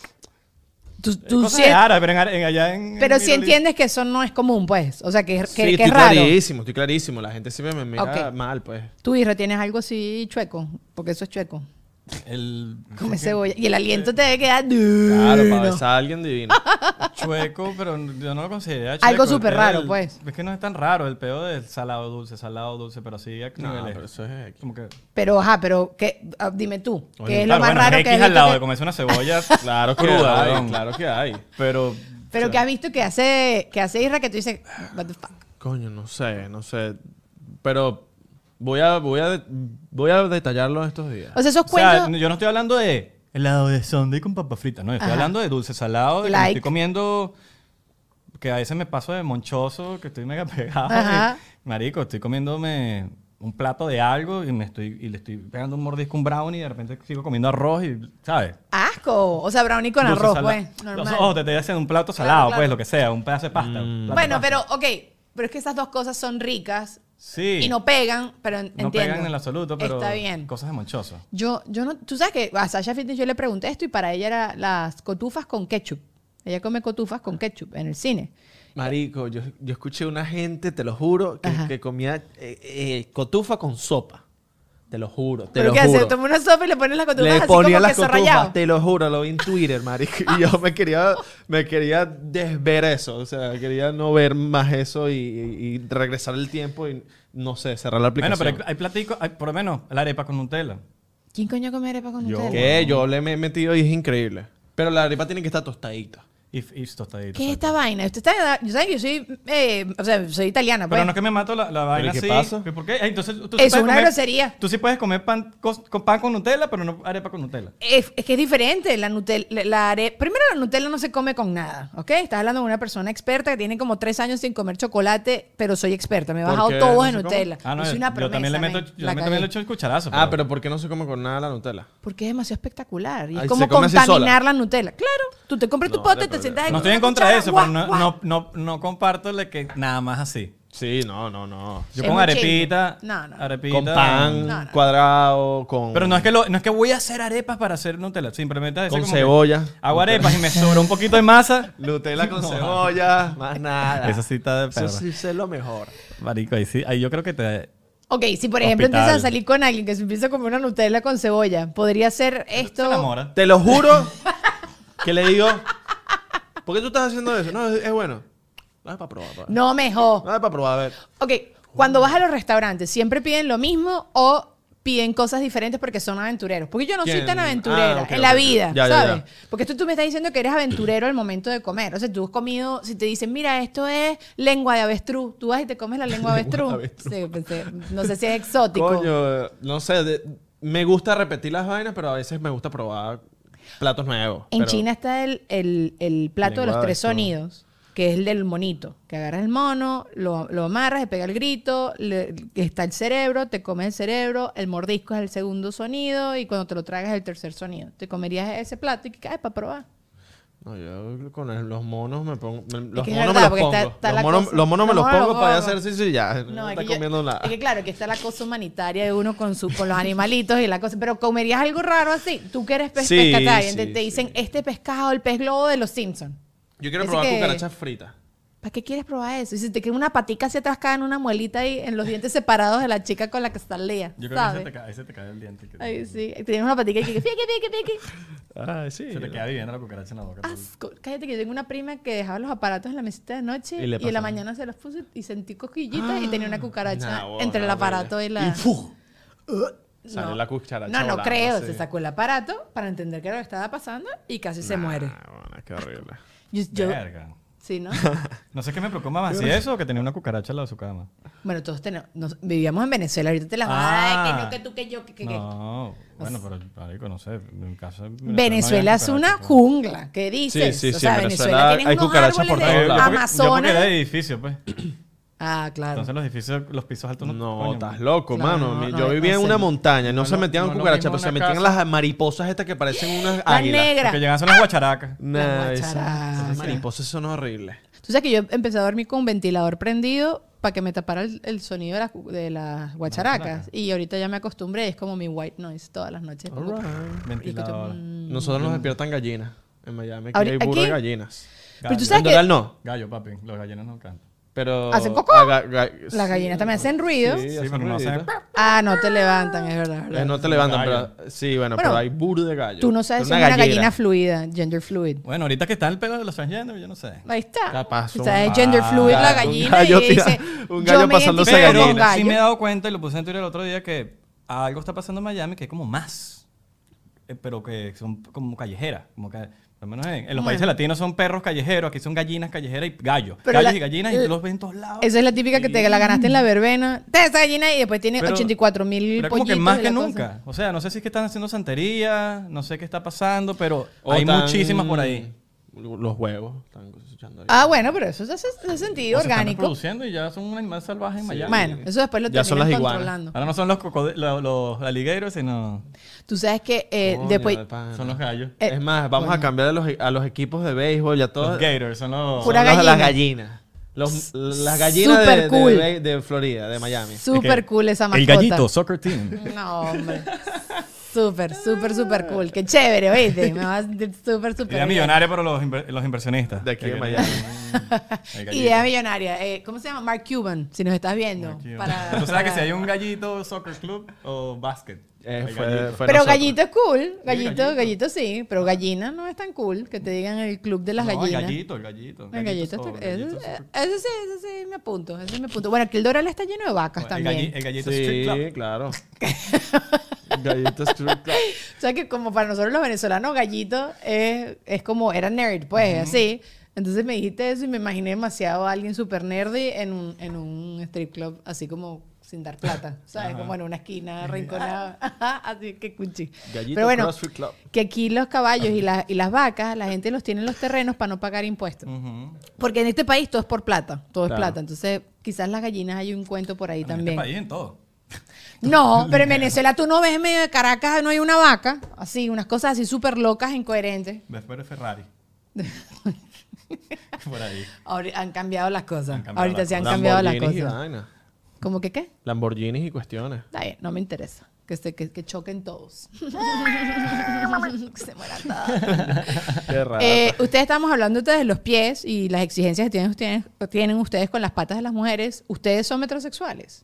Speaker 2: Tú, tú
Speaker 3: Cosas
Speaker 2: sí-
Speaker 3: de árabe, pero en, en- allá en...
Speaker 2: pero
Speaker 3: en
Speaker 2: sí
Speaker 3: Middle East-
Speaker 2: entiendes que eso no es común, pues. O sea, que, que,
Speaker 4: sí,
Speaker 2: que
Speaker 4: estoy
Speaker 2: es raro.
Speaker 4: clarísimo, estoy clarísimo. La gente siempre me mira
Speaker 2: Ok.
Speaker 4: mal, pues.
Speaker 2: Tú, hijo, tienes algo así chueco, porque eso es chueco.
Speaker 3: El...
Speaker 2: Come cebolla. Y el aliento te debe quedar duro.
Speaker 4: Claro, para besar a alguien divino.
Speaker 3: Chueco, pero yo no lo considero chueco.
Speaker 2: Algo
Speaker 3: El
Speaker 2: súper
Speaker 3: pedo
Speaker 2: raro,
Speaker 3: del-
Speaker 2: pues.
Speaker 3: Es que no es tan raro el pedo del salado dulce, salado dulce, pero sí a
Speaker 4: No,
Speaker 3: niveles.
Speaker 4: pero eso es...
Speaker 3: Como que...
Speaker 2: Pero, ajá, pero ¿qué? Ah, dime tú. ¿Qué
Speaker 4: Oye,
Speaker 2: es
Speaker 3: Claro,
Speaker 2: lo más
Speaker 3: bueno,
Speaker 2: raro
Speaker 3: es
Speaker 2: que
Speaker 3: X
Speaker 2: has
Speaker 3: al
Speaker 2: visto
Speaker 3: lado
Speaker 2: que-
Speaker 3: de comerse una cebolla
Speaker 4: Claro que
Speaker 3: cruda,
Speaker 4: hay,
Speaker 3: weón.
Speaker 4: claro que hay.
Speaker 3: Pero...
Speaker 2: Pero
Speaker 3: o sea,
Speaker 2: que has visto que hace, que hace Isra que tú dices, what the fuck.
Speaker 4: Coño, no sé, no sé. Pero voy a, voy a, voy a detallarlo estos días.
Speaker 2: O sea, esos
Speaker 3: O sea,
Speaker 2: cuentos...
Speaker 3: yo no estoy hablando de helado de sundae con papa frita, no, yo estoy
Speaker 2: Ajá.
Speaker 3: hablando de dulce salado, de que me
Speaker 2: Like.
Speaker 3: estoy comiendo, que a veces me paso de monchoso, que estoy mega pegado.
Speaker 2: Ajá.
Speaker 3: y, marico, estoy comiéndome un plato de algo y me estoy y le estoy pegando un mordisco a un brownie y de repente sigo comiendo arroz y, ¿sabes?
Speaker 2: Asco. O sea, brownie con
Speaker 3: Dulce
Speaker 2: arroz,
Speaker 3: sala-
Speaker 2: pues. Normal.
Speaker 3: Los ojos te estoy haciendo un plato salado,
Speaker 2: claro.
Speaker 3: pues, lo que sea, un pedazo de pasta. un plato de
Speaker 2: Bueno,
Speaker 3: pasta.
Speaker 2: pero, ok. Pero es que esas dos cosas son ricas
Speaker 3: Sí.
Speaker 2: y no pegan, pero en-
Speaker 3: no
Speaker 2: entiendo.
Speaker 3: pegan en el absoluto, pero
Speaker 2: Está bien.
Speaker 3: cosas de monchoso.
Speaker 2: Yo, yo no... Tú sabes que a Sasha Fitness yo le pregunté esto y para ella era las cotufas con ketchup. Ella come cotufas con ketchup en el cine.
Speaker 4: Marico, yo, yo escuché una gente, te lo juro, que,
Speaker 2: Ajá.
Speaker 4: que comía eh, eh, cotufa con sopa. Te lo juro, te
Speaker 2: ¿Pero
Speaker 4: lo
Speaker 2: qué
Speaker 4: juro.
Speaker 2: hace? Toma una sopa y le pones las cotufas
Speaker 4: Le
Speaker 2: así
Speaker 4: ponía
Speaker 2: como
Speaker 4: las
Speaker 2: queso
Speaker 4: cotufas,
Speaker 2: rallado.
Speaker 4: te lo juro, lo vi en Twitter, marico. Y yo me quería, me quería desver eso. O sea, quería no ver más eso y, y- y regresar el tiempo y, no sé, cerrar la
Speaker 3: Bueno,
Speaker 4: aplicación.
Speaker 3: pero hay, hay platicos, hay, por lo menos la arepa con Nutella.
Speaker 2: ¿Quién coño come arepa con
Speaker 3: Yo.
Speaker 2: Nutella?
Speaker 4: Que yo le me he metido y es increíble. Pero la arepa tiene que estar tostadita.
Speaker 3: Y, y tostadito.
Speaker 2: ¿Qué es
Speaker 3: exacto.
Speaker 2: esta vaina? Usted está, yo sé que yo soy, eh, o sea, soy italiana, pues.
Speaker 3: Pero no es que me mato la, la vaina
Speaker 4: qué
Speaker 3: así.
Speaker 4: pasa?
Speaker 3: ¿Por qué? Ay, entonces, tú sí
Speaker 2: Eso es
Speaker 3: puedes
Speaker 2: una
Speaker 3: comer-
Speaker 2: grosería.
Speaker 3: Tú sí puedes comer pan con, con pan con Nutella, pero no arepa con Nutella.
Speaker 2: Es, es que es diferente. La Nutella, la, la are- Primero, la Nutella no se come con nada, ¿ok? Estás hablando de una persona experta que tiene como tres años sin comer chocolate, pero soy experta. Me he
Speaker 4: ¿Por
Speaker 2: bajado
Speaker 4: qué
Speaker 2: todo
Speaker 4: no
Speaker 2: de
Speaker 4: se come?
Speaker 2: Nutella.
Speaker 3: Ah, no,
Speaker 2: Yo soy
Speaker 3: yo,
Speaker 2: una
Speaker 3: yo
Speaker 2: promesa,
Speaker 3: también le meto,
Speaker 2: men.
Speaker 3: yo
Speaker 2: La
Speaker 3: también le
Speaker 2: cagué.
Speaker 3: echo el cucharazo.
Speaker 4: Ah, pero ¿por qué no se come con nada la Nutella?
Speaker 2: Porque es demasiado espectacular. Y es
Speaker 4: Ay,
Speaker 2: como
Speaker 4: se come así
Speaker 2: contaminar
Speaker 4: sola.
Speaker 2: la Nutella. Claro, tú te compras tu
Speaker 4: No,
Speaker 2: pote,
Speaker 4: vale,
Speaker 2: te
Speaker 4: pero-
Speaker 2: sientas ahí
Speaker 3: No
Speaker 2: con
Speaker 3: estoy en
Speaker 2: una
Speaker 3: contra de
Speaker 2: cuchara,
Speaker 3: eso,
Speaker 2: guau,
Speaker 3: pero no,
Speaker 2: guau.
Speaker 3: no, no, no comparto de que nada más así.
Speaker 4: Sí, no, no, no.
Speaker 3: Yo
Speaker 2: Es
Speaker 3: pongo
Speaker 2: un
Speaker 3: arepita,
Speaker 2: chisme. No, no.
Speaker 3: arepita.
Speaker 4: Con pan
Speaker 2: No, no.
Speaker 4: cuadrado, con...
Speaker 3: Pero no es que lo, no es que voy a hacer arepas para hacer Nutella. Simplemente es
Speaker 4: Con
Speaker 3: como que
Speaker 4: cebolla.
Speaker 3: hago arepas y me sobra un poquito de masa.
Speaker 4: Nutella con cebolla, más nada.
Speaker 3: Eso sí está de
Speaker 4: Eso
Speaker 3: perra.
Speaker 4: sí es lo mejor.
Speaker 3: Marico, ahí sí, ahí yo creo que te...
Speaker 2: Ok, si por ejemplo
Speaker 3: Hospital.
Speaker 2: empiezas a salir con alguien que se empieza a comer una Nutella con cebolla, podría ser
Speaker 3: Se
Speaker 2: esto.
Speaker 3: enamora.
Speaker 4: Te lo juro que le digo, ¿por qué tú estás haciendo eso? No, es, es bueno. Dame para probar. Pa.
Speaker 2: No mejor.
Speaker 4: Dame para probar, a ver.
Speaker 2: Ok, cuando vas a los restaurantes, ¿siempre piden lo mismo o piden cosas diferentes porque son aventureros? Porque yo no soy
Speaker 4: ¿Quién?
Speaker 2: tan aventurera
Speaker 4: Ah, ok,
Speaker 2: en la
Speaker 4: ok.
Speaker 2: vida,
Speaker 4: Ya, ya,
Speaker 2: ¿sabes?
Speaker 4: ya.
Speaker 2: Porque tú, tú me estás diciendo que eres aventurero al momento de comer. O sea, tú has comido, si te dicen, mira, esto es lengua de avestruz, tú vas y te comes la lengua de
Speaker 4: Lengua de
Speaker 2: avestruz.
Speaker 4: avestruz.
Speaker 2: Sí, pensé, no sé si es exótico.
Speaker 4: Coño, no sé, de- me gusta repetir las vainas, pero a veces me gusta probar platos nuevos.
Speaker 2: En
Speaker 4: pero-
Speaker 2: China está el, el- el plato de los
Speaker 4: Lengua de
Speaker 2: tres
Speaker 4: avestruz.
Speaker 2: sonidos, que es el del monito, que agarras el mono, lo, lo amarras, le pega el grito, le- está el cerebro, te comes el cerebro, el mordisco es el segundo sonido y cuando te lo tragas es el tercer sonido. Te comerías ese plato y caes para probar.
Speaker 4: No, yo con el- los monos me pongo. me- los
Speaker 2: que es
Speaker 4: monos
Speaker 2: verdad,
Speaker 4: me los
Speaker 2: porque
Speaker 4: pongo.
Speaker 2: está- está
Speaker 4: los,
Speaker 2: la
Speaker 4: monos,
Speaker 2: cosa-
Speaker 4: los monos me
Speaker 2: los
Speaker 4: los
Speaker 2: monos
Speaker 4: pongo
Speaker 2: los
Speaker 4: para
Speaker 2: pongo.
Speaker 4: hacer ejercicio y ya. No,
Speaker 2: No, es
Speaker 4: está
Speaker 2: que, yo-
Speaker 4: comiendo nada.
Speaker 2: es que claro, que está la cosa humanitaria de uno con, su, con los animalitos y la cosa. Pero comerías algo raro así. Tú que eres pez
Speaker 4: Sí,
Speaker 2: pescatario,
Speaker 4: sí,
Speaker 2: te, te dicen
Speaker 4: sí.
Speaker 2: este pescado, el pez globo de los Simpsons.
Speaker 4: Yo quiero
Speaker 2: Ese
Speaker 4: probar
Speaker 2: que-
Speaker 4: cucarachas fritas.
Speaker 2: ¿Para qué quieres probar eso? Y si te queda una patica así atrascada en una muelita ahí, en los dientes separados de la chica con la que estás lea,
Speaker 3: Yo creo
Speaker 2: ¿sabes?
Speaker 3: que ese te, cae, ese te cae el diente. que-
Speaker 2: Ay, sí. Tienes una patica y que pique, pique, pique.
Speaker 4: Ay, sí.
Speaker 3: Se te queda viviendo la cucaracha en la boca.
Speaker 2: Asco. Cállate que yo tengo una prima que dejaba los aparatos en la mesita de noche
Speaker 4: Y
Speaker 2: y,
Speaker 4: le
Speaker 2: en la
Speaker 4: pasaba.
Speaker 2: mañana se los puse y sentí cosquillitas y tenía una cucaracha
Speaker 4: Nah, bueno,
Speaker 2: entre el
Speaker 4: bueno.
Speaker 2: aparato y la...
Speaker 4: Y ¡fu! Sale
Speaker 2: No.
Speaker 4: la cucharacha
Speaker 2: No, no
Speaker 4: volando,
Speaker 2: creo.
Speaker 4: así.
Speaker 2: Se sacó el aparato para entender qué era lo que estaba pasando y casi se
Speaker 4: Nah,
Speaker 2: muere.
Speaker 4: bueno, qué horrible.
Speaker 2: Yo, yo-
Speaker 3: Verga.
Speaker 2: sí, ¿no?
Speaker 3: No sé qué me preocupa más, si eso o que tenía una cucaracha al lado de su cama.
Speaker 2: Bueno, todos tenemos, nos- vivíamos en Venezuela, ahorita te las vas a
Speaker 3: Ah.
Speaker 2: dar, que no, que tú, que yo, que, que, que.
Speaker 3: No, bueno, pero marico, no sé, en mi casa... en
Speaker 2: Venezuela es una jungla, ¿qué dices?
Speaker 4: Sí, sí,
Speaker 2: o
Speaker 4: sí,
Speaker 2: sea,
Speaker 4: en
Speaker 2: Venezuela,
Speaker 4: Venezuela
Speaker 2: tienes
Speaker 4: hay
Speaker 2: unos
Speaker 4: cucarachas
Speaker 2: árboles
Speaker 4: por
Speaker 2: de
Speaker 4: todos lados.
Speaker 3: Yo porque, yo porque
Speaker 2: Amazonas.
Speaker 3: era de edificio, pues.
Speaker 2: Ah, claro.
Speaker 3: Entonces los edificios, los pisos altos no...
Speaker 4: No,
Speaker 3: coño,
Speaker 4: estás loco,
Speaker 2: Claro,
Speaker 4: mano.
Speaker 2: no,
Speaker 4: Mi-
Speaker 2: no,
Speaker 4: Yo
Speaker 2: no
Speaker 4: vivía en
Speaker 2: sé.
Speaker 4: una montaña, no,
Speaker 3: No
Speaker 4: se
Speaker 3: lo-
Speaker 4: metían
Speaker 3: no
Speaker 4: con
Speaker 3: lo
Speaker 4: cucarachas,
Speaker 3: mismo
Speaker 4: pero se
Speaker 3: una
Speaker 4: metían
Speaker 3: casa.
Speaker 4: las mariposas estas que parecen unas
Speaker 2: Las
Speaker 4: águilas.
Speaker 2: negras.
Speaker 3: Que llegan son las guacharacas.
Speaker 4: Nah,
Speaker 2: Las
Speaker 4: esas-
Speaker 2: guacharacas.
Speaker 4: esas mariposas son horribles.
Speaker 2: Tú sabes que yo empecé a dormir con un ventilador prendido para que me tapara el, el sonido de las, de las guacharacas.
Speaker 3: guacharacas.
Speaker 2: Y ahorita ya me acostumbré, es como mi white noise todas las noches. Pongo-
Speaker 3: Ventilador.
Speaker 2: Mm.
Speaker 4: Nosotros nos despiertan gallinas en Miami. Aquí
Speaker 2: Ahori-
Speaker 4: hay burro
Speaker 2: aquí-
Speaker 4: de gallinas.
Speaker 2: Pero tú
Speaker 3: Gallo.
Speaker 2: sabes
Speaker 4: En
Speaker 2: que
Speaker 4: Doral no,
Speaker 3: Gallo, papi. Los gallinas no cantan.
Speaker 4: pero...
Speaker 2: ¿Hacen cocó?
Speaker 4: ah, ga- ga-
Speaker 2: las gallinas también hacen ruido.
Speaker 4: Sí,
Speaker 3: Sí,
Speaker 4: hacen
Speaker 3: pero no hacen...
Speaker 4: ruidito.
Speaker 2: Ah, no te levantan, es verdad. es
Speaker 4: Eh,
Speaker 2: verdad.
Speaker 4: no te levantan,
Speaker 3: gallo.
Speaker 4: pero... Sí, bueno,
Speaker 2: Bueno,
Speaker 4: pero hay burro de gallo.
Speaker 2: Tú no sabes si
Speaker 4: Pero
Speaker 2: es una
Speaker 4: gallera.
Speaker 2: gallina fluida, gender fluid.
Speaker 3: Bueno, ahorita que está el pelo de los transgéneros, yo no sé.
Speaker 2: Ahí está.
Speaker 4: Capaz,
Speaker 2: O sea,
Speaker 4: un-
Speaker 2: es gender fluid
Speaker 3: Ah,
Speaker 2: la
Speaker 3: un
Speaker 2: gallina
Speaker 4: gallo
Speaker 2: y
Speaker 4: tira-
Speaker 2: dice,
Speaker 4: un
Speaker 2: yo
Speaker 4: gallo
Speaker 2: me
Speaker 4: pasándose
Speaker 2: identifico
Speaker 3: Pero
Speaker 2: con
Speaker 4: gallina.
Speaker 3: sí
Speaker 2: gallo.
Speaker 3: me he dado cuenta y lo puse en Twitter el otro día que algo está pasando en Miami que hay como más, eh, pero que son como callejeras. Como que, por lo menos en, en los
Speaker 2: Bueno.
Speaker 3: países latinos son perros callejeros, aquí son gallinas callejeras y gallos.
Speaker 2: Pero
Speaker 3: gallos
Speaker 2: la-
Speaker 3: y gallinas y
Speaker 2: el-
Speaker 3: tú los ves en todos lados.
Speaker 2: Esa es la típica que te la ganaste en la verbena. Te esa gallina y después tiene
Speaker 3: Pero-
Speaker 2: ochenta y cuatro mil
Speaker 3: Pero es
Speaker 2: pollitos.
Speaker 3: como que más
Speaker 2: y
Speaker 3: que
Speaker 2: la cosa.
Speaker 3: nunca. O sea, no sé si es que están haciendo santería, no sé qué está pasando, pero
Speaker 4: O
Speaker 3: hay
Speaker 4: están-
Speaker 3: muchísimas por ahí.
Speaker 4: Los huevos. Están cosechando ahí.
Speaker 2: Ah, bueno, pero eso es hace, hace sentido,
Speaker 3: O se están
Speaker 2: orgánico.
Speaker 3: reproduciendo y ya son un animal salvaje en Miami.
Speaker 2: Bueno, eso después lo
Speaker 4: Ya son las
Speaker 2: terminan
Speaker 4: iguanas.
Speaker 2: controlando.
Speaker 3: Ahora no son los, cocode- lo- los alligators, sino
Speaker 2: Tú sabes que eh,
Speaker 4: Coño,
Speaker 2: después...
Speaker 4: de pana.
Speaker 3: son los gallos.
Speaker 2: Eh,
Speaker 4: Es más, vamos a
Speaker 2: bueno.
Speaker 4: cambiar a los, a los equipos de béisbol y a todos.
Speaker 3: Los gators, son los...
Speaker 2: Pura
Speaker 4: Son los-
Speaker 2: gallina.
Speaker 4: las gallinas. Los- las gallinas de,
Speaker 2: Super
Speaker 4: de-
Speaker 2: cool.
Speaker 4: de- de Florida, de Miami.
Speaker 2: Súper cool esa mascota.
Speaker 3: El gallito, soccer team.
Speaker 2: No, hombre. Súper, súper, súper cool. Qué chévere, ¿oíste? Me va a sentir súper, súper
Speaker 3: Idea
Speaker 2: bien.
Speaker 3: millonaria para los, inver- los inversionistas.
Speaker 4: De aquí de
Speaker 3: Que-
Speaker 4: Miami.
Speaker 3: El gallito.
Speaker 2: Idea millonaria. Eh, ¿Cómo se llama? Mark Cuban, si nos estás viendo.
Speaker 3: Aquí.
Speaker 2: Para-
Speaker 3: Tú sabes
Speaker 2: para-
Speaker 3: que si hay un gallito soccer club o básquet.
Speaker 4: Eh,
Speaker 3: El
Speaker 4: fue-
Speaker 3: gallito.
Speaker 4: fue
Speaker 2: Pero
Speaker 4: nosotros.
Speaker 2: gallito es cool. Gallito,
Speaker 3: gallito.
Speaker 2: gallito sí. Pero gallina no es tan cool que te digan el club de las
Speaker 3: No, el
Speaker 2: gallinas.
Speaker 3: gallito, el gallito.
Speaker 2: El gallito,
Speaker 3: soccer,
Speaker 2: está-
Speaker 3: gallito
Speaker 2: ese,
Speaker 3: soccer.
Speaker 2: ese sí, ese sí me apunto, ese me apunto. Bueno, aquí el Doral está lleno de vacas
Speaker 3: El
Speaker 2: también.
Speaker 3: galli- El gallito street
Speaker 4: Sí,
Speaker 3: club.
Speaker 4: claro. Gallito Street Club.
Speaker 2: O sea que como para nosotros los venezolanos, gallito es, es como, era nerd, pues, así. Entonces me dijiste eso y me imaginé demasiado a alguien súper nerdy en un, en un strip club, así como sin dar plata, ¿sabes?
Speaker 3: Ajá.
Speaker 2: Como en una esquina rinconada. Ajá, así que cuchi.
Speaker 4: Gallito
Speaker 2: Pero bueno,
Speaker 4: CrossFit Club.
Speaker 2: que aquí los caballos y, la- y las vacas, la gente los tiene en los terrenos para no pagar impuestos.
Speaker 3: Ujú.
Speaker 2: Porque en este país todo es por plata, todo
Speaker 4: Claro.
Speaker 2: es plata. Entonces, quizás las gallinas hay un cuento por ahí
Speaker 3: En
Speaker 2: también.
Speaker 3: este país, en todo.
Speaker 2: No, pero en Venezuela tú no ves en medio de Caracas, no hay una vaca, así, unas cosas así súper locas, incoherentes.
Speaker 3: Ves por el Ferrari. Por ahí.
Speaker 2: Ahori- han cambiado las cosas.
Speaker 3: Han cambiado
Speaker 2: Ahorita
Speaker 3: las
Speaker 2: sí han
Speaker 3: cosas.
Speaker 2: cambiado las
Speaker 4: Lamborghinis y
Speaker 2: cosas.
Speaker 4: vaina.
Speaker 2: ¿Cómo que qué?
Speaker 4: Lamborghinis y cuestiones.
Speaker 2: Está bien, no me interesa. Que, se, que, que choquen todos. que se mueran todos.
Speaker 4: Qué raro.
Speaker 2: Eh, ustedes estamos hablando de los pies y las exigencias que tienen ustedes, tienen ustedes con las patas de las mujeres. ¿Ustedes son metrosexuales?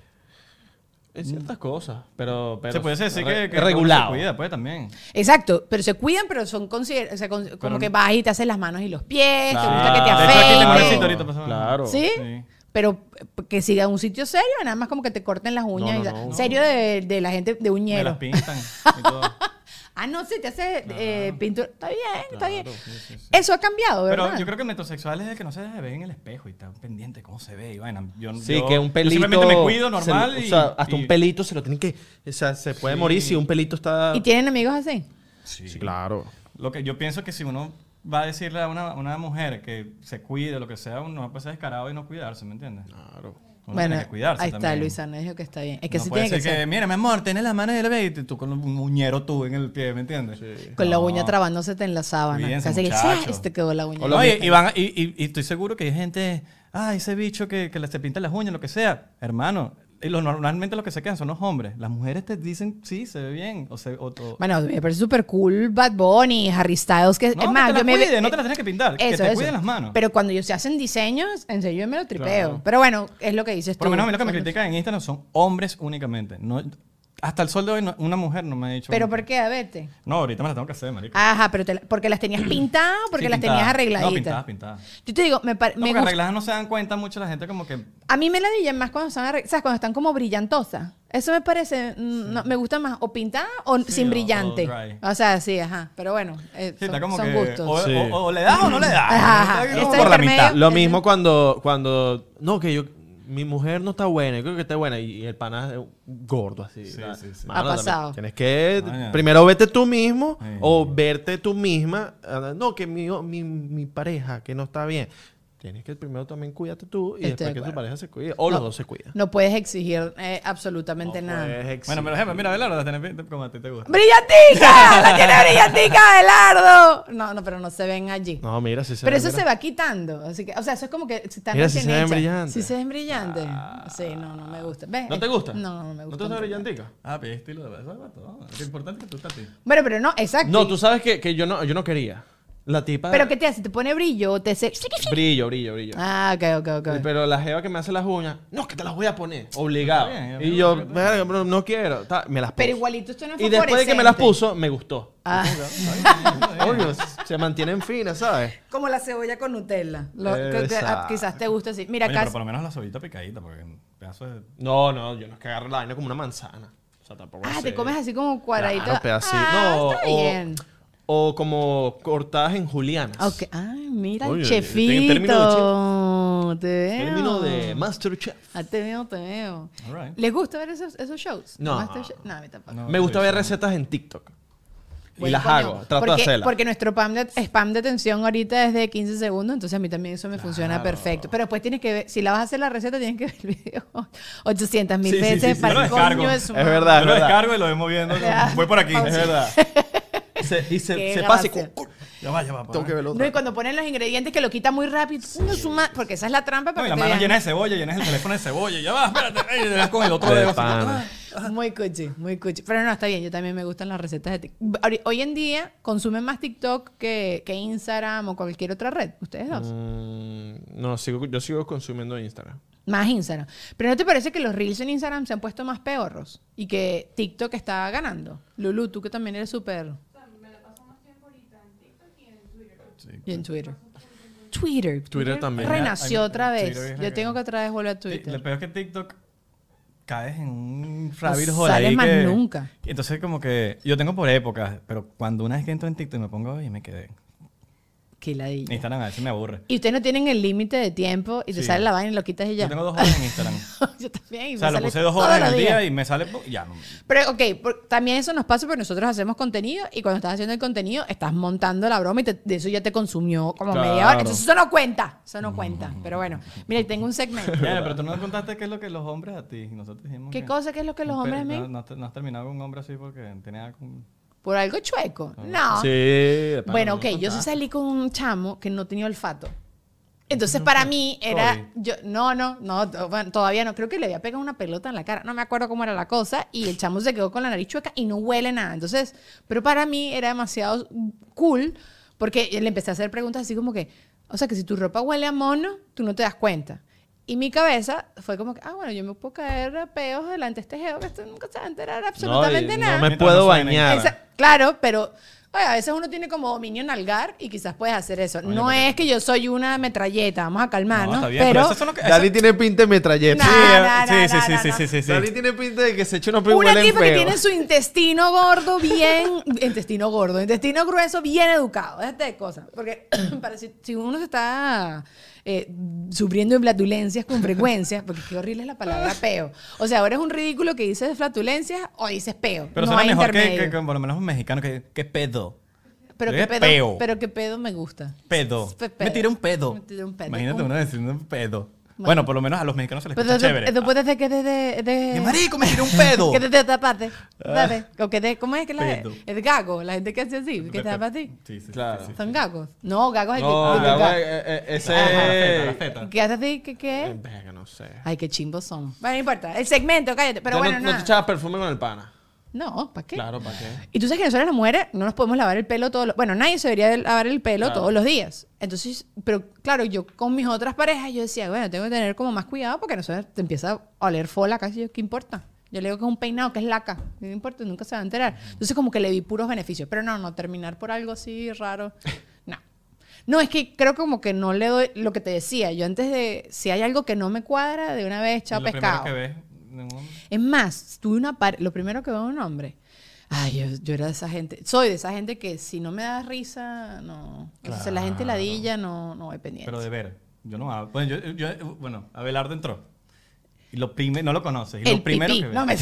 Speaker 4: En ciertas cosas, pero, pero
Speaker 3: Se puede decir
Speaker 4: re-
Speaker 3: que, que
Speaker 4: regulado.
Speaker 3: se cuida, pues también.
Speaker 2: Exacto, pero se cuidan, pero son consider o sea, con- como
Speaker 3: Pero-
Speaker 2: que vas y te haces las manos y los pies,
Speaker 4: Claro.
Speaker 2: te gusta que te
Speaker 3: De hecho, aquí tengo un
Speaker 2: afeiten.
Speaker 3: besito ahorita pasando.
Speaker 4: Claro.
Speaker 2: ¿Sí?
Speaker 3: Sí.
Speaker 2: Pero eh, que siga un sitio serio, nada más como que te corten las uñas.
Speaker 4: No,
Speaker 2: y
Speaker 4: no,
Speaker 2: da-
Speaker 4: no.
Speaker 2: Serio de, de la gente de
Speaker 3: Me
Speaker 2: uñero.
Speaker 3: las pintan y todo.
Speaker 2: Ah, no, sí, te hace eh, pintura. Está bien, está bien.
Speaker 4: Claro.
Speaker 3: Sí, sí, sí.
Speaker 2: Eso ha cambiado, ¿verdad?
Speaker 3: Pero yo creo que el metrosexual es el que no se ve en el espejo y está pendiente de cómo se ve y vaina. Yo,
Speaker 4: Sí,
Speaker 3: yo-
Speaker 4: que un
Speaker 3: yo
Speaker 4: pelito.
Speaker 3: simplemente me cuido
Speaker 4: se
Speaker 3: normal
Speaker 4: lo-
Speaker 3: y...
Speaker 4: o sea, hasta
Speaker 3: y-
Speaker 4: un pelito se lo tienen que. O sea, se puede
Speaker 3: Sí.
Speaker 4: morir si un pelito está.
Speaker 2: ¿Y tienen amigos así?
Speaker 3: Sí.
Speaker 4: Sí, claro.
Speaker 3: Lo que yo pienso que si uno va a decirle a una, una mujer que se cuide, lo que sea, uno no puede ser descarado y no cuidarse, ¿me entiendes?
Speaker 4: Claro.
Speaker 3: Uno
Speaker 2: Bueno,
Speaker 3: tiene que cuidarse
Speaker 2: ahí está,
Speaker 3: también.
Speaker 2: Luisana dijo que está bien. Es que
Speaker 3: no
Speaker 2: sí
Speaker 3: puede
Speaker 2: tiene que
Speaker 3: ser que,
Speaker 2: ser.
Speaker 3: mira, mi amor, tenés la mano del bebé y tú con un uñero tú en el pie, ¿me entiendes?
Speaker 4: Sí.
Speaker 2: Con la
Speaker 3: No.
Speaker 2: uña trabándose en la sábana.
Speaker 3: Cuídense,
Speaker 2: Casi que
Speaker 3: muchachos.
Speaker 2: ¡zas! te quedó la uña.
Speaker 4: O lo
Speaker 3: Oye,
Speaker 4: mismo.
Speaker 3: y, van a- y, y- y estoy seguro que hay gente, ah, ese bicho que, que le se pinta las uñas, lo que sea. Hermano, y lo- normalmente los que se quedan son los hombres. Las mujeres te dicen, sí, se ve bien. O se, o, o-
Speaker 2: Bueno, me parece súper cool Bad Bunny, Harry Styles, que
Speaker 3: no,
Speaker 2: es más,
Speaker 3: que te
Speaker 2: yo
Speaker 3: las
Speaker 2: me
Speaker 3: cuide, no te las tienes que pintar. que
Speaker 2: Eso,
Speaker 3: te
Speaker 2: eso.
Speaker 3: cuiden las manos.
Speaker 2: Pero cuando ellos se hacen diseños, en serio yo me lo tripeo.
Speaker 4: Claro.
Speaker 2: Pero bueno, es lo que dices
Speaker 3: Por lo
Speaker 2: tú.
Speaker 3: menos a mí lo que me
Speaker 2: Cuando-
Speaker 3: critican en Instagram son hombres únicamente. No, hasta el sol de hoy no- una mujer no me ha dicho...
Speaker 2: ¿Pero
Speaker 3: como-
Speaker 2: por qué? A verte.
Speaker 3: No, ahorita me las tengo que hacer, marico.
Speaker 2: Ajá, pero te la- porque las tenías pintadas o porque
Speaker 3: Sí,
Speaker 2: las
Speaker 3: pintadas.
Speaker 2: tenías
Speaker 3: No,
Speaker 2: arregladitas.
Speaker 3: pintadas, pintadas.
Speaker 2: Yo te digo, me, par-
Speaker 3: No,
Speaker 2: me
Speaker 3: porque
Speaker 2: gusta.
Speaker 3: arregladas no se dan cuenta mucho la gente como que...
Speaker 2: A mí me la dillan más cuando están, arreg- ¿sabes? Cuando están como brillantosas. Eso me parece, mm, no, me gusta más o pintada o
Speaker 3: Sí,
Speaker 2: sin
Speaker 3: o-
Speaker 2: brillante.
Speaker 3: o dry.
Speaker 2: O sea, sí, ajá. Pero bueno, eh,
Speaker 3: Sí,
Speaker 2: son,
Speaker 3: está como
Speaker 2: son
Speaker 3: que...
Speaker 2: gustos.
Speaker 3: O,
Speaker 4: Sí.
Speaker 3: o- o le das o no le das.
Speaker 2: Ajá,
Speaker 3: Está como
Speaker 2: está
Speaker 3: por la
Speaker 2: intermedio.
Speaker 3: mitad.
Speaker 4: Lo
Speaker 2: Ese-
Speaker 4: mismo cuando, cuando. No, que yo. Mi mujer no está buena, yo creo que está buena. Y el pana es gordo así.
Speaker 3: Sí,
Speaker 4: ¿sabes?
Speaker 3: sí, sí.
Speaker 4: Mano,
Speaker 2: Ha
Speaker 4: también
Speaker 2: pasado.
Speaker 4: Tienes que.
Speaker 3: Ah, ya.
Speaker 4: Primero vete tú mismo
Speaker 3: Sí.
Speaker 4: o verte tú misma. ah, No, que mi, mi, mi pareja que no está bien. Tienes que primero también cuídate tú y
Speaker 2: Estoy
Speaker 4: después
Speaker 2: de
Speaker 4: que tu
Speaker 2: acuerdo.
Speaker 4: pareja se cuide. O
Speaker 2: No.
Speaker 4: los dos se cuidan.
Speaker 2: No puedes exigir eh, absolutamente
Speaker 4: No
Speaker 2: nada.
Speaker 4: puedes exigir.
Speaker 3: Bueno, pero jefe, mira, Abelardo, la tenés bien como a ti te gusta.
Speaker 2: ¡Brillantica! ¡La tiene brillantica, Abelardo! No, no, pero no se ven allí.
Speaker 4: No, mira, si se
Speaker 2: Pero
Speaker 4: ve,
Speaker 2: eso
Speaker 4: mira.
Speaker 2: se va quitando. Así que, o sea, eso es como que se están
Speaker 4: Mira, si
Speaker 2: recién
Speaker 4: se ven
Speaker 2: hechas.
Speaker 4: brillantes.
Speaker 2: Sí se ven brillantes. Sí, no, no me gusta. ¿Ves?
Speaker 4: ¿No te gusta?
Speaker 2: No, no me
Speaker 4: ¿No
Speaker 2: gusta.
Speaker 4: te gusta brillantica?
Speaker 3: Ah, pero es estilo de eso es todo. Lo importante es que tú estás a ti.
Speaker 2: Bueno, pero no, exacto.
Speaker 4: No, tú sabes que, que yo no yo no quería. La tipa.
Speaker 2: ¿Pero qué te hace? ¿Te pone brillo o te hace...?
Speaker 4: Brillo, brillo, brillo.
Speaker 2: Ah, ok, ok, ok.
Speaker 4: Pero la jeva que me hace las uñas, no, que te las voy a poner, obligado.
Speaker 3: Está bien,
Speaker 4: y
Speaker 3: amigo,
Speaker 4: yo,
Speaker 3: ¿qué tal?
Speaker 4: verga, bro, no quiero. Ta, me las puso.
Speaker 2: Pero igualito esto no es
Speaker 4: Y después de que me las
Speaker 2: fosforescente.
Speaker 4: puso, me gustó.
Speaker 2: Ah,
Speaker 4: Obvio, se mantienen finas, ¿sabes?
Speaker 2: como la cebolla con Nutella. Lo- que- que- ah,
Speaker 4: Exacto.
Speaker 2: quizás te guste así. Mira,
Speaker 3: Oye,
Speaker 2: acá...
Speaker 3: pero por lo menos la cebollita picadita, porque un pedazo de...
Speaker 4: No, no, yo no es que agarro la vaina como una manzana. O sea, tampoco
Speaker 2: Ah,
Speaker 4: así.
Speaker 2: te comes así como cuadradito.
Speaker 4: Claro, pedacito.
Speaker 2: Ah,
Speaker 4: No,
Speaker 2: está
Speaker 4: o-
Speaker 2: bien.
Speaker 4: O como cortadas en julianas.
Speaker 2: Ok. Ay, mira
Speaker 4: Oye,
Speaker 2: el
Speaker 4: en
Speaker 2: chefito.
Speaker 4: términos
Speaker 2: Te veo.
Speaker 4: Término de Masterchef.
Speaker 2: Ah, te veo, te veo.
Speaker 3: All right.
Speaker 2: ¿Les gusta ver esos, esos shows?
Speaker 4: No.
Speaker 2: Masterchef? No, a mí tampoco.
Speaker 3: No,
Speaker 4: Me gusta
Speaker 3: sí,
Speaker 4: ver
Speaker 3: sí.
Speaker 4: recetas en TikTok. Y
Speaker 2: Bueno,
Speaker 4: las
Speaker 2: coño,
Speaker 4: hago, trato
Speaker 2: porque,
Speaker 4: de hacerlas.
Speaker 2: Porque nuestro spam de, spam de atención ahorita es de quince segundos, entonces a mí también eso me funciona
Speaker 3: Claro.
Speaker 2: perfecto. Pero después tienes que ver, si la vas a hacer la receta, tienes que ver el video ochocientas mil
Speaker 4: Sí, sí,
Speaker 2: veces
Speaker 4: sí, sí.
Speaker 2: para
Speaker 3: Yo
Speaker 2: el
Speaker 3: lo descargo.
Speaker 2: coño de su
Speaker 4: Es
Speaker 2: madre.
Speaker 4: verdad.
Speaker 3: Yo lo
Speaker 4: verdad.
Speaker 3: descargo y lo voy moviendo.
Speaker 2: Ya.
Speaker 3: Voy por aquí.
Speaker 4: Es verdad. Se- y se,
Speaker 2: Qué
Speaker 4: se pasa y
Speaker 2: gracia.
Speaker 4: cu- cu-
Speaker 3: Ya va, ya va.
Speaker 4: tengo que verlo.
Speaker 2: No, y cuando ponen los ingredientes que lo quita muy rápido, uno suma, porque esa es la trampa
Speaker 3: No,
Speaker 2: para
Speaker 3: y
Speaker 2: que
Speaker 3: las
Speaker 2: te
Speaker 3: manos
Speaker 2: digan-
Speaker 3: llenas de cebolla, llenas el teléfono de cebolla. Ya va, espérate. Y le das con el otro
Speaker 4: De
Speaker 3: dedo. así,
Speaker 4: pana.
Speaker 3: ah.
Speaker 2: Muy cuchi, muy cuchi. Pero no, está bien, yo también me gustan las recetas de TikTok. Hoy en día consumen más TikTok que, que Instagram o cualquier otra red. ¿Ustedes dos?
Speaker 4: Mm, no, sigo, yo sigo consumiendo Instagram.
Speaker 2: Más Instagram. ¿Pero no te parece que los Reels en Instagram se han puesto más peorros? Y que TikTok está ganando. Lulu, tú que también eres súper... Y en Twitter. Twitter.
Speaker 4: Twitter también.
Speaker 2: Renació
Speaker 3: Hay-
Speaker 2: otra
Speaker 3: Twitter
Speaker 2: vez.
Speaker 3: es
Speaker 2: Yo
Speaker 3: la
Speaker 2: tengo
Speaker 3: que-
Speaker 2: que otra vez volver a
Speaker 3: Sí,
Speaker 2: Twitter.
Speaker 3: lo peor es que TikTok caes en un
Speaker 2: No
Speaker 3: rabbit hole
Speaker 2: sales
Speaker 3: ahí
Speaker 2: más
Speaker 3: que-
Speaker 2: nunca.
Speaker 3: Entonces como que yo tengo por épocas, pero cuando una vez que entro en TikTok y me pongo y me quedé.
Speaker 2: Qué ladilla.
Speaker 3: Instagram a veces me aburre.
Speaker 2: Y ustedes no tienen el límite de tiempo y te
Speaker 3: Sí.
Speaker 2: sale la vaina y lo quitas y ya.
Speaker 3: Yo tengo dos horas en Instagram.
Speaker 2: Yo también. y
Speaker 3: O sea,
Speaker 2: me
Speaker 3: lo
Speaker 2: sale
Speaker 3: puse dos
Speaker 2: todos
Speaker 3: horas en
Speaker 2: los
Speaker 3: el
Speaker 2: días.
Speaker 3: día y me sale... pu- Ya, no.
Speaker 2: Pero, ok, por- también eso nos pasa porque nosotros hacemos contenido y cuando estás haciendo el contenido estás montando la broma y te- de eso ya te consumió como
Speaker 4: Claro.
Speaker 2: media hora. Entonces eso no cuenta. Eso no cuenta. Pero bueno, mira, y tengo un segmento.
Speaker 3: Ya, pero tú no contaste qué es lo que los hombres a ti. Nosotros dijimos
Speaker 2: ¿Qué
Speaker 3: que-
Speaker 2: cosa? ¿Qué es lo que los
Speaker 3: un pe-
Speaker 2: hombres a mí?
Speaker 3: No, no, te- no has terminado con un hombre así porque tenía... Con...
Speaker 2: ¿Por algo chueco? No.
Speaker 4: Sí. de pana,
Speaker 2: Bueno,
Speaker 4: no
Speaker 2: ok, yo sí
Speaker 4: contaste.
Speaker 2: salí con un chamo que no tenía olfato. Entonces, para mí era...
Speaker 3: Sorry.
Speaker 2: yo No, no, no, to- bueno, todavía no. Creo que le había pegado una pelota en la cara. No me acuerdo cómo era la cosa. Y el chamo se quedó con la nariz chueca y no huele nada. Entonces, pero para mí era demasiado cool porque le empecé a hacer preguntas así como que... O sea, que si tu ropa huele a mono, tú no te das cuenta. Y mi cabeza fue como que, ah, bueno, yo me puedo caer a peos delante de este geo que esto nunca se va a enterar absolutamente
Speaker 4: no, y
Speaker 2: nada.
Speaker 4: No me
Speaker 3: Mientras
Speaker 4: puedo
Speaker 3: no suene.
Speaker 4: bañar.
Speaker 2: Esa- claro, pero oye, a veces uno tiene como dominio nalgar y quizás puedes hacer eso.
Speaker 3: Coño,
Speaker 2: no
Speaker 3: porque-
Speaker 2: es que yo soy una metralleta, vamos a calmarnos,
Speaker 3: No, está bien,
Speaker 2: pero...
Speaker 3: pero, eso son lo que...
Speaker 4: Dani tiene pinta de metralleta.
Speaker 2: No,
Speaker 3: Sí,
Speaker 2: no,
Speaker 3: eh,
Speaker 2: no,
Speaker 3: sí,
Speaker 2: no,
Speaker 3: sí,
Speaker 2: no,
Speaker 3: sí,
Speaker 2: no,
Speaker 3: sí,
Speaker 2: no.
Speaker 3: sí, sí, sí.
Speaker 4: Dani tiene pinta de que se echa una
Speaker 2: Una
Speaker 4: huele
Speaker 2: tipa que
Speaker 4: feo.
Speaker 2: tiene su intestino gordo bien... intestino gordo, intestino grueso bien educado. Déjate de cosas. Porque para si, si uno se está eh, sufriendo de flatulencias con frecuencia, porque qué horrible es la palabra peo. O sea, ahora es un ridículo que dices flatulencias o dices peo.
Speaker 3: Pero
Speaker 2: no
Speaker 3: suena
Speaker 2: hay
Speaker 3: mejor que,
Speaker 2: intermedio.
Speaker 3: que, que por lo menos un mexicano que, que pedo.
Speaker 2: Pero
Speaker 3: Yo
Speaker 2: qué
Speaker 3: dije
Speaker 2: pedo,
Speaker 3: peo.
Speaker 2: pero qué pedo me gusta.
Speaker 3: Pedo.
Speaker 2: Pe- pedo.
Speaker 3: Me tiré un pedo.
Speaker 2: Me tiré un pedo.
Speaker 3: Imagínate
Speaker 2: Un-
Speaker 3: uno diciendo un pedo. Bueno, por lo menos a los mexicanos se les
Speaker 2: Pero
Speaker 3: escucha
Speaker 2: eso,
Speaker 3: chévere.
Speaker 2: eso puede ser que desde... De,
Speaker 3: ¡Qué marico, me tiré un pedo!
Speaker 2: que desde otra parte. ¿Sabes? O que de, ¿cómo es que la
Speaker 3: Pedo.
Speaker 2: es gago? La gente que hace así, que
Speaker 3: Pe-
Speaker 2: te da
Speaker 3: pe-
Speaker 2: para ti.
Speaker 3: Sí, sí, sí,
Speaker 4: Claro.
Speaker 3: sí, sí.
Speaker 2: ¿Son gagos? No, gago es el
Speaker 4: No,
Speaker 2: que... el que
Speaker 4: la
Speaker 2: ga-
Speaker 4: güey, eh, eh, ese...
Speaker 3: Ajá, la feta, la feta.
Speaker 2: ¿Qué hace así? ¿Qué qué
Speaker 4: Eh,
Speaker 2: es?
Speaker 4: verga, no sé.
Speaker 2: Ay, qué chimbos son. Bueno, no importa. El segmento, cállate. Pero
Speaker 4: Ya
Speaker 2: bueno,
Speaker 4: no, no te
Speaker 2: nada.
Speaker 4: echabas perfume con el pana.
Speaker 2: No, ¿para qué?
Speaker 4: Claro, ¿para qué?
Speaker 2: Y tú sabes que nosotros las mujeres no nos podemos lavar el pelo todos los... Bueno, nadie se debería lavar el pelo
Speaker 4: Claro.
Speaker 2: todos los días. Entonces, pero claro, yo con mis otras parejas, yo decía, bueno, tengo que tener como más cuidado porque no sé, te empieza a oler fola casi. Yo, ¿qué importa? Yo le digo que es un peinado, que es laca. No importa, nunca se va a enterar. Entonces, como que le vi puros beneficios. Pero no, no, terminar por algo así raro. No. No, es que creo como que no le doy... Lo que te decía, yo antes de... Si hay algo que no me cuadra, de una vez echado
Speaker 3: Lo primero
Speaker 2: pescado.
Speaker 3: que ves de un hombre.
Speaker 2: Es más, tuve una par lo primero que veo en un hombre. Ay, yo, yo era de esa gente. Soy de esa gente que si no me da risa, no. O sea, la gente
Speaker 3: Claro.
Speaker 2: ladilla, no, no voy pendiente.
Speaker 3: Pero de ver. Yo no hago. Bueno, yo, yo- bueno, Abelardo entró. Y lo prime, no lo conoces. Y
Speaker 2: El
Speaker 3: lo primero
Speaker 2: pipí.
Speaker 3: que ves.
Speaker 2: No me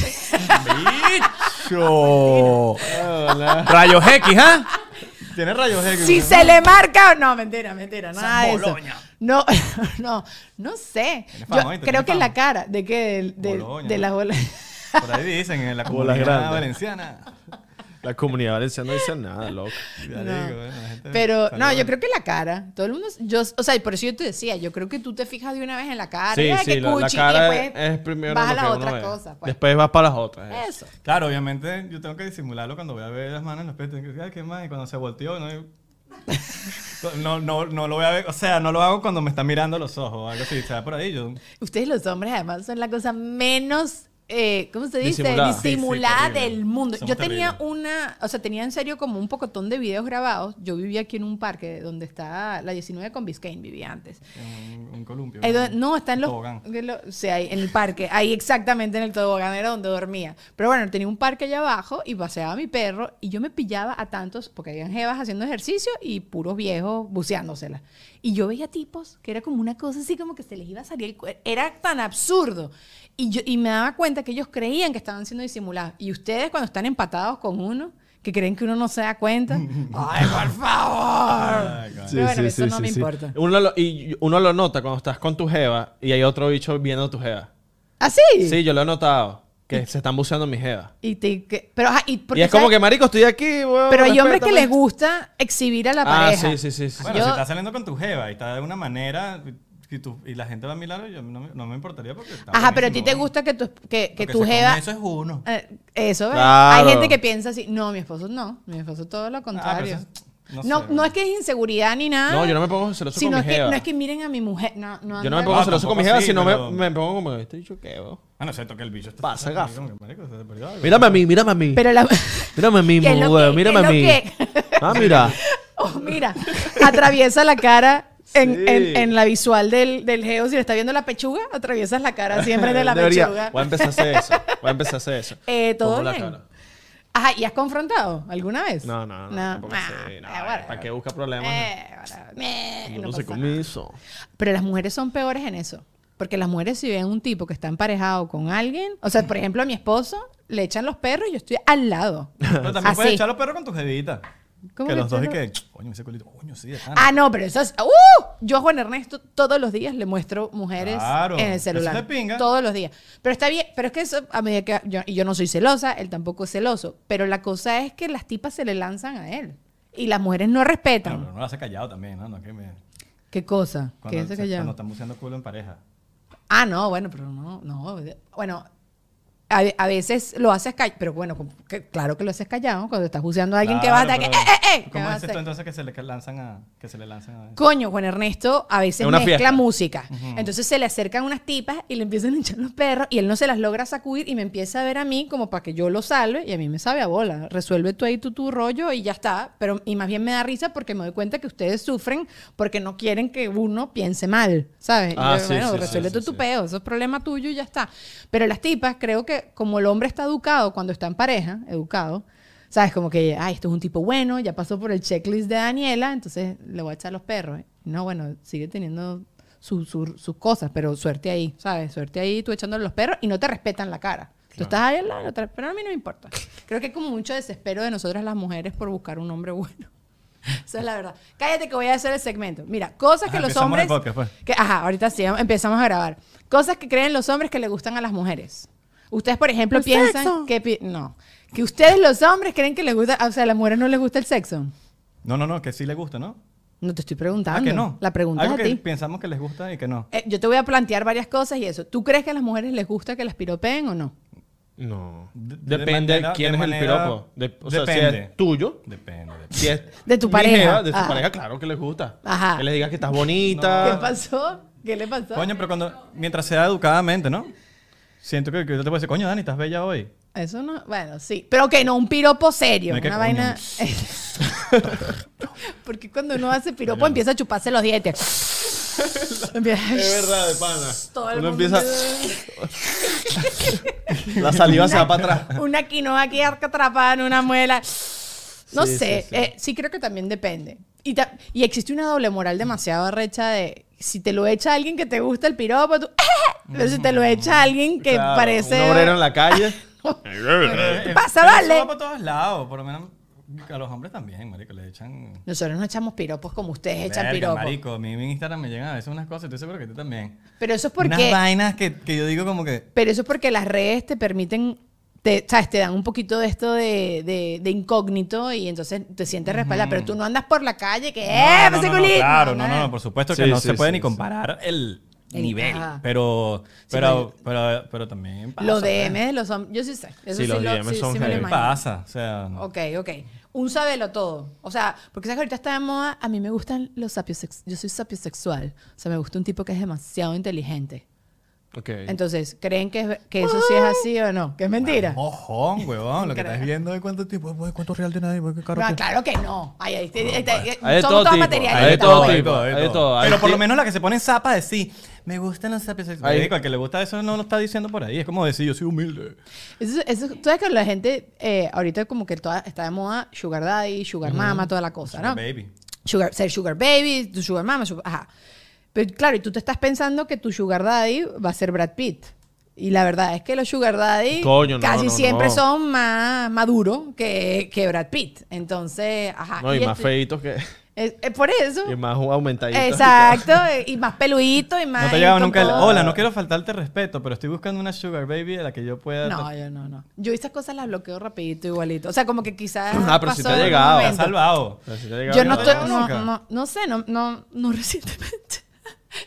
Speaker 3: ¡Bicho! Rayos X, ¿ah? Tiene rayos X.
Speaker 2: Si se le marca. No, mentira, mentira. Nada de eso.
Speaker 3: Boloña.
Speaker 2: No, no, no sé.
Speaker 3: Tiene
Speaker 2: Yo
Speaker 3: fama, ¿oíste?
Speaker 2: creo
Speaker 3: Tiene
Speaker 2: que en la
Speaker 3: fama.
Speaker 2: cara de que de, de,
Speaker 3: Boloña.
Speaker 2: de las bolas.
Speaker 3: Por ahí dicen en la
Speaker 4: Bolas
Speaker 3: comunidad
Speaker 4: grandes.
Speaker 3: valenciana.
Speaker 4: La comunidad valenciana no dice nada, loco.
Speaker 3: Ya
Speaker 2: No.
Speaker 3: digo, bueno, la gente
Speaker 2: Pero
Speaker 3: salió
Speaker 2: no, yo
Speaker 3: bueno.
Speaker 2: creo que la cara. Todo el mundo. Yo, o sea, y por eso yo te decía, yo creo que tú te fijas de una vez en la cara.
Speaker 4: Sí,
Speaker 2: ay,
Speaker 4: sí,
Speaker 2: qué
Speaker 4: la, la
Speaker 2: cuchi,
Speaker 4: cara
Speaker 2: y
Speaker 4: es,
Speaker 2: después
Speaker 4: es primero
Speaker 2: vas a
Speaker 4: lo
Speaker 2: las
Speaker 4: que uno
Speaker 2: otras
Speaker 4: ve.
Speaker 2: cosas. Pues.
Speaker 4: Después vas para las otras. eh.
Speaker 2: Eso.
Speaker 3: Claro, obviamente yo tengo que disimularlo cuando voy a ver las manos en los pechos. Tengo que decir, ay, qué más. Y cuando se volteó, no, no, no, no lo voy a ver. O sea, no lo hago cuando me está mirando a los ojos o algo así. Se va por ahí. Yo,
Speaker 2: Ustedes los hombres además son la cosa menos, eh, ¿cómo se dice?
Speaker 4: Disimulada.
Speaker 2: Disimulada
Speaker 3: Sí, sí, terrible.
Speaker 2: del mundo.
Speaker 3: Somos
Speaker 2: Yo tenía
Speaker 3: terribles.
Speaker 2: una, o sea, tenía en serio como un pocotón de videos grabados. Yo vivía aquí en un parque donde está la diecinueve con Biscayne, vivía antes.
Speaker 3: un, un columpio.
Speaker 2: Ahí donde- no, está en los...
Speaker 3: Tobogán.
Speaker 2: que lo- sí, ahí, en el parque. Ahí exactamente en el tobogán era donde dormía. Pero bueno, tenía un parque allá abajo y paseaba a mi perro y yo me pillaba a tantos, porque habían jevas haciendo ejercicio y puros viejos buceándoselas. Y yo veía tipos que era como una cosa así como que se les iba a salir el cuerpo. Era tan absurdo. Y, yo, y me daba cuenta que ellos creían que estaban siendo disimulados. Y ustedes cuando están empatados con uno, que creen que uno no se da cuenta. ¡Ay, por favor!
Speaker 3: Ay, coño.
Speaker 2: Pero bueno, eso no me importa.
Speaker 4: Uno lo, y uno lo nota cuando estás con tu jeva y hay otro bicho viendo tu jeva.
Speaker 2: ¿Ah, sí?
Speaker 4: Sí, yo lo he notado. Que se están buceando mi jeva.
Speaker 2: Y te, que- pero, ajá, y, porque,
Speaker 4: Y es como
Speaker 2: ¿sabes?
Speaker 4: que, marico, estoy aquí, weón.
Speaker 2: Pero hay hombres que
Speaker 4: respétame.
Speaker 2: les gusta exhibir a la
Speaker 4: Ah,
Speaker 2: pareja.
Speaker 4: sí, sí, sí. sí.
Speaker 3: Bueno,
Speaker 2: Yo-
Speaker 3: si estás saliendo con tu jeva y está de una manera, y, tú, y la gente va a mi lado, yo no me, no me importaría porque está
Speaker 2: Ajá, pero a ti
Speaker 3: buenísimo,
Speaker 2: te
Speaker 3: ¿no?
Speaker 2: gusta que tu, que, que
Speaker 3: Lo
Speaker 2: tu
Speaker 3: se come
Speaker 2: jeva...
Speaker 3: Eso es uno.
Speaker 2: Eh, eso, ¿ves?
Speaker 4: Claro.
Speaker 2: Hay gente que piensa así. No, mi esposo no. Mi esposo todo lo
Speaker 3: Ah, pero
Speaker 2: contrario.
Speaker 3: eso es-
Speaker 2: no,
Speaker 3: sé,
Speaker 2: no,
Speaker 3: bueno.
Speaker 2: es que es inseguridad ni nada.
Speaker 4: No, yo no me pongo celoso
Speaker 2: sino
Speaker 4: con
Speaker 2: es
Speaker 4: mi
Speaker 2: que,
Speaker 4: jeva.
Speaker 2: no es que miren a mi mujer. No, no
Speaker 4: Yo no me
Speaker 2: anda-
Speaker 4: pongo
Speaker 3: No,
Speaker 4: celoso con mi
Speaker 3: tampoco
Speaker 4: jeva,
Speaker 3: así,
Speaker 4: sino
Speaker 3: pero-
Speaker 4: me, me pongo como, este dicho qué, bo.
Speaker 3: Ah, no sé, toca el bicho. Este
Speaker 4: Pasa,
Speaker 3: está-
Speaker 4: gafa.
Speaker 3: marico, se perdió algo.
Speaker 4: Mírame a mí, mírame a mí.
Speaker 2: Pero la...
Speaker 4: Mírame a mí,
Speaker 2: ¿Qué es lo
Speaker 4: huevo,
Speaker 2: que-
Speaker 4: mírame
Speaker 2: qué
Speaker 4: a
Speaker 2: es
Speaker 4: mí.
Speaker 2: lo que-
Speaker 4: Ah, mira.
Speaker 2: Oh, mira, atraviesa la cara en,
Speaker 4: Sí.
Speaker 2: en, en la visual del, del geo. Si le está viendo la pechuga, atraviesas la cara siempre de la
Speaker 4: Debería.
Speaker 2: pechuga.
Speaker 4: Voy a empezar a hacer eso. Voy a empezar a hacer eso.
Speaker 2: Eh, ¿todo
Speaker 4: Pongo la
Speaker 2: bien?
Speaker 4: cara.
Speaker 2: Ajá, ¿y has confrontado alguna vez?
Speaker 4: No, no, no.
Speaker 2: No.
Speaker 4: tampoco
Speaker 2: Ah,
Speaker 4: así, no,
Speaker 2: eh, bueno.
Speaker 4: ¿para qué busca problemas?
Speaker 2: Eh, bueno, eh,
Speaker 4: No,
Speaker 2: no
Speaker 4: sé
Speaker 2: pasa
Speaker 4: con
Speaker 2: nada.
Speaker 4: eso.
Speaker 2: Pero las mujeres son peores en eso. Porque las mujeres si ven un tipo que está emparejado con alguien, o sea, por ejemplo, a mi esposo le echan los perros y yo estoy al lado.
Speaker 3: Pero también
Speaker 2: Así.
Speaker 3: puedes echar los perros con tu jevita.
Speaker 2: ¿Cómo
Speaker 3: Que
Speaker 2: que
Speaker 3: los dos y
Speaker 2: echarlo?
Speaker 3: que, coño, ese culito, coño, sí, de pana.
Speaker 2: Ah, no, pero eso es... ¡Uh! Yo a Juan Ernesto todos los días le muestro mujeres
Speaker 3: Claro,
Speaker 2: en el
Speaker 3: eso
Speaker 2: celular.
Speaker 3: es de pinga.
Speaker 2: Todos los días. Pero está bien, pero es que eso, a medida que... Yo, y yo no soy celosa, él tampoco es celoso. Pero la cosa es que las tipas se le lanzan a él. Y las mujeres no respetan.
Speaker 3: Bueno, pero no lo hace callado también, ¿no? No, que me...
Speaker 2: ¿Qué cosa? ¿Qué
Speaker 3: Cuando,
Speaker 2: es
Speaker 3: se-
Speaker 2: que
Speaker 3: cuando están buceando culo en pareja.
Speaker 2: Ah, no, bueno, pero no, no. Bueno, a, a veces lo haces callado, pero bueno, como que- claro que lo haces callado cuando estás buceando a alguien que va a
Speaker 3: Claro,
Speaker 2: estar...
Speaker 3: pero
Speaker 2: ¡Eh, eh, eh! ¿Qué
Speaker 3: ¿Cómo
Speaker 2: vas a
Speaker 3: dices tú
Speaker 2: hacer?
Speaker 3: entonces que se le lanzan a... Que se le lanzan a...
Speaker 2: Coño, Juan Ernesto a veces
Speaker 4: Es una
Speaker 2: mezcla
Speaker 4: fiesta.
Speaker 2: música. Entonces se le acercan unas tipas y le empiezan a hinchar los perros y él no se las logra sacudir y me empieza a ver a mí como para que yo lo salve y a mí me sabe a bola. Resuelve tú ahí tu, tu rollo y ya está. Pero, y más bien me da risa porque me doy cuenta que ustedes sufren porque no quieren que uno piense mal, ¿sabes? Y
Speaker 4: Ah,
Speaker 2: yo,
Speaker 4: sí,
Speaker 2: bueno,
Speaker 4: sí,
Speaker 2: resuelve
Speaker 4: sí,
Speaker 2: tú
Speaker 4: sí,
Speaker 2: tu
Speaker 4: sí.
Speaker 2: peo, eso es problema tuyo y ya está. Pero las tipas, creo que como el hombre está educado cuando está en pareja, educado, ¿sabes? Como que, ay, esto es un tipo bueno, ya pasó por el checklist de Daniela, entonces le voy a echar los perros. No, bueno, sigue teniendo su- su- sus cosas, pero suerte ahí, ¿sabes? Suerte ahí tú echándole los perros y no te respetan la cara. Tú estás ahí al lado, no te- pero a mí no me importa. Creo que hay como mucho desespero de nosotras las mujeres por buscar un hombre bueno. Esa es la verdad. Cállate que voy a hacer el segmento. Mira, cosas que
Speaker 3: Ajá,
Speaker 2: los
Speaker 3: empezamos el
Speaker 2: hombres...
Speaker 3: podcast, pues.
Speaker 2: que, ajá, ahorita sí, empezamos a grabar. Cosas que creen los hombres que le gustan a las mujeres. Ustedes, por ejemplo,
Speaker 1: El
Speaker 2: piensan
Speaker 1: sexo.
Speaker 2: que... pi- No. Que ustedes los hombres creen que les gusta... O sea, a las mujeres no les gusta el sexo.
Speaker 3: No, no, no, que sí le gusta, ¿no?
Speaker 2: No te estoy preguntando.
Speaker 3: Ah, que no.
Speaker 2: La pregunta es
Speaker 3: Algo
Speaker 2: a
Speaker 3: que
Speaker 2: ti.
Speaker 3: pensamos que les gusta y que no.
Speaker 2: Eh, yo te voy a plantear varias cosas y eso. ¿Tú crees que a las mujeres les gusta que las piropeen o no?
Speaker 4: No.
Speaker 3: De- de
Speaker 4: Depende de
Speaker 3: manera-
Speaker 4: quién
Speaker 3: de
Speaker 4: es el
Speaker 3: manera-
Speaker 4: piropo. De- o sea, si
Speaker 3: depende.
Speaker 4: es tuyo,
Speaker 3: Depende, depende.
Speaker 4: si es
Speaker 2: De tu
Speaker 4: mi
Speaker 2: pareja.
Speaker 4: jeva, de tu
Speaker 2: Ajá.
Speaker 4: pareja, claro que les gusta.
Speaker 2: Ajá.
Speaker 4: Que les digas que estás
Speaker 2: ¿Qué
Speaker 4: bonita.
Speaker 2: pasó? ¿Qué le pasó?
Speaker 3: Coño, pero cuando... Mientras sea educadamente, ¿no? Siento que, que yo te puedo decir, coño, Dani, estás bella hoy.
Speaker 2: Eso no... Bueno, sí. Pero que no, un piropo serio.
Speaker 3: No hay que-
Speaker 2: una
Speaker 3: coño.
Speaker 2: vaina... Porque cuando uno hace piropo empieza a chuparse los dientes. Empieza-
Speaker 4: Es verdad, de pana.
Speaker 2: Todo el
Speaker 4: Uno
Speaker 2: mundo
Speaker 4: empieza. La saliva se va para atrás.
Speaker 2: Una quinoa aquí atrapada en una muela. No
Speaker 4: Sí,
Speaker 2: sé,
Speaker 4: sí, sí.
Speaker 2: eh, sí creo que también depende. Y, ta- y existe una doble moral demasiado arrecha de si te lo echa alguien que te gusta el piropo, tú... Pero si te lo echa alguien que
Speaker 4: Claro,
Speaker 2: parece...
Speaker 4: Un obrero en la calle.
Speaker 2: ¿Qué pasa,
Speaker 3: Pero
Speaker 2: vale?
Speaker 3: Eso va para todos lados, por lo menos a los hombres también, marico, le echan...
Speaker 2: Nosotros no echamos piropos como ustedes echan
Speaker 3: Verga,
Speaker 2: piropos.
Speaker 3: marico, a mí en Instagram me llegan a veces unas cosas, estoy seguro que tú también.
Speaker 2: Pero eso es
Speaker 3: Unas
Speaker 2: porque...
Speaker 3: vainas que, que yo digo como que...
Speaker 2: Pero eso es porque las redes te permiten, te, ¿sabes? Te dan un poquito de esto de, de, de incógnito y entonces te sientes respaldada. Pero tú no andas por la calle que, ¡eh,
Speaker 3: No, no,
Speaker 2: ese
Speaker 3: no, no,
Speaker 2: culito!
Speaker 3: claro, no, no, no, por supuesto que
Speaker 4: Sí,
Speaker 3: no
Speaker 4: sí,
Speaker 3: se puede
Speaker 4: sí,
Speaker 3: ni
Speaker 4: sí.
Speaker 3: comparar el
Speaker 2: El-
Speaker 3: nivel,
Speaker 2: ajá.
Speaker 3: pero, pero, pero, pero también pasa.
Speaker 2: Los
Speaker 3: pues.
Speaker 2: D M de los hombres, yo sí sé. Eso
Speaker 4: Sí, los
Speaker 2: lo-
Speaker 4: D M son
Speaker 2: me lo
Speaker 4: heavy.
Speaker 2: imagino.
Speaker 3: Pasa, o sea...
Speaker 2: Ok, ok. Un sabelo todo. O sea, porque sabes que ahorita está de moda, a mí me gustan los sapiosexuales. Yo soy sapiosexual. O sea, me gusta un tipo que es demasiado inteligente.
Speaker 4: Ok.
Speaker 2: Entonces, ¿creen que, es- que eso sí es así o no? Que es mentira.
Speaker 3: Mojón, huevón, lo que
Speaker 2: Creo.
Speaker 3: estás viendo es cuánto tiempo, pues, cuánto real tiene ahí, pues, qué caro
Speaker 2: No,
Speaker 3: que-
Speaker 2: claro que no. Ay, ahí, ahí- ahí- ahí-
Speaker 4: Hay de
Speaker 2: somos
Speaker 4: todo
Speaker 2: todos
Speaker 4: tipo,
Speaker 2: materiales.
Speaker 4: hay de todo
Speaker 2: Estamos-
Speaker 4: tipo. hay de todo. Hay
Speaker 3: Pero por lo
Speaker 4: ti-
Speaker 3: menos la que se pone zapa de sí, me gustan los sapios sexuales.
Speaker 4: Hay-
Speaker 3: Marico, al que le gusta eso no lo está diciendo por ahí. Es como decir, yo soy humilde.
Speaker 2: Eso, eso, tú sabes que la gente, eh, ahorita como que toda, está de moda Sugar Daddy, Sugar Mama, toda la cosa, ¿no?
Speaker 3: Baby.
Speaker 2: Sugar, ser Sugar Baby, tu Sugar Mama, sugar- ajá. Pero claro, y tú te estás pensando que tu Sugar Daddy va a ser Brad Pitt. Y la verdad es que los Sugar Daddy
Speaker 4: Coño, no,
Speaker 2: casi
Speaker 4: no,
Speaker 2: siempre
Speaker 4: no.
Speaker 2: son más maduros que, que Brad Pitt. Entonces, ajá.
Speaker 4: No, y más
Speaker 2: este-
Speaker 4: feitos que.
Speaker 2: es- es por eso.
Speaker 4: Y más aumentaditos.
Speaker 2: Exacto. eh, Y más peludito y más.
Speaker 3: No te ha llegado
Speaker 2: con
Speaker 3: nunca el,
Speaker 2: todo.
Speaker 3: hola, no quiero faltarte respeto, pero estoy buscando una sugar baby a la que yo pueda...
Speaker 2: No, yo no, no. Yo esas cosas las bloqueo rapidito, igualito. O sea, como que quizás.
Speaker 4: Ah, pero si
Speaker 2: pasó
Speaker 4: te ha
Speaker 2: algún
Speaker 4: llegado.
Speaker 2: momento.
Speaker 3: Te has salvado.
Speaker 4: O sea, si te ha llegado
Speaker 2: Yo no
Speaker 4: ya-
Speaker 2: estoy,
Speaker 3: llegado
Speaker 2: no,
Speaker 3: nunca?
Speaker 2: no, no sé, no, no, no recientemente.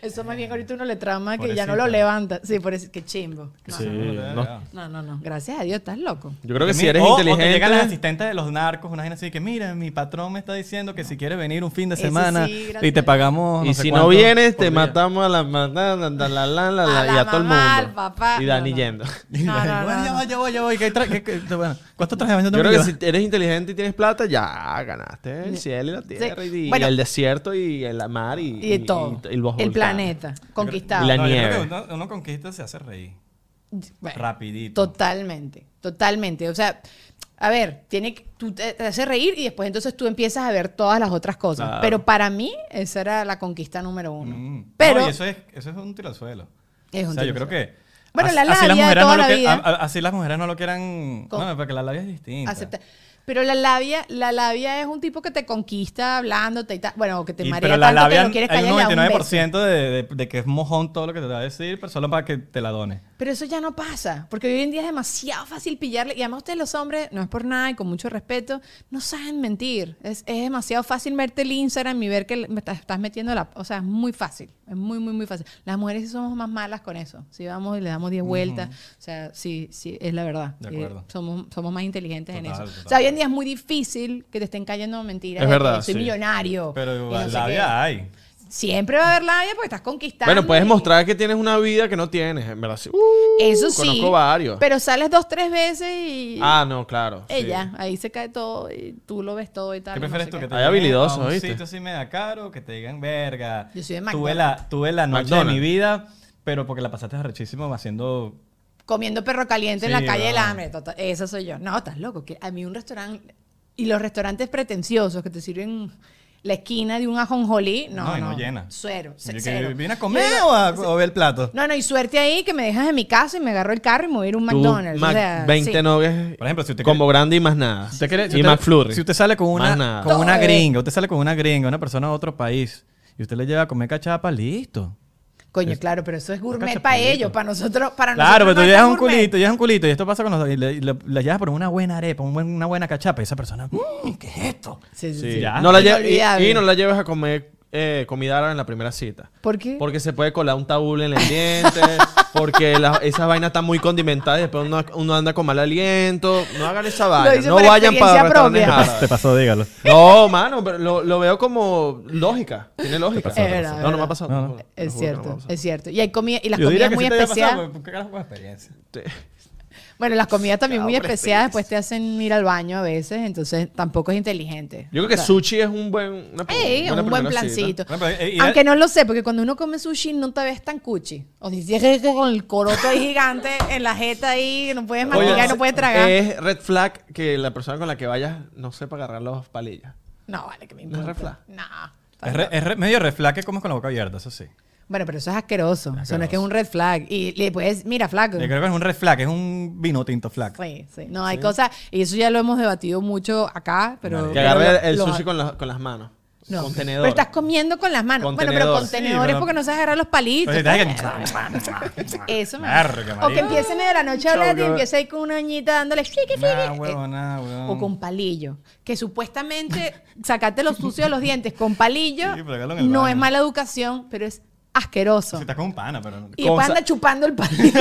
Speaker 2: Eso más bien ahorita uno le trama que ya no
Speaker 3: Pobrecita.
Speaker 2: lo levanta. Sí, por eso, qué chimbo. No,
Speaker 4: Sí,
Speaker 2: no,
Speaker 4: no.
Speaker 2: no, no, no. Gracias a Dios, estás loco.
Speaker 4: Yo creo que
Speaker 3: Que
Speaker 4: si
Speaker 3: mi-
Speaker 4: eres
Speaker 3: o-
Speaker 4: inteligente...
Speaker 3: O te llegan las asistentes de los narcos, una gente así que, mira, mi patrón me está diciendo que si quieres venir un fin de
Speaker 2: Ese
Speaker 3: semana
Speaker 2: sí, gracias.
Speaker 3: y te pagamos.
Speaker 4: Y
Speaker 3: sé
Speaker 4: si
Speaker 3: cuánto
Speaker 4: no vienes,
Speaker 3: por
Speaker 4: te
Speaker 3: día".
Speaker 4: matamos a la la, la, la, la, la, la, la,
Speaker 2: A
Speaker 4: y
Speaker 2: la
Speaker 4: a todo el
Speaker 2: mamá,
Speaker 4: mundo.
Speaker 2: al papá.
Speaker 4: Y Dani
Speaker 2: No, no.
Speaker 4: yendo.
Speaker 3: Y
Speaker 2: No,
Speaker 3: yo,
Speaker 2: no,
Speaker 3: "Bueno,
Speaker 2: no,
Speaker 3: ya
Speaker 2: no.
Speaker 3: voy, ya voy, ya voy. ¿Qué tra- qué- qué- bueno, ¿Cuántos trajes de baño
Speaker 4: Yo
Speaker 3: tengo
Speaker 4: creo que
Speaker 3: que llevar?
Speaker 4: si eres inteligente y tienes plata, ya ganaste el cielo y la tierra. Y,
Speaker 2: Bueno.
Speaker 4: y el desierto y el mar y,
Speaker 2: Y de todo.
Speaker 4: y- y los
Speaker 2: el
Speaker 4: volcanes.
Speaker 2: planeta. Conquistado.
Speaker 4: Y la
Speaker 3: No, yo creo
Speaker 4: nieve.
Speaker 3: que uno, uno conquista se hace reír.
Speaker 2: Bueno,
Speaker 3: Rapidito.
Speaker 2: Totalmente, totalmente. O sea, a ver, tiene que- tú te, te hace reír y después entonces tú empiezas a ver todas las otras cosas.
Speaker 4: Claro.
Speaker 2: Pero para mí, esa era la conquista número uno.
Speaker 3: Mm.
Speaker 2: Pero
Speaker 3: No, y eso es, eso es un tiro al suelo.
Speaker 2: es un
Speaker 3: O sea, yo
Speaker 2: tiro
Speaker 3: creo
Speaker 2: al
Speaker 3: que.
Speaker 2: Bueno,
Speaker 3: as-
Speaker 2: la
Speaker 3: así las
Speaker 2: labia de
Speaker 3: mujeres
Speaker 2: toda
Speaker 3: no lo
Speaker 2: la
Speaker 3: que-
Speaker 2: vida.
Speaker 3: a- a- Así las mujeres no lo quieran.
Speaker 2: Con-
Speaker 3: Bueno, porque la labia es distinta.
Speaker 2: acepta- Pero la labia, la labia es un tipo que te conquista hablándote y tal. Bueno, que te
Speaker 3: Y-
Speaker 2: marea
Speaker 3: pero la
Speaker 2: tanto
Speaker 3: labia,
Speaker 2: que no quieres
Speaker 3: hay
Speaker 2: callar
Speaker 3: un
Speaker 2: y le das
Speaker 3: noventa y nueve por
Speaker 2: beso.
Speaker 3: ciento de, de, de que es mojón todo lo que te va a decir, pero solo para que te la done.
Speaker 2: Pero eso ya no pasa, porque hoy en día es demasiado fácil pillarle. Y además ustedes los hombres, no es por nada y con mucho respeto, no saben mentir. Es, es demasiado fácil verte el Instagram y ver que me estás, estás metiendo la... O sea, es muy fácil, es muy, muy, muy fácil. Las mujeres sí somos más malas con eso. Si vamos y le damos diez vueltas, o sea, sí, sí, es la verdad.
Speaker 3: De
Speaker 2: Eh,
Speaker 3: acuerdo.
Speaker 2: somos, somos más inteligentes en
Speaker 3: Total,
Speaker 2: eso.
Speaker 3: total.
Speaker 2: O sea, hoy en día es muy difícil que te estén cayendo mentiras.
Speaker 4: Es
Speaker 2: de
Speaker 4: verdad,
Speaker 2: que soy
Speaker 4: sí.
Speaker 2: millonario.
Speaker 3: Pero
Speaker 2: y no sé qué.
Speaker 3: labia hay.
Speaker 2: Siempre va a haber labia porque estás conquistando.
Speaker 4: Bueno, puedes
Speaker 2: y-
Speaker 4: mostrar que tienes una vida que no tienes, en verdad. Sí. Uh,
Speaker 2: Eso sí.
Speaker 4: Conozco varios.
Speaker 2: Pero sales dos, tres veces y...
Speaker 4: Ah, no, claro. sí.
Speaker 2: Ella, ahí se cae todo y tú lo ves todo y tal.
Speaker 3: ¿Qué
Speaker 2: y no
Speaker 3: prefieres
Speaker 2: sé
Speaker 3: tú?
Speaker 2: qué.
Speaker 3: Que te
Speaker 4: Hay
Speaker 3: lleguen
Speaker 4: habilidosos,
Speaker 3: a un
Speaker 4: ¿viste?
Speaker 3: sitio así media caro, que te digan verga.
Speaker 2: Yo soy de
Speaker 3: tuve
Speaker 2: McDonald's.
Speaker 3: la, tuve la noche
Speaker 4: McDonald's.
Speaker 3: de mi vida, pero porque la pasaste arrechísimo haciendo...
Speaker 2: Comiendo perro caliente en
Speaker 3: Sí,
Speaker 2: la calle del
Speaker 3: va.
Speaker 2: hambre. Total, esa soy yo. No, estás loco. Que a mí un restaurante... Y los restaurantes pretenciosos que te sirven la esquina de un ajonjolí, no,
Speaker 3: No,
Speaker 2: no.
Speaker 3: y no llena.
Speaker 2: Suero, ce-
Speaker 3: Yo que
Speaker 2: cero.
Speaker 3: ¿Vine a
Speaker 2: Yo
Speaker 3: comer
Speaker 2: digo,
Speaker 3: o a, o a ver el plato?
Speaker 2: No, no, y suerte ahí que me dejas en mi casa y me agarro el carro y me voy a ir a un
Speaker 4: Tú,
Speaker 2: McDonald's.
Speaker 4: Mac-
Speaker 2: o sea,
Speaker 4: veinte
Speaker 2: sí.
Speaker 4: novias,
Speaker 3: Por ejemplo, si usted
Speaker 4: combo grande y más nada.
Speaker 3: Usted quiere- si
Speaker 4: y
Speaker 3: usted-
Speaker 4: McFlurry.
Speaker 3: Si usted sale con
Speaker 4: Más
Speaker 3: una,
Speaker 4: nada.
Speaker 3: con una
Speaker 2: Todo, eh.
Speaker 3: gringa, usted sale con una gringa, una persona de otro país, y usted le lleva a comer cachapa, listo.
Speaker 2: Coño, claro, pero eso es gourmet
Speaker 3: cachapurito.
Speaker 2: para ellos, para nosotros, para
Speaker 3: Claro,
Speaker 2: nosotros
Speaker 3: pero tú
Speaker 2: no es
Speaker 3: llevas
Speaker 2: tan
Speaker 3: un
Speaker 2: gourmet.
Speaker 3: culito, llevas un culito, y esto pasa con los... Y le, le- le llevas por una buena arepa, un buen- una buena cachapa, y esa persona, "Mm, ¿qué es esto?
Speaker 2: Sí, sí,
Speaker 4: Sí.
Speaker 2: sí.
Speaker 3: Ya.
Speaker 4: No la lle-
Speaker 2: Inolvidable.
Speaker 4: y, y no la lleves a comer eh, comida árabe en la primera cita.
Speaker 2: ¿Por qué?
Speaker 4: Porque se puede colar un tabule en el diente, porque la- esas vainas están muy condimentadas y después uno, uno anda con mal aliento. No hagan esa vaina.
Speaker 2: dice
Speaker 4: No
Speaker 2: por
Speaker 4: vayan para
Speaker 2: experiencia
Speaker 4: restaurantes
Speaker 2: propia.
Speaker 4: árabes.
Speaker 3: pasó, dígalo.
Speaker 4: No, mano, pero lo, lo veo como lógica. Tiene lógica.
Speaker 3: pasó,
Speaker 2: Es verdad,
Speaker 4: no,
Speaker 2: es
Speaker 4: no me
Speaker 2: verdad.
Speaker 4: ha pasado.
Speaker 3: No, no.
Speaker 4: te lo juro,
Speaker 2: Es
Speaker 4: te lo juro que no me
Speaker 2: cierto,
Speaker 4: ha pasado.
Speaker 2: es cierto. Y hay comida, y las
Speaker 3: Yo diría
Speaker 2: comidas
Speaker 3: que
Speaker 2: muy
Speaker 3: sí te había pasado,
Speaker 2: especiales.
Speaker 3: porque- ¿qué carajo con experiencia?
Speaker 4: Sí.
Speaker 2: Bueno, las comidas también
Speaker 4: Cada
Speaker 2: muy
Speaker 4: por
Speaker 2: especiales después te hacen ir al baño a veces, entonces tampoco es inteligente.
Speaker 4: Yo creo que
Speaker 2: O sea,
Speaker 4: sushi es un buen... Una,
Speaker 2: ey,
Speaker 4: buena
Speaker 2: un buen
Speaker 4: primera cita.
Speaker 2: plancito.
Speaker 3: Bueno, pero, eh, y-
Speaker 2: Aunque no lo sé, porque cuando uno come sushi no te ves tan cuchi. O si tienes con el coroto ahí gigante en la jeta ahí, que no puedes masticar,
Speaker 4: Oye,
Speaker 2: no puedes tragar.
Speaker 4: Es red flag que la persona con la que vayas no sepa agarrar los palillos.
Speaker 2: No, vale, que me
Speaker 4: ¿No es
Speaker 2: importa.
Speaker 4: red flag?
Speaker 2: No.
Speaker 3: Es, re- es re- medio red flag que comes con la boca abierta, eso sí.
Speaker 2: Bueno, pero eso es asqueroso. Eso no es que es
Speaker 3: Asqueroso.
Speaker 2: un red flag. Y le puedes, mira, flaco.
Speaker 3: Yo creo que es un red flag, es un vino tinto flag.
Speaker 2: Sí, sí. No, hay cosas, y eso ya lo hemos debatido mucho acá, pero...
Speaker 4: Que
Speaker 2: pero
Speaker 4: agarre
Speaker 2: lo-
Speaker 4: el
Speaker 2: lo-
Speaker 4: sushi con, la- con las manos.
Speaker 2: No.
Speaker 4: Con tenedor.
Speaker 2: Pero estás comiendo con las manos. Bueno, pero
Speaker 4: Contenedor.
Speaker 2: con
Speaker 3: Sí,
Speaker 2: tenedores
Speaker 3: pero-
Speaker 2: porque no sabes agarrar los palitos.
Speaker 3: Pero si te
Speaker 2: ¿sabes?
Speaker 3: haces que-
Speaker 2: Eso me
Speaker 3: Verga,
Speaker 2: O
Speaker 3: marico.
Speaker 2: que empiece medio de la noche a hablar y
Speaker 4: Chau,
Speaker 2: empiece ahí con una uñita dándole fiqui, fiqui.
Speaker 3: Nah,
Speaker 2: Eh,
Speaker 3: huevo, nah, huevón.
Speaker 2: O con palillo. Que supuestamente sacarte los sucios de los dientes con palillo
Speaker 3: Sí, pero hágalo en el
Speaker 2: no
Speaker 3: baño.
Speaker 2: es mala educación, pero es asqueroso.
Speaker 3: Si estás con un pana, pero...
Speaker 2: Y después
Speaker 4: Con
Speaker 2: anda chupando el palillo.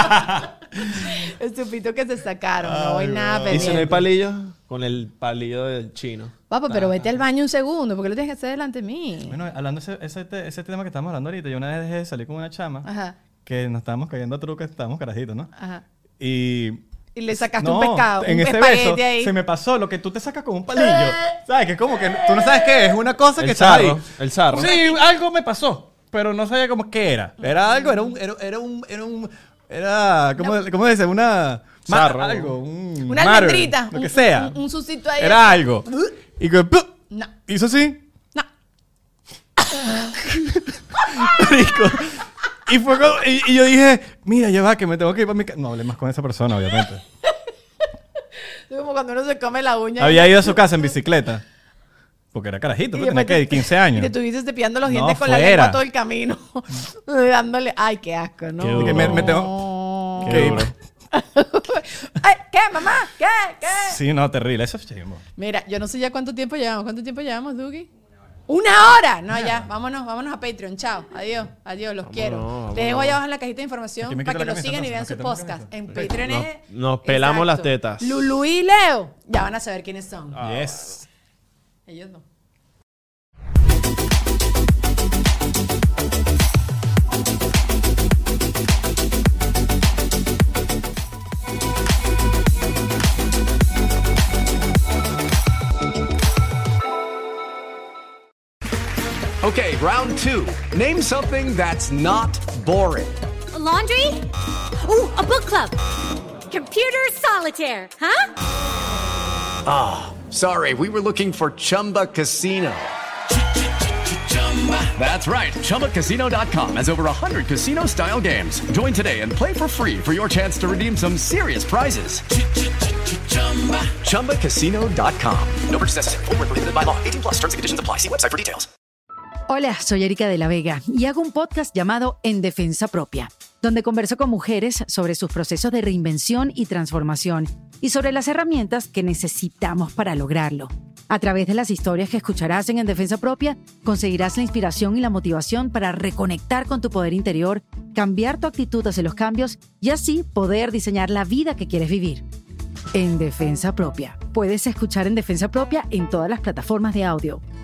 Speaker 2: El chupito que se sacaron. No voy
Speaker 3: Ay,
Speaker 2: nada
Speaker 3: huevón.
Speaker 4: Y si no hay
Speaker 2: pendiente.
Speaker 4: palillos, con el palillo del chino.
Speaker 2: Papá, pero vete al baño un segundo, porque lo tienes que hacer delante de mí.
Speaker 3: Bueno, hablando de ese, ese, te- ese tema que estamos hablando ahorita, yo una vez dejé de salir con una chama
Speaker 2: Ajá,
Speaker 3: que nos estábamos cayendo a trucos, estábamos carajitos, ¿no?
Speaker 2: ajá.
Speaker 3: Y...
Speaker 2: Y le sacaste
Speaker 3: No,
Speaker 2: un pescado,
Speaker 3: en
Speaker 2: un
Speaker 3: ese
Speaker 2: espagueti
Speaker 3: beso
Speaker 2: ahí.
Speaker 3: se me pasó lo que tú te sacas con un palillo. ¿Sabes? Que es como que tú no sabes qué es, una cosa que
Speaker 4: El
Speaker 3: está ahí.
Speaker 4: sarro. El sarro.
Speaker 3: Sí, algo me pasó, pero no sabía cómo qué era. Era algo, era un, era, era un, era un, era, ¿cómo, ¿cómo dice? Una, ma-
Speaker 4: Sarro.
Speaker 3: algo, un
Speaker 2: Una
Speaker 3: matter,
Speaker 2: almendrita.
Speaker 3: lo
Speaker 2: un-
Speaker 3: que sea.
Speaker 2: Un, un sucito ahí.
Speaker 3: Era algo. Y que, ¡pum!
Speaker 2: No,
Speaker 3: hizo así,
Speaker 2: no.
Speaker 3: rico. Y fue como- y, y yo dije, mira, ya va, que me tengo que ir para mi casa. No hablé más con esa persona, obviamente.
Speaker 2: Es como cuando uno se come la uña.
Speaker 3: Había ido a su casa en bicicleta. Porque era carajito,
Speaker 2: y
Speaker 3: pues tenía
Speaker 2: después
Speaker 3: que
Speaker 2: te-
Speaker 3: quince años.
Speaker 2: Y te estuviste cepillando los
Speaker 3: No,
Speaker 2: dientes con la
Speaker 3: fuera.
Speaker 2: lengua todo el camino. Dándole. Ay, qué asco, ¿no?
Speaker 3: Qué duro. Que me- me tengo-
Speaker 4: Qué
Speaker 3: Que-
Speaker 4: duro.
Speaker 2: Ay, ¿qué, mamá? ¿Qué? ¿Qué?
Speaker 3: Sí, no, terrible. Eso es chimbo.
Speaker 2: Mira, yo no sé ya cuánto tiempo llevamos. ¿Cuánto tiempo llevamos, Dougie? ¡Una hora! No, ya, vámonos, vámonos a Patreon. Chao, adiós, adiós, los
Speaker 4: Vámonos,
Speaker 2: quiero.
Speaker 4: vámonos.
Speaker 2: Les dejo allá abajo en la cajita de información
Speaker 3: Aquí me
Speaker 2: para
Speaker 3: quito
Speaker 2: que
Speaker 3: la
Speaker 2: lo
Speaker 3: camisa,
Speaker 2: sigan y
Speaker 3: entonces,
Speaker 2: vean
Speaker 3: me
Speaker 2: su
Speaker 3: quito la
Speaker 2: podcast.
Speaker 3: camisa.
Speaker 2: En Patreon
Speaker 4: Nos-
Speaker 2: es...
Speaker 4: nos pelamos las tetas.
Speaker 2: Lulú y Leo. Ya van a saber quiénes son.
Speaker 3: Yes.
Speaker 2: Ellos no.
Speaker 5: Okay, round two. Name something that's not boring.
Speaker 6: A laundry? Ooh, a book club. Computer solitaire, huh?
Speaker 5: Sorry, we were looking for Chumba Casino. That's right. Chumba Casino dot com has over one hundred casino-style games. Join today and play for free for your chance to redeem some serious prizes. Chumba Casino dot com. No purchase necessary. Void where prohibited by law. eighteen plus terms and conditions apply. See website for details.
Speaker 7: Hola, soy Erika de la Vega y hago un podcast llamado En Defensa Propia, donde converso con mujeres sobre sus procesos de reinvención y transformación y sobre las herramientas que necesitamos para lograrlo. A través de las historias que escucharás en En Defensa Propia, conseguirás la inspiración y la motivación para reconectar con tu poder interior, cambiar tu actitud hacia los cambios y así poder diseñar la vida que quieres vivir. En Defensa Propia. Puedes escuchar En Defensa Propia en todas las plataformas de audio.